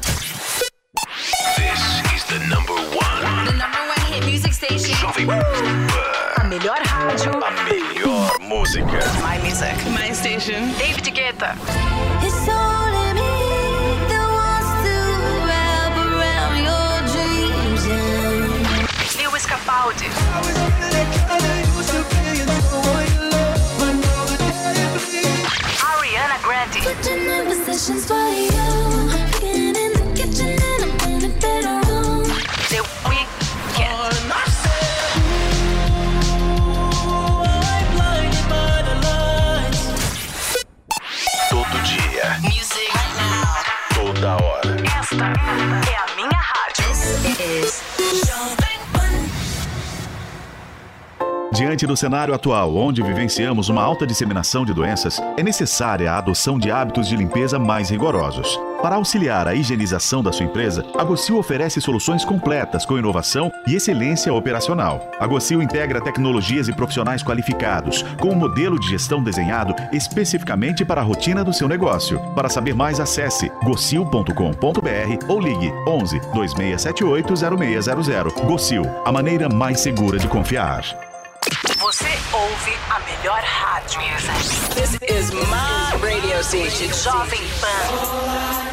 This is the number one. The number one hit music station. Jovem Pan. A melhor rádio. A melhor música. My music. My station. David Guetta. It's only me that wants to wrap around your dreams and Lewis Capaldi. Ariana Grande. Putting in positions for you. Getting in the kitchen and I'm in the bedroom. The Weeknd. Todo dia. Music. Toda hora. Esta é a minha rádio. This is Jovem Pan. Diante do cenário atual, onde vivenciamos uma alta disseminação de doenças, é necessária a adoção de hábitos de limpeza mais rigorosos. Para auxiliar a higienização da sua empresa, a Gocil oferece soluções completas com inovação e excelência operacional. A Gocil integra tecnologias e profissionais qualificados, com um modelo de gestão desenhado especificamente para a rotina do seu negócio. Para saber mais, acesse gocil ponto com ponto b r ou ligue onze, dois seis sete oito, zero seis zero zero. Gocil, a maneira mais segura de confiar. Você ouve a melhor rádio. This is my radio station, Jovem Pan.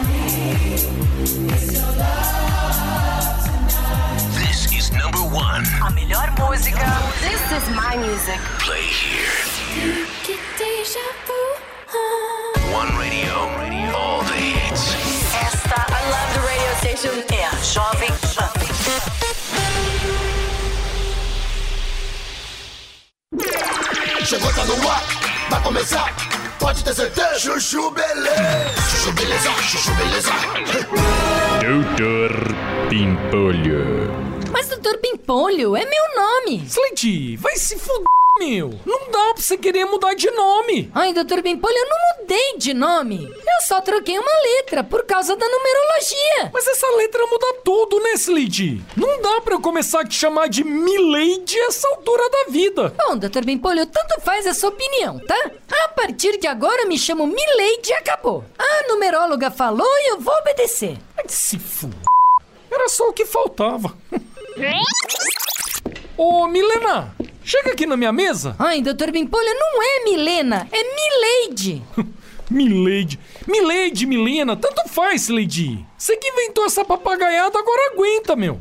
This is number one. A melhor música. This is my music. Play here. One radio, all the hits. Esta, I love the radio station, é a Jovem Pan. Chegou, tá no ar, vai começar, pode ter certeza. Chuchu beleza, chuchu beleza, chuchu beleza. Doutor Pimpolho. Mas doutor Pimpolho é meu nome. Slade, vai se fuder, meu. Não dá pra você querer mudar de nome. Ai, doutor Pimpolho, eu não mudei de nome. Eu só troquei uma letra por causa da numerologia. Mas essa letra muda tudo, né, Slade? Não dá pra eu começar a te chamar de Milady a essa altura da vida. Bom, doutor Pimpolho, tanto faz a sua opinião, tá? A partir de agora me chamo Milady e acabou. A numeróloga falou e eu vou obedecer. Ai, se fuder. Era só o que faltava. Ô, Milena, chega aqui na minha mesa. Ai, doutor Pimpolho, não é Milena, é Milady. Milady. Milady, Milena, tanto faz, Lady. Você que inventou essa papagaiada, agora aguenta, meu.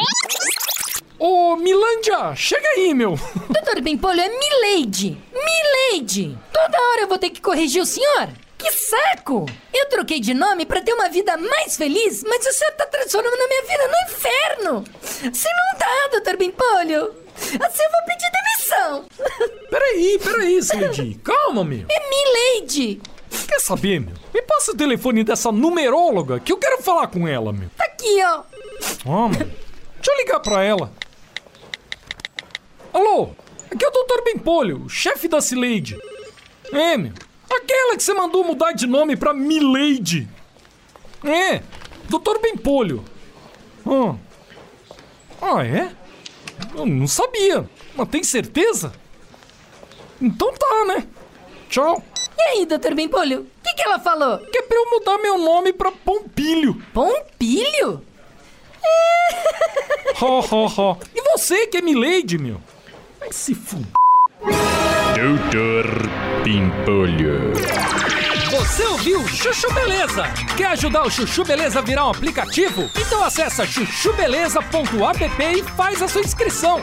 Ô, Milândia, chega aí, meu. Doutor Pimpolho, é Milady. Milady. Toda hora eu vou ter que corrigir o senhor? Que saco! Eu troquei de nome pra ter uma vida mais feliz, mas o senhor tá transformando a minha vida no inferno. Se não dá, doutor Pimpolho, assim eu vou pedir demissão. Peraí, peraí, Lady. Calma, meu. É Milady. Quer saber, meu? Me passa o telefone dessa numeróloga que eu quero falar com ela, meu. Tá aqui, ó. Ah, meu. Deixa eu ligar pra ela. Alô? Aqui é o doutor Pimpolho, chefe da Slade. É, meu. Aquela que você mandou mudar de nome pra Milady. É, doutor Pimpolho. Ah. ah, é? Eu não sabia. Mas tem certeza? Então tá, né? Tchau. E aí, doutor Pimpolho? O que, que ela falou? Que é pra eu mudar meu nome pra Pompilho. Pompilho? Ho, ho, ho. E você que é Milady, meu? Vai se fuder. Doutor Pimpolho. Você ouviu Chuchu Beleza? Quer ajudar o Chuchu Beleza a virar um aplicativo? Então acessa chuchu beleza ponto app e faz a sua inscrição.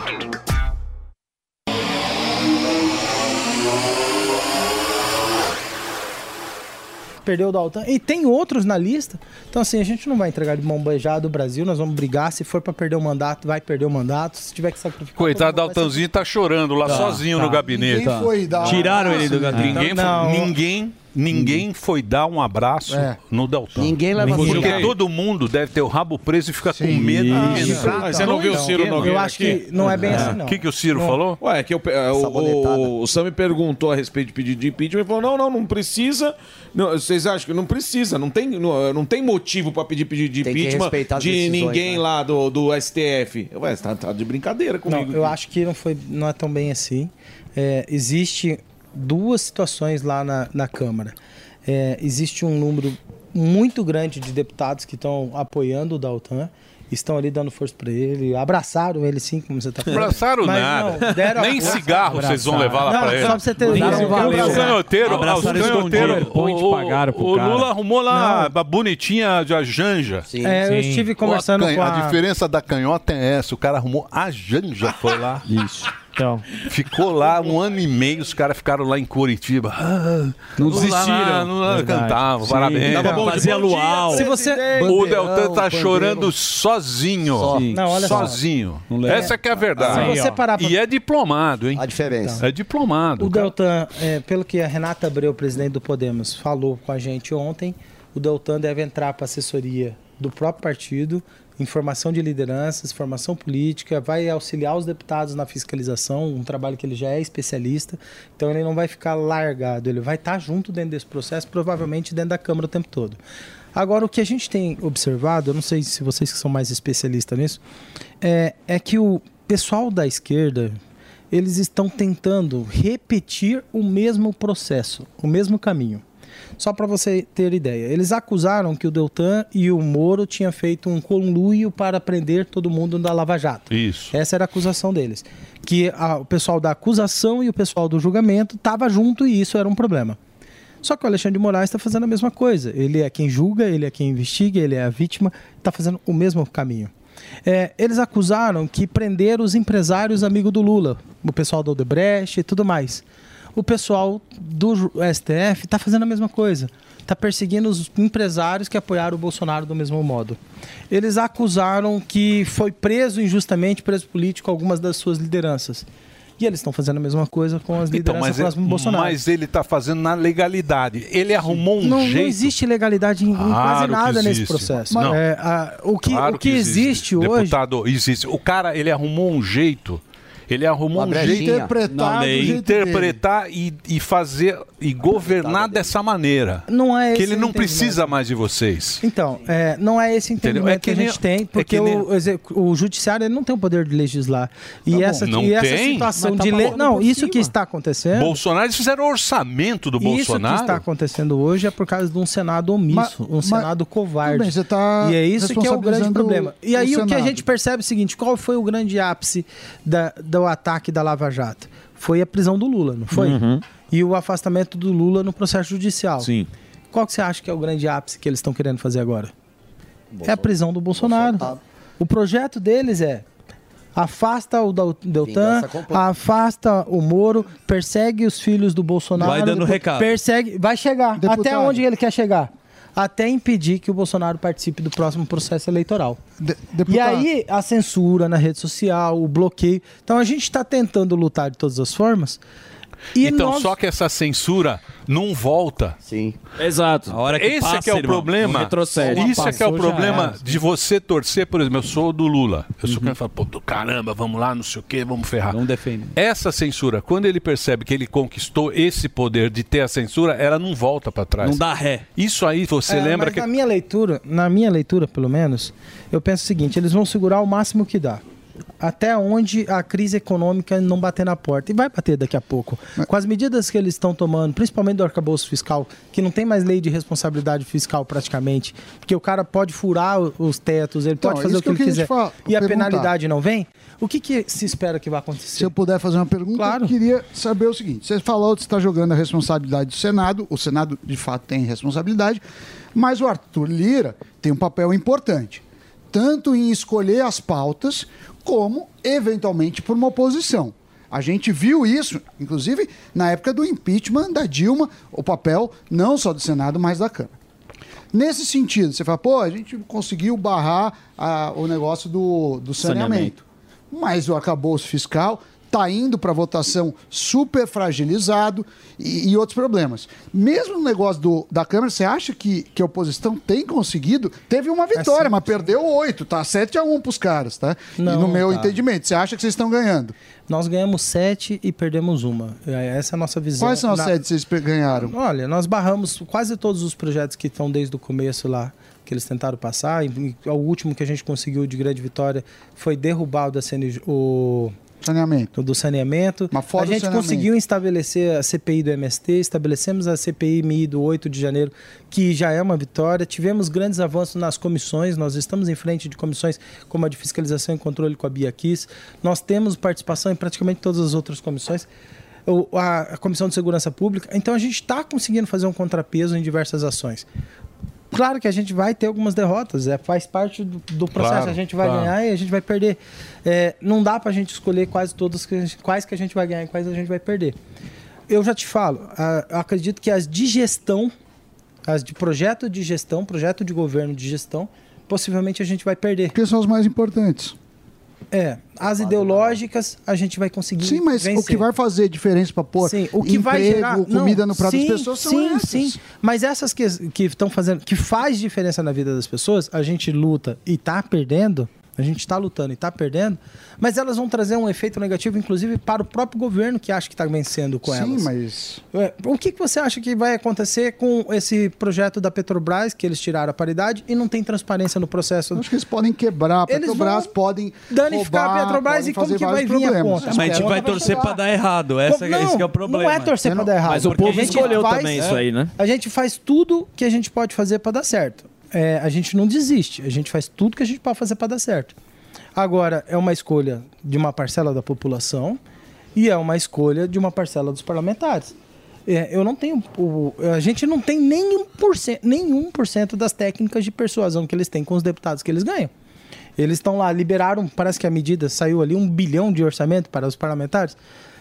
Perdeu o Daltan. E tem outros na lista. Então, assim, a gente não vai entregar de mão beijada o Brasil. Nós vamos brigar. Se for pra perder o mandato, vai perder o mandato. Se tiver que sacrificar... Coitado, Daltanzinho tá chorando lá Tá, sozinho tá. no gabinete. Ninguém foi dar um Tiraram abraço, ele do né? gabinete. Ninguém, Não. foi, ninguém, ninguém foi dar um abraço É. no Daltan. Ninguém leva Porque ninguém. todo mundo deve ter o rabo preso e fica com medo de entrar. Mas você não viu o Ciro Nogueira Eu acho que aqui? não é bem assim, não. O que, que o Ciro Não. falou? Ué, que eu, é, o, o, o Sam me perguntou a respeito de pedido de impeachment e falou: não, não, não precisa. Não, vocês acham que não precisa? Não tem, não, não tem motivo pra pedir pedido de Tem que impeachment respeitar as de decisões, ninguém né? lá do, do S T F. Ué, você tá, tá de brincadeira comigo. Não, eu acho que não, foi, não é tão bem assim. É, existe duas situações lá na, na Câmara. É, existe um número muito grande de deputados que estão apoiando o Daltan, estão ali dando força para ele, abraçaram ele sim, como você está falando. Abraçaram Mas nada. não, deram Nem apoio. cigarro vocês vão levar lá Não, pra ele. só pra você ter Nem ideia. cigarro. Os canhoteiros, os Abraçaram canhoteiros, escondido. o, Pagaram pro o cara. Lula arrumou lá a bonitinha a Janja. Sim. É, eu estive conversando a canho- com a- A diferença da canhota é essa, o cara arrumou a Janja, foi lá. Isso. Então. Ficou lá um ano e meio, os caras ficaram lá em Curitiba. Ah, Não Lula lá, desistiram. Lula Verdade. cantavam, Sim. parabéns. Tava bom de Fazia bom dia, luau. Se você- O Deltan tá Bandeirão, chorando sozinho. Só. Não, olha só. sozinho. Não leva. Essa que é a verdade. Se você parar pra- E é diplomado, hein? A diferença. É diplomado. O Deltan, é, pelo que a Renata Abreu, presidente do Podemos, falou com a gente ontem, o Deltan deve entrar para assessoria do próprio partido em formação de lideranças, formação política, vai auxiliar os deputados na fiscalização, um trabalho que ele já é especialista, então ele não vai ficar largado, ele vai estar junto dentro desse processo, provavelmente dentro da Câmara o tempo todo. Agora, o que a gente tem observado, eu não sei se vocês que são mais especialistas nisso, é, é que o pessoal da esquerda, eles estão tentando repetir o mesmo processo, o mesmo caminho. Só para você ter ideia, eles acusaram que o Deltan e o Moro tinham feito um conluio para prender todo mundo da Lava Jato. Isso. Essa era a acusação deles. Que a, o pessoal da acusação e o pessoal do julgamento estava junto e isso era um problema. Só que o Alexandre de Moraes está fazendo a mesma coisa. Ele é quem julga, ele é quem investiga, ele é a vítima, está fazendo o mesmo caminho. É, eles acusaram que prenderam os empresários amigos do Lula, o pessoal do Odebrecht e tudo mais. O pessoal do S T F está fazendo a mesma coisa. Está perseguindo os empresários que apoiaram o Bolsonaro do mesmo modo. Eles acusaram que foi preso injustamente, preso político, algumas das suas lideranças. E eles estão fazendo a mesma coisa com as Então, lideranças mas, próximas do Bolsonaro. mas ele está fazendo na legalidade. Ele arrumou um não, jeito... não existe legalidade em Claro quase nada que nesse existe. processo. Não. É, a, o que, Claro o que, existe, hoje... Deputado, existe. O cara, ele arrumou um jeito... Ele arrumou Uma um jeito brechinha. Interpretar de do jeito interpretar e, e fazer e governar dessa maneira. Não é que esse ele não o precisa mais de vocês. Então, é, não é esse Entendeu? entendimento É que que, a gente nem- tem, porque é que nem- o, exec- o judiciário ele não tem o poder de legislar. E Tá essa, bom. Não e essa tem? situação Mas tá de lei... falando Não, por isso cima. que está acontecendo... Bolsonaro, eles fizeram o orçamento do Isso que Bolsonaro. está acontecendo hoje é por causa de um Senado omisso, Mas- um mas- Senado covarde. Tudo bem, você tá e é isso que é o grande responsabilizando problema. E o aí o que a Senado. gente percebe é o seguinte, qual foi o grande ápice da, do ataque da Lava Jato? Foi a prisão do Lula, não foi? Uhum. E o afastamento do Lula no processo judicial. Sim. Qual que você acha que é o grande ápice que eles estão querendo fazer agora? É a prisão do Bolsonaro. O projeto deles é afasta o Dal- Deltan, Vingança completa. afasta o Moro, persegue os filhos do Bolsonaro. Vai dando depois recado. Persegue, vai chegar. Deputado. Até onde ele quer chegar? Até impedir que o Bolsonaro participe do próximo processo eleitoral. De- E deputado. aí, a censura na rede social, o bloqueio. Então, a gente está tentando lutar de todas as formas. E Então, nós- só que essa censura não volta. Sim. Exato. A hora que Esse passa, é que é o irmão, problema. não retrocede. Isso é que é o Passou, já problema era. de você torcer, por exemplo, eu sou do Lula. Eu sou quem fala, pô, do caramba, vamos lá, não sei o quê, vamos ferrar. Não defende. Essa censura, quando ele percebe que ele conquistou esse poder de ter a censura, ela não volta pra trás. Não dá ré. Isso aí, você É, lembra mas que... na minha leitura, na minha leitura, pelo menos, eu penso o seguinte: eles vão segurar o máximo que dá. Até onde a crise econômica não bater na porta. E vai bater daqui a pouco. Com as medidas que eles estão tomando, principalmente do arcabouço fiscal, que não tem mais lei de responsabilidade fiscal praticamente, porque o cara pode furar o- os tetos, ele Então, pode fazer isso o que, que eu ele queria quiser. te falar- E a perguntar. penalidade não vem? O que, que se espera que vai acontecer? Se eu puder fazer uma pergunta, Claro. eu queria saber o seguinte: você falou que você está jogando a responsabilidade do Senado, o Senado de fato tem responsabilidade, mas o Arthur Lira tem um papel importante, tanto em escolher as pautas, como, eventualmente, por uma oposição. A gente viu isso, inclusive, na época do impeachment da Dilma, o papel não só do Senado, mas da Câmara. Nesse sentido, você fala, pô, a gente conseguiu barrar ah, o negócio do, do saneamento. Saneamento. Mas o arcabouço fiscal está indo para votação super fragilizado e, e outros problemas. Mesmo no negócio do, da Câmara, você acha que, que a oposição tem conseguido? Teve uma vitória, Assim, mas perdeu oito, tá? sete a um para os caras, tá? Não, e no meu tá. entendimento, você acha que vocês estão ganhando? Nós ganhamos sete e perdemos uma. É, essa é a nossa visão. Quais são as Na- sete que vocês pe- ganharam? Olha, nós barramos quase todos os projetos que estão desde o começo lá, que eles tentaram passar. E, e o último que a gente conseguiu de grande vitória foi derrubar o da C N G, o Saneamento. o do saneamento. Mas fora A do gente saneamento. conseguiu estabelecer a C P I do M S T, estabelecemos a C P I M I do oito de janeiro, que já é uma vitória. Tivemos grandes avanços nas comissões, nós estamos em frente de comissões como a de fiscalização e controle com a Bia Kiss. Nós temos participação em praticamente todas as outras comissões. O- a, a Comissão de Segurança Pública. Então a gente está conseguindo fazer um contrapeso em diversas ações. Claro que a gente vai ter algumas derrotas, é, faz parte do, do processo. Claro, a gente vai claro. ganhar e a gente vai perder. É, não dá pra gente escolher quase todas que a gente- quais que a gente vai ganhar e quais a gente vai perder. Eu já te falo, a- eu acredito que as de gestão, as de projeto de gestão, projeto de governo de gestão, possivelmente a gente vai perder. Porque são os mais importantes. É, as ideológicas a gente vai conseguir Sim, mas vencer. o que vai fazer diferença para pôr Sim, o que emprego, vai gerar comida não, no prato sim, das pessoas são sim, essas. sim. Mas essas que que estão fazendo, que faz diferença na vida das pessoas, a gente luta e tá perdendo. A gente está lutando e está perdendo, mas elas vão trazer um efeito negativo, inclusive, para o próprio governo que acha que está vencendo com Sim, elas. mas... É, o que, que você acha que vai acontecer com esse projeto da Petrobras, que eles tiraram a paridade e não tem transparência no processo? Acho que eles podem quebrar, a Petrobras podem danificar roubar, a Petrobras podem e como fazer que vai vários vir a problemas. conta? Mas a gente vai torcer pra dar errado. Essa, Não, esse que é o problema. Não é torcer pra dar errado. Mas o porque povo a gente escolheu faz- também isso aí, né? A gente faz tudo que a gente pode fazer pra dar certo. É, a gente não desiste. A gente faz tudo que a gente pode fazer pra dar certo. Agora, é uma escolha de uma parcela da população e é uma escolha de uma parcela dos parlamentares. É, eu não tenho. O, a gente não tem nenhum por cento, nenhum por cento das técnicas de persuasão que eles têm com os deputados que eles ganham. Eles estão lá, liberaram, parece que a medida saiu ali, um bilhão de orçamento para os parlamentares.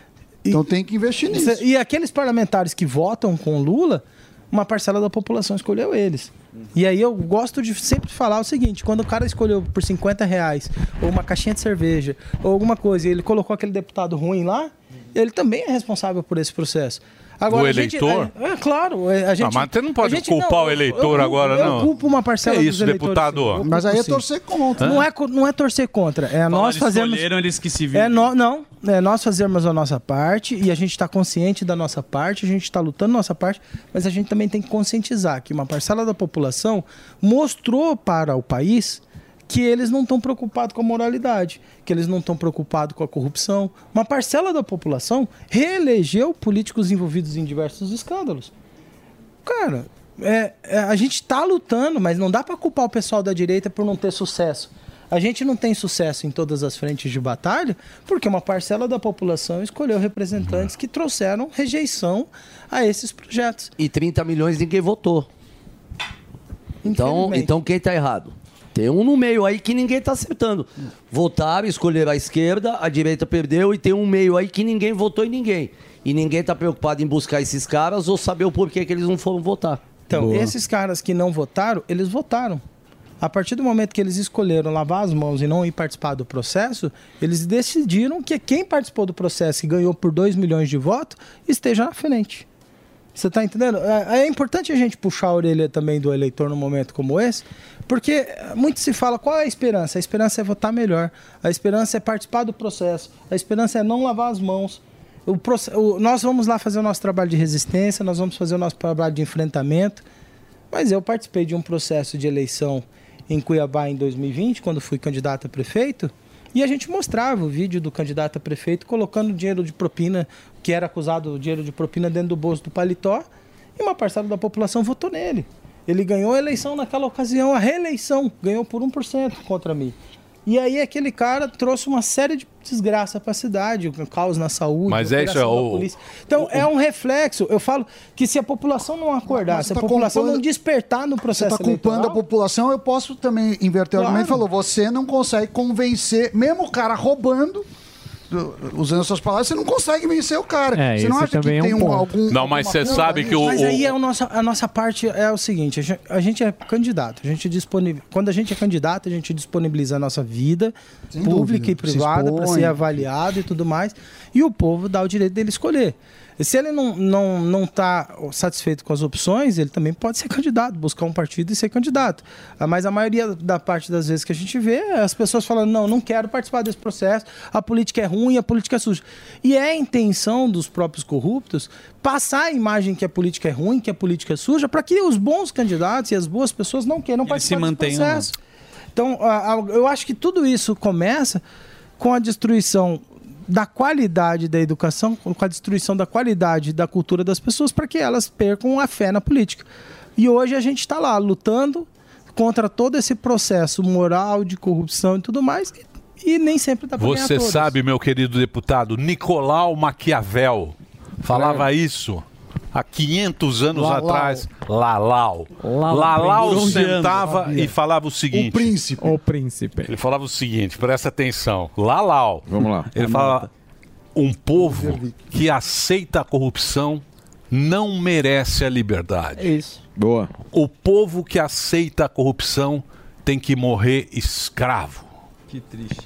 E, então tem que investir nisso. E aqueles parlamentares que votam com Lula, uma parcela da população escolheu eles. E aí eu gosto de sempre falar o seguinte, quando o cara escolheu por cinquenta reais, ou uma caixinha de cerveja, ou alguma coisa, e ele colocou aquele deputado ruim lá, ele também é responsável por esse processo. Agora, O a gente- eleitor? é, é claro. A gente, Ah, mas você não pode a gente- culpar não, o eleitor eu culpo- agora, eu não. culpo uma parcela Que dos isso, eleitores. deputado? Eu culpo Mas aí é sim. torcer contra. Não é, co- não é torcer contra, é nós eles fazermos... escolheram, eles que se É viram. no, não, é nós fazermos a nossa parte e a gente está consciente da nossa parte, a gente está lutando a nossa parte, mas a gente também tem que conscientizar que uma parcela da população mostrou para o país que eles não estão preocupados com a moralidade, que eles não estão preocupados com a corrupção. Uma parcela da população reelegeu políticos envolvidos em diversos escândalos. Cara, é, é, a gente está lutando, mas não dá para culpar o pessoal da direita por não ter sucesso. A gente não tem sucesso em todas as frentes de batalha porque uma parcela da população escolheu representantes que trouxeram rejeição a esses projetos. E trinta milhões ninguém votou. Então, Infelizmente. então quem tá errado? Tem um no meio aí que ninguém tá acertando. Votaram, escolheram a esquerda, a direita perdeu e tem um meio aí que ninguém votou em ninguém. E ninguém tá preocupado em buscar esses caras ou saber o porquê que eles não foram votar. Então, Boa. esses caras que não votaram, eles votaram. A partir do momento que eles escolheram lavar as mãos e não ir participar do processo, eles decidiram que quem participou do processo e ganhou por dois milhões de votos esteja na frente. Você tá entendendo? É, é importante a gente puxar a orelha também do eleitor num momento como esse, porque muito se fala qual é a esperança. A esperança é votar melhor, a esperança é participar do processo, a esperança é não lavar as mãos. O, proce- o, nós vamos lá fazer o nosso trabalho de resistência, nós vamos fazer o nosso trabalho de enfrentamento, mas eu participei de um processo de eleição em Cuiabá em dois mil e vinte, quando fui candidato a prefeito, e a gente mostrava o vídeo do candidato a prefeito colocando dinheiro de propina, que era acusado de dinheiro de propina dentro do bolso do paletó, e uma parcela da população votou nele. Ele ganhou a eleição naquela ocasião, a reeleição, ganhou por um por cento contra mim. E aí aquele cara trouxe uma série de desgraça para a cidade, um caos na saúde, Mas é isso, operação é da o- polícia. Então é um reflexo. Eu falo que se a população não acordar, Mas se a você tá população culpando- não despertar no Você processo está culpando eleitoral, a população, eu posso também inverter o Claro. argumento e falou, você não consegue convencer, mesmo o cara roubando, usando as suas palavras, você não consegue vencer o cara. É, você não esse acha que também é um tem um, ponto. algum... Não, mas você alguma sabe coisa que o- Mas o- aí é o nosso, a nossa parte é o seguinte, a gente, a gente é candidato, a gente disponibiliza, quando a gente é candidato, a gente disponibiliza a nossa vida Sem pública dúvida. e privada Se para expõe. ser avaliado e tudo mais, e o povo dá o direito dele escolher. E se ele não não não está satisfeito com as opções, ele também pode ser candidato, buscar um partido e ser candidato. Ah, Mas a maioria da parte das vezes que a gente vê, é as pessoas falando, não, não quero participar desse processo, a política é ruim, a política é suja. E é a intenção dos próprios corruptos passar a imagem que a política é ruim, que a política é suja, para que os bons candidatos e as boas pessoas não queiram Eles se participar desse mantenham, processo. Então, a- a- eu acho que tudo isso começa com a destruição da qualidade da educação, com a destruição da qualidade da cultura das pessoas, para que elas percam a fé na política. E hoje a gente está lá lutando contra todo esse processo moral de corrupção e tudo mais, e, e nem sempre dá para ganhar Você todas. sabe, meu querido deputado, Nicolau Maquiavel falava isso há quinhentos anos Lalau. atrás. Lalau. Lalau. Lalau Por onde anda? sentava Sabia. e falava o seguinte. O príncipe. O príncipe. Ele falava o seguinte, presta atenção. Lalau. Vamos lá. Ele fala, um povo que aceita a corrupção não merece a liberdade. É isso. Boa. O povo que aceita a corrupção tem que morrer escravo. Que triste.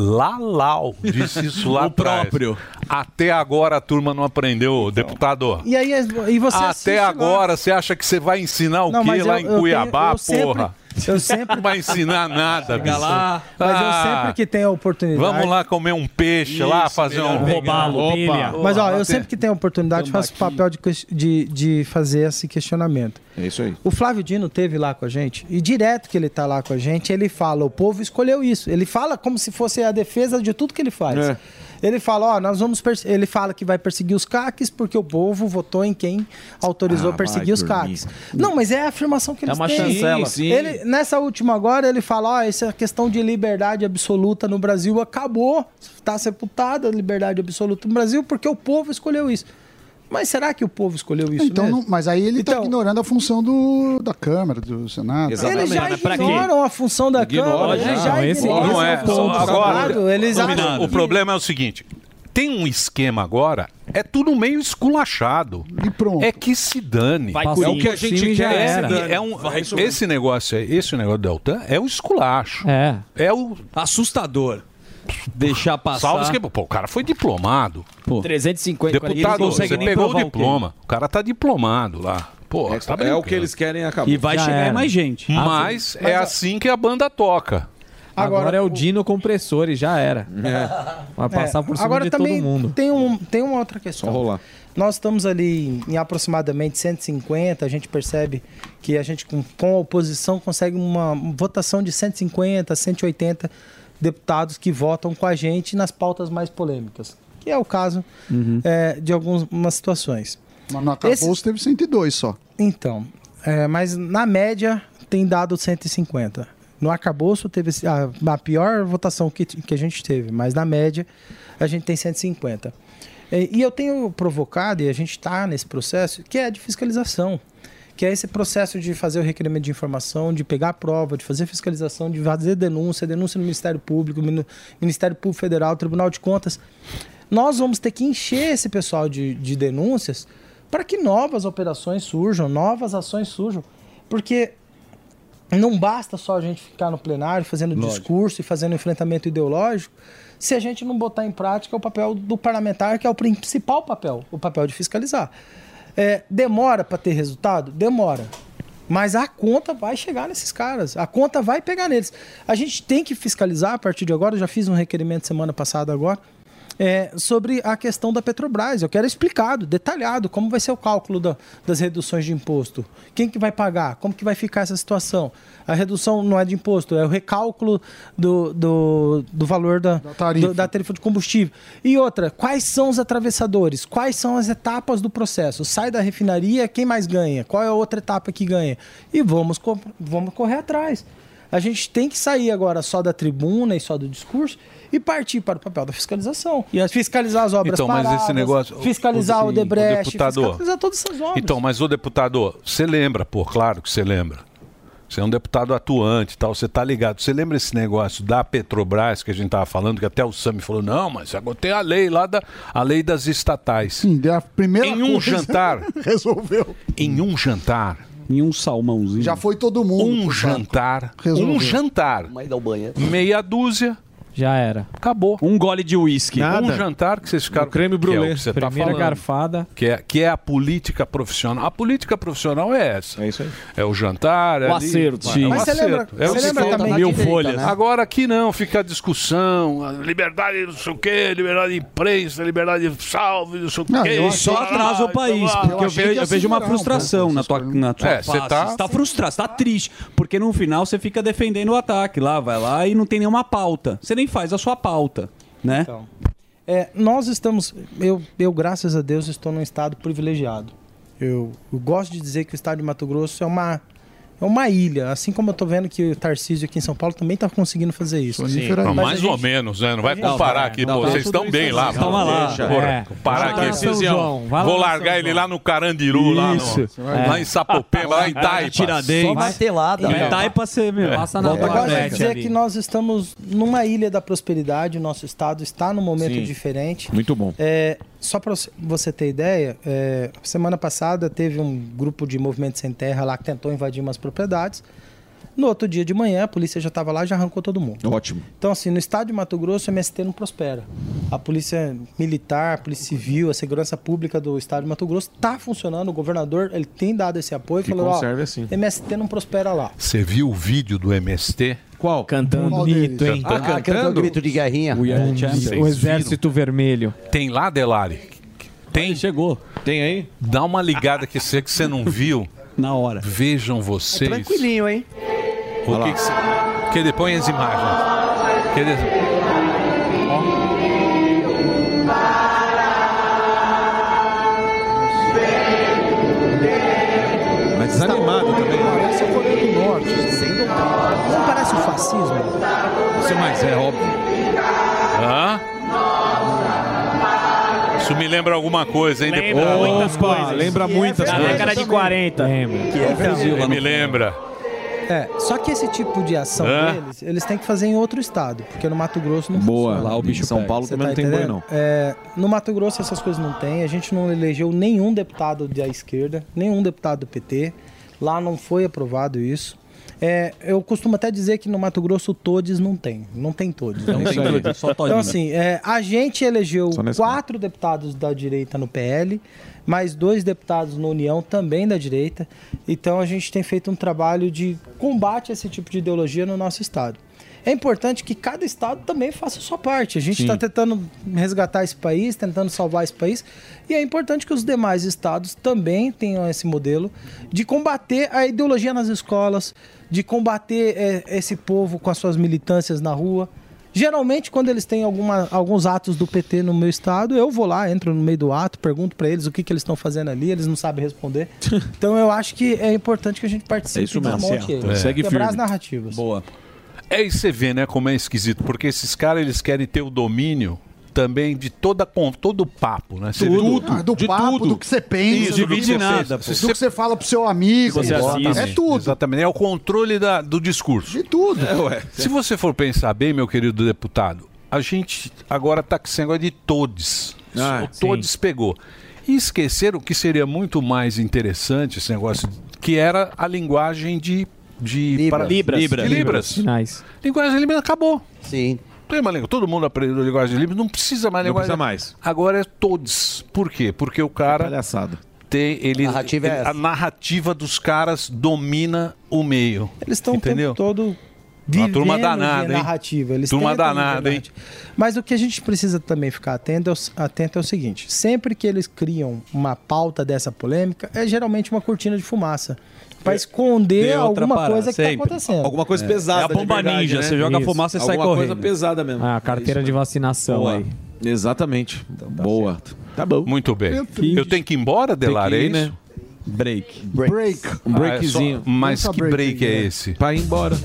Lalau disse isso lá O atrás. próprio. Até agora a turma não aprendeu, deputado. E aí, e você assiste Até lá. agora, você acha que você vai ensinar o Não, quê mas lá eu- em eu Cuiabá, tenho- eu porra? sempre- eu sempre- Não vai ensinar nada, bicho. Mas eu Ah, sempre que tenho a oportunidade... Vamos lá comer um peixe lá, Isso, fazer melhor um... pegar. Opa. Mas ó, eu Bater. sempre que tenho a oportunidade faço o papel de, ques- de, de fazer esse questionamento. É isso aí. O Flávio Dino teve lá com a gente, e direto que ele tá lá com a gente, ele fala, o povo escolheu isso. Ele fala como se fosse a defesa de tudo que ele faz. É. Ele fala, ó, nós vamos perse- ele fala que vai perseguir os caques porque o povo votou em quem autorizou Ah, perseguir vai os dormir. caques. Não, mas é a afirmação que É eles uma têm. chancela. Sim, sim. Ele, nessa última agora, ele fala, ó, essa questão de liberdade absoluta no Brasil acabou. Está sepultada a liberdade absoluta no Brasil porque o povo escolheu isso. Mas será que o povo escolheu isso Então, mesmo? não- mas aí ele está ignorando a função do, da Câmara, do Senado. Eles já ignoram a função da Câmara. Eles já Esse ignoram não é. a função do Agora, Senado. Eles o, acham o que- problema é o seguinte: tem um esquema agora, é tudo meio esculachado. E pronto. É que se dane. Vai É o que a gente quer. É, é um, esse negócio, aí, esse negócio do Deltan é o esculacho. É. É o assustador. Deixar passar. Salve esquema. Pô, o cara foi diplomado. trezentos e cinquenta. Deputado, ele não você consegue nem pegou o provar o quê? diploma. O cara tá diplomado lá. Pô, É, você tá é o brincando. que eles querem acabou. E vai Já chegar era. mais gente. Mas Ah, é sim. assim que a banda toca. Agora, Agora, é o Dino compressor e já era. Vai passar É, por cima agora de também todo mundo. Tem, um, tem uma outra questão. Só rolar. Nós estamos ali em aproximadamente cento e cinquenta, a gente percebe que a gente com, com a oposição consegue uma votação de cento e cinquenta, cento e oitenta deputados que votam com a gente nas pautas mais polêmicas, que é o caso é, de algumas situações. Mas no acabouço teve cento e dois só. Então, é, mas na média tem dado cento e cinquenta. No arcabouço teve a, a pior votação que, que a gente teve, mas na média a gente tem cento e cinquenta. E, e eu tenho provocado, e a gente está nesse processo, que é de fiscalização. Que é esse processo de fazer o requerimento de informação, de pegar a prova, de fazer fiscalização, de fazer denúncia, denúncia no Ministério Público, no Ministério Público Federal, Tribunal de Contas. Nós vamos ter que encher esse pessoal de, de denúncias para que novas operações surjam, novas ações surjam. Porque não basta só a gente ficar no plenário fazendo Lógico. discurso e fazendo enfrentamento ideológico se a gente não botar em prática o papel do parlamentar, que é o principal papel, o papel de fiscalizar. É, demora para ter resultado? Demora. Mas a conta vai chegar nesses caras. A conta vai pegar neles. A gente tem que fiscalizar a partir de agora. Eu já fiz um requerimento semana passada agora. É, sobre a questão da Petrobras. Eu quero explicado, detalhado, como vai ser o cálculo da- das reduções de imposto. Quem que vai pagar? Como que vai ficar essa situação? A redução não é de imposto, é o recálculo do, do, do valor da, tarifa. do- da tarifa de combustível. E outra, quais são os atravessadores? Quais são as etapas do processo? Sai da refinaria, quem mais ganha? Qual é a outra etapa que ganha? E vamos, co- vamos correr atrás. A gente tem que sair agora só da tribuna e só do discurso e partir para o papel da fiscalização. E fiscalizar as obras Então, mas paradas, esse negócio- fiscalizar o- o sim, Debrecht, o deputado- fiscalizar todas essas obras. Então, mas o deputado, você lembra, pô, claro que você lembra. Você é um deputado atuante e tal, você tá ligado. Você lembra esse negócio da Petrobras que a gente tava falando, que até o Sami falou, não, mas agora tem a lei lá, da, a lei das estatais. Sim, a primeira Em um coisa jantar, resolveu. em um jantar, Em um salmãozinho. Já foi todo mundo. um pro saco. jantar, Resolveu. um jantar, Mãe dá o banheiro. meia dúzia, Já era. acabou. Um gole de uísque. Um jantar que vocês ficaram... O creme que é o brulee. que você tá Primeira falando. garfada. Que é, que é a política profissional. A política profissional é essa. É isso aí. É o jantar, é O ali- acerto. É Sim. o Mas você acerto. lembra- É o você que lembra falta também na Mil direita, folhas. né? Agora aqui não, fica a discussão, a liberdade não sei o quê, liberdade de imprensa, liberdade de salve, não sei o Não, quê. eu Só Ah, atrasa o país, ah, porque eu, achei vejo, que ia eu vejo uma segurar um frustração pouco na essas tua, coisas. na tua É, você face. tá- Você tá frustrado, você tá triste, porque no final você fica defendendo o ataque lá, vai lá e não tem nenhuma pauta. Você nem faz a sua pauta, né? Então, é, nós estamos, eu, eu, graças a Deus, estou num estado privilegiado. Eu, eu gosto de dizer que o estado de Mato Grosso é uma, é uma ilha, assim como eu estou vendo que o Tarcísio aqui em São Paulo também está conseguindo fazer isso. Sonífera Não, Mas mais a gente- ou menos, né? Não vai a gente- comparar Não, aqui, não, pô. tá Vocês tudo estão bem isso lá. aí. pô. Toma lá. Deixa, É. porra, comparar Vai lá aqui. na São Tarcísio. João, vai lá Vou na largar São ele João. lá no Carandiru, lá, Isso. no, É. lá em Sapopemba, lá em Taipa. Tiradentes. Só martelada. Em Taipa você, meu, Passa na Eu gosto de Bornete dizer ali. que nós estamos numa ilha da prosperidade, o nosso estado está num momento Sim. diferente. Muito bom. É, só para você ter ideia, é, semana passada teve um grupo de Movimento Sem Terra lá que tentou invadir umas propriedades. No outro dia de manhã, a polícia já estava lá e já arrancou todo mundo. Ótimo. Então, assim, no estado de Mato Grosso, o M S T não prospera. A polícia militar, a polícia civil, a segurança pública do estado de Mato Grosso está funcionando. O governador, ele tem dado esse apoio. Que Falou, ó, conserve assim. M S T não prospera lá. Você viu o vídeo do M S T? Qual? Cantando. Bonito, hein? Ah, Ah, cantando o grito de guerrinha. We are champions. O Exército Vermelho. Tem lá, Delari? Tem? Chegou. Tem aí? Dá uma ligada que você que você não viu. Na hora. Vejam vocês. É tranquilinho, hein? O que que você... Que depois as imagens. Que de... Mas desanimado também. Parece a Coreia do Norte. Não parece o fascismo? Isso mais é óbvio. Hã? Isso me lembra alguma coisa, hein? Lembra deputado? muitas Opa, coisas. lembra Que é muitas verdade. coisas. Na década de quarenta. Que é Brasil. Me lembra. É, só que esse tipo de ação Hã? deles, eles têm que fazer em outro estado, porque no Mato Grosso não Boa. funciona. Lá o bicho Em São pega. Paulo Você também não tem entendendo? boi, não. É, no Mato Grosso essas coisas não tem, a gente não elegeu nenhum deputado da esquerda, nenhum deputado do P T, lá não foi aprovado isso. É, eu costumo até dizer que no Mato Grosso todes não tem, não tem todes. Não tem todes, só todinho. Então assim, é, a gente elegeu Só nesse quatro deputados da direita no P L, mais dois deputados na União também da direita. Então a gente tem feito um trabalho de combate a esse tipo de ideologia no nosso estado. É importante que cada estado também faça a sua parte. A gente está tentando resgatar esse país, tentando salvar esse país. E é importante que os demais estados também tenham esse modelo de combater a ideologia nas escolas, de combater é, esse povo com as suas militâncias na rua. Geralmente, quando eles têm alguma, alguns atos do P T no meu estado, eu vou lá, entro no meio do ato, pergunto para eles o que, que eles estão fazendo ali, eles não sabem responder. Então eu acho que é importante que a gente participe É isso mesmo. desmonte eles. É. Segue Quebrar firme. as narrativas. Boa. É isso, você vê, né, como é esquisito, porque esses caras, eles querem ter o domínio também de toda, com todo o papo, né? Você vê- Tudo, Ah, do papo, do que você pensa, Isso, do que você nada, pensa, do que você fala pro seu amigo. É tudo. Exatamente, é o controle da, do discurso. De tudo. É, ué. Se você for pensar bem, meu querido deputado, a gente agora tá com esse negócio de todes. Ah, o todes pegou. E esqueceram que seria muito mais interessante esse negócio, que era a linguagem de... de Libras. para- Libras. de Libras. Libras. Sinais. Linguagem de Libras acabou. Sim. Tem uma língua, todo mundo aprendeu linguagem de Libras, não precisa mais Não linguagem. precisa mais. Agora é todos. Por quê? Porque o cara Palhaçada. tem ele, Narrativa é ele- essa. a narrativa dos caras domina o meio. Eles estão o entendeu? tempo todo Uma vivendo turma de danada, hein? narrativa. Eles Turma tentam danada, viver hein? narrativa. Mas o que a gente precisa também ficar atento é, o, atento é o seguinte: sempre que eles criam uma pauta dessa polêmica, é geralmente uma cortina de fumaça. Para esconder Tem outra alguma parada, coisa que está sempre. acontecendo. Alguma coisa É. pesada. É a bomba de verdade, ninja, né? você joga Isso. fumaça e sai Alguma correndo. coisa pesada mesmo. Ah, a carteira de vacinação Boa. aí. Exatamente. Boa. Tá bom. Muito bem. Eu tenho que ir embora, Delar, Tem que é ir, né? isso? Break. Break. Um breakzinho. Ah, é só- mas Pensa que break, break é né? esse? Pra ir embora.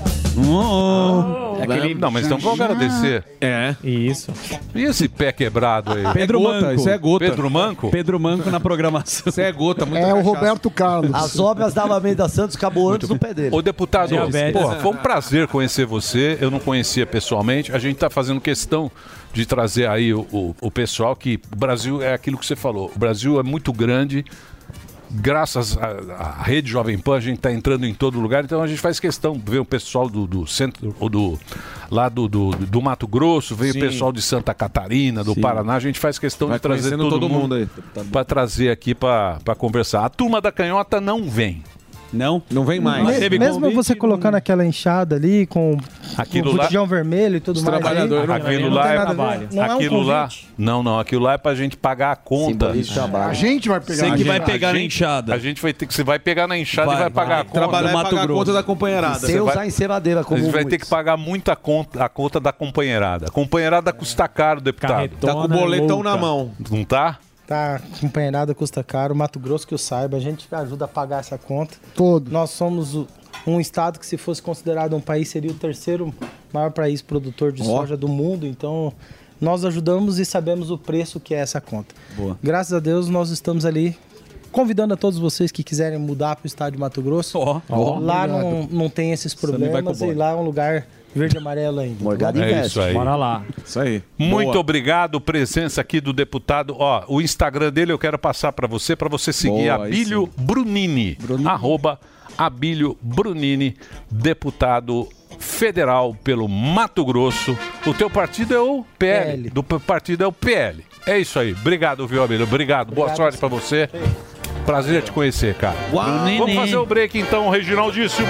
É aquele... Não, mas então vamos agradecer. É. Isso. E esse pé quebrado aí? Pedro É gota, Manco. isso é gota. Pedro Manco? Pedro Manco na programação. Isso é gota, muita É o cachaça. Roberto Carlos. As obras da Alameda Santos acabou antes do pé dele. Ô, deputado, Diabetes. pô, foi um prazer conhecer você. Eu não conhecia pessoalmente. A gente está fazendo questão de trazer aí o, o, o pessoal que o Brasil é aquilo que você falou. O Brasil é muito grande. Graças à, à rede Jovem Pan, a gente está entrando em todo lugar, então a gente faz questão de ver o pessoal do, do centro, ou do, lá do, do, do Mato Grosso, veio Sim. o pessoal de Santa Catarina, do Sim. Paraná, a gente faz questão Vai de trazer conhecendo todo, todo mundo, mundo aí. para trazer aqui para conversar. A turma da canhota não vem. Não? Não vem mais. Me- teve mesmo convite, você colocando aquela enxada ali com Aquilo o lá- botijão vermelho e tudo Os mais. aí, trabalhadores não- Aquilo não lá tem é nada a ver. trabalho. Não é um Aquilo lá, convite. não, não, aquilo lá é pra gente pagar a conta. Simboliza o trabalho. A gente vai pegar. Você a que gente- vai pegar A na gente- enxada. A gente vai ter que você vai pegar na enxada Vai, e vai pagar vai. a conta. Trabalhar do e Mato pagar a Grosso. conta da companheirada. Sem vai- usar enceradeira A como gente vai ter muitos. que pagar muita conta, a conta da companheirada. A companheirada custa caro, deputado. Carretona Tá com o boletão louca. na mão. Não tá? Tá, companheirada custa caro. Mato Grosso que eu saiba, a gente ajuda a pagar essa conta. Todo. Nós somos o- um estado que, se fosse considerado um país, seria o terceiro maior país produtor de Ó. soja do mundo. Então, nós ajudamos e sabemos o preço que é essa conta. Boa. Graças a Deus, nós estamos ali convidando a todos vocês que quiserem mudar para o estado de Mato Grosso. Ó. Lá não, não tem esses Também vai com problemas o e bode. lá é um lugar verde e amarelo ainda. Morgado É investe. isso aí. Bora lá. Isso aí. Muito Boa. obrigado, presença aqui do deputado. Ó, o Instagram dele eu quero passar para você, para você seguir Boa, aí Abílio Brunini, arroba Abílio Brunini, deputado federal pelo Mato Grosso. O teu partido é o P L. P L. Do p- partido é o P L. É isso aí. Obrigado, viu, Abílio? Obrigado. Boa Obrigado, sorte pra você. Prazer te conhecer, cara. Vamos fazer o break então, Reginaldíssimo.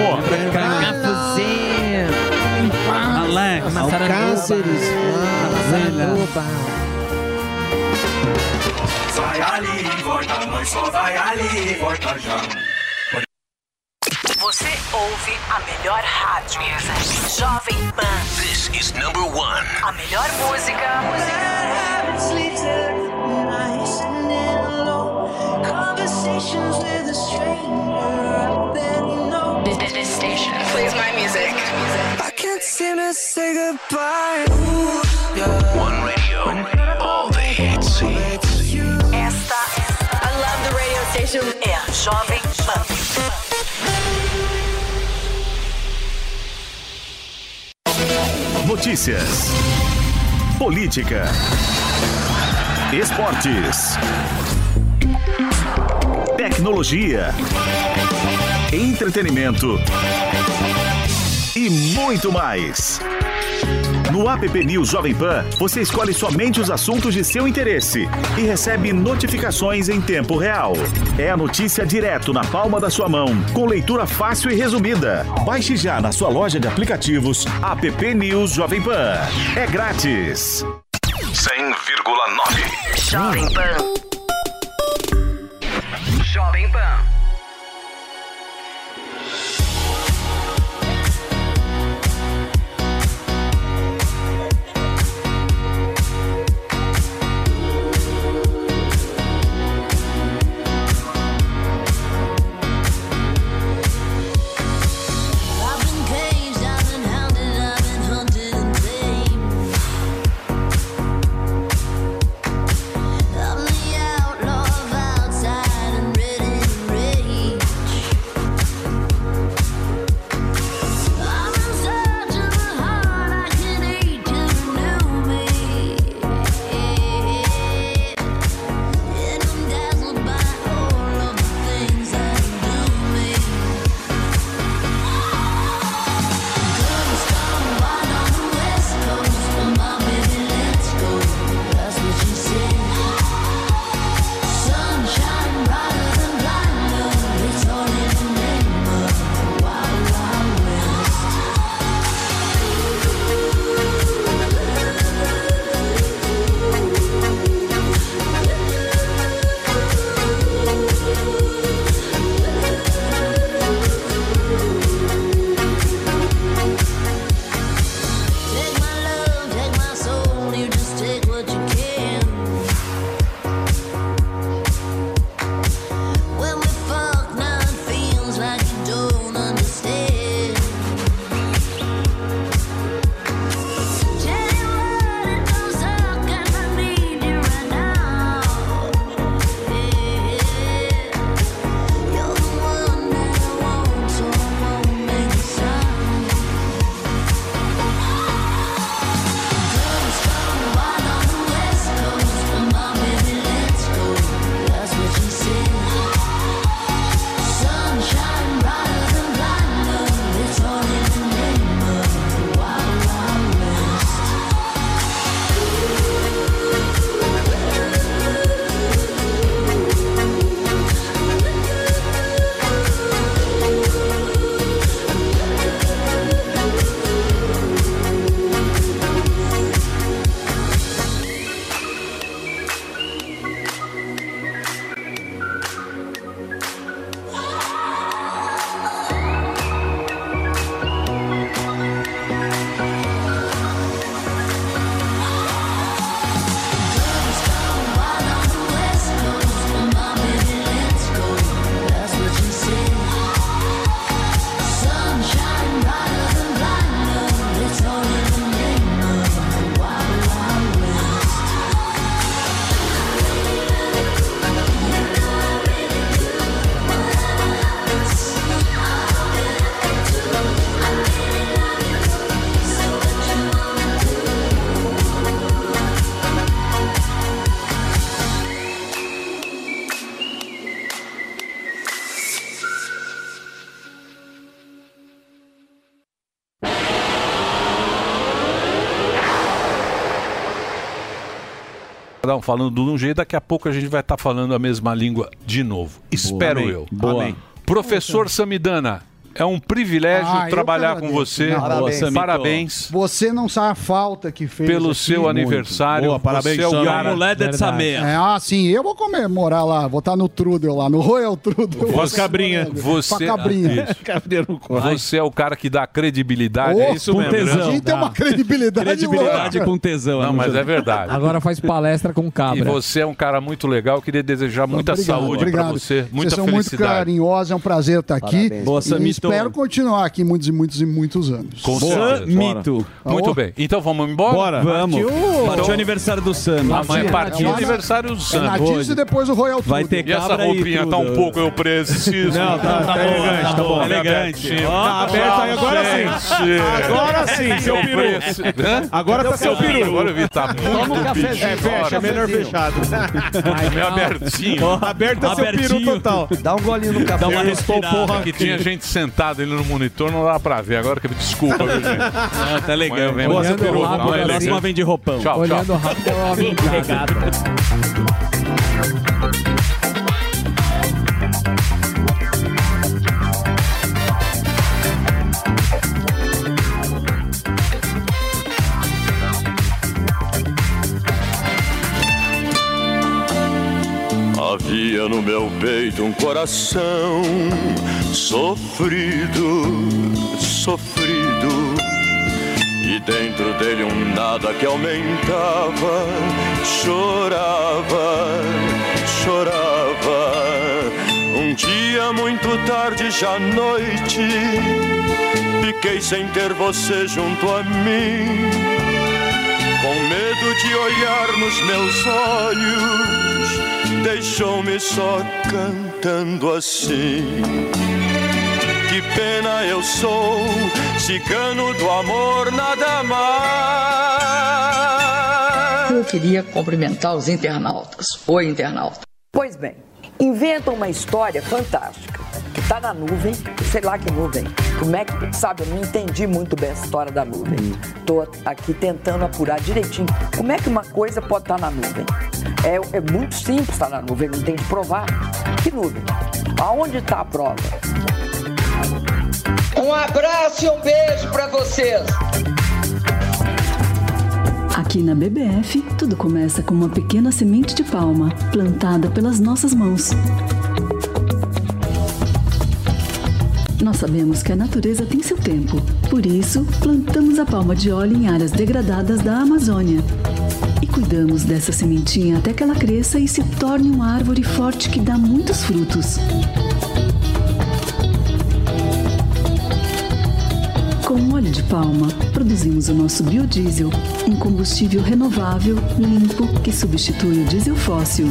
Alex, Alcáceres, vai ali e volta, nós só vai ali e volta já. Você ouve a melhor rádio. Jovem Pan. This is number one. A melhor música. This, this station plays my music. I can't seem to say goodbye. Ooh, yeah. One radio, all the hits. Esta, I love the radio station. É a Jovem Pan. Notícias, política, esportes, tecnologia, entretenimento e muito mais. No app News Jovem Pan, você escolhe somente os assuntos de seu interesse e recebe notificações em tempo real. É a notícia direto na palma da sua mão, com leitura fácil e resumida. Baixe já na sua loja de aplicativos app News Jovem Pan. É grátis. cem vírgula nove. Jovem Pan. Jovem Pan. I'm the estavam falando de um jeito, daqui a pouco a gente vai estar falando a mesma língua de novo. Espero Amém. eu. Boa. Amém. Professor Samidana, é um privilégio Ah, eu trabalhar que com agradeço. você. Não, Parabéns. Parabéns. Você não sabe a falta que fez Pelo aqui. seu aniversário. Boa, parabéns, Você é o Sam. cara. Mulher de Samea. É, ah, sim, eu vou comemorar lá, vou estar no Trudel lá, no Royal Trudel. Com as cabrinhas. Você, Com a cabrinha. Você é o cara que dá credibilidade. Oh, é isso com mesmo. tesão. A gente tem uma credibilidade Credibilidade louca. com tesão. Não, mas é verdade. Agora faz palestra com cabra. E você é um cara muito legal. Eu queria desejar muita Obrigado, saúde para obrigado. você. Muita Vocês são muito felicidade. carinhosos, é um prazer estar aqui. Parabéns. Boa, e Samito. espero continuar aqui muitos e muitos e muitos anos. Com certeza. Mito. Muito bem. Então vamos embora? Bora. Vamos. Partiu. Partiu o aniversário do Sam. Amanhã é partiu o É aniversário do É Sam. Natis e depois o Royal Vai Trudel. ter E essa cabra aí, roupinha tá um tudo. pouco, eu preciso. Não, tá- tá elegante, tá bom. Elegante. Ó, Tá aberto aí, agora sim. Agora sim, seu peru. Agora tá seu peru. Agora eu vi, tá muito bicho. É, fecha, é melhor fechado. É meio abertinho. Aberto é seu peru total. Dá um golinho no café. Dá uma respirada. que tinha gente sentada ali no monitor, não dá pra ver. Agora que desculpa, viu, gente? Ah, tá legal. Amanhã vem Boa, mais Olhando peru, rápido, tá? a próxima vem de roupão. Tchau, Olhando tchau. rápido, é uma Pegado. Havia no meu peito um coração sofrido, sofrido. E dentro dele um nada que aumentava, chorava, chorava. Um dia muito tarde, já à noite, fiquei sem ter você junto a mim. Com medo de olhar nos meus olhos, deixou-me só cantando assim. Que pena eu sou, cigano do amor, nada mais. Eu queria cumprimentar os internautas. Oi, internauta. Pois bem, inventam uma história fantástica, que está na nuvem, sei lá que nuvem. Como é que, sabe, eu não entendi muito bem essa história da nuvem. Estou aqui tentando apurar direitinho. Como é que uma coisa pode estar na nuvem? É, é muito simples estar na nuvem, não tem de provar. Que nuvem? Aonde está a prova? Um abraço e um beijo para vocês. Aqui na B B F, tudo começa com uma pequena semente de palma, plantada pelas nossas mãos. Nós sabemos que a natureza tem seu tempo, por isso, plantamos a palma de óleo em áreas degradadas da Amazônia. E cuidamos dessa sementinha até que ela cresça e se torne uma árvore forte que dá muitos frutos. Com o óleo de palma, produzimos o nosso biodiesel, um combustível renovável, limpo, que substitui o diesel fóssil.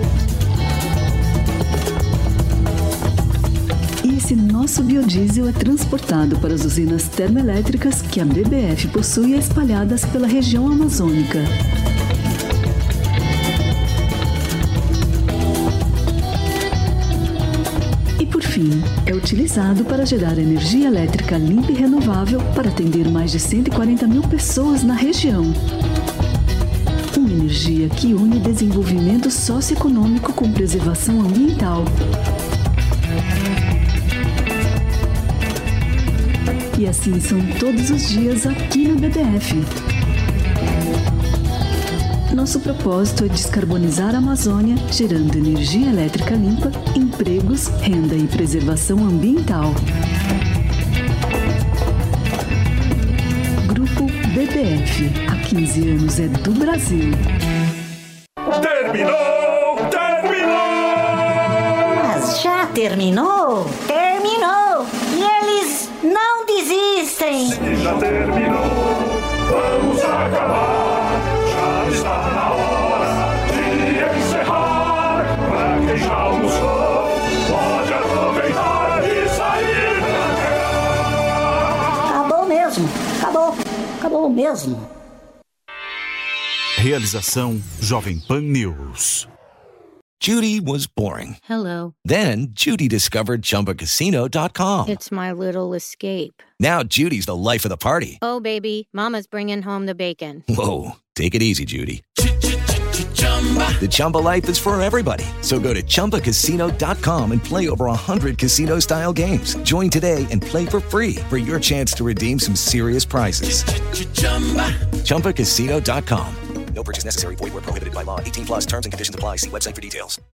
E esse nosso biodiesel é transportado para as usinas termoelétricas que a B B F possui espalhadas pela região amazônica. E por fim, é utilizado para gerar energia elétrica limpa e renovável para atender mais de cento e quarenta mil pessoas na região. Uma energia que une desenvolvimento socioeconômico com preservação ambiental. E assim são todos os dias aqui na B D F. Nosso propósito é descarbonizar a Amazônia, gerando energia elétrica limpa, empregos, renda e preservação ambiental. Grupo B B F. Há quinze anos é do Brasil. Terminou! Terminou! Mas já terminou? Terminou! E eles não desistem! Se já terminou, vamos acabar. Já está na hora de encerrar. Pra quem já almoçou, pode aproveitar e sair pra cá. Acabou mesmo! Acabou! Acabou mesmo! Realização Jovem Pan News. Judy was boring. Hello. Then Judy discovered Chumba Casino dot com. It's my little escape. Now Judy's the life of the party. Oh, baby, mama's bringing home the bacon. Whoa, take it easy, Judy. The Chumba life is for everybody. So go to chumba casino dot com and play over one hundred casino-style games. Join today and play for free for your chance to redeem some serious prizes. chumba casino dot com. No purchase necessary. Void where prohibited by law. eighteen plus terms and conditions apply. See website for details.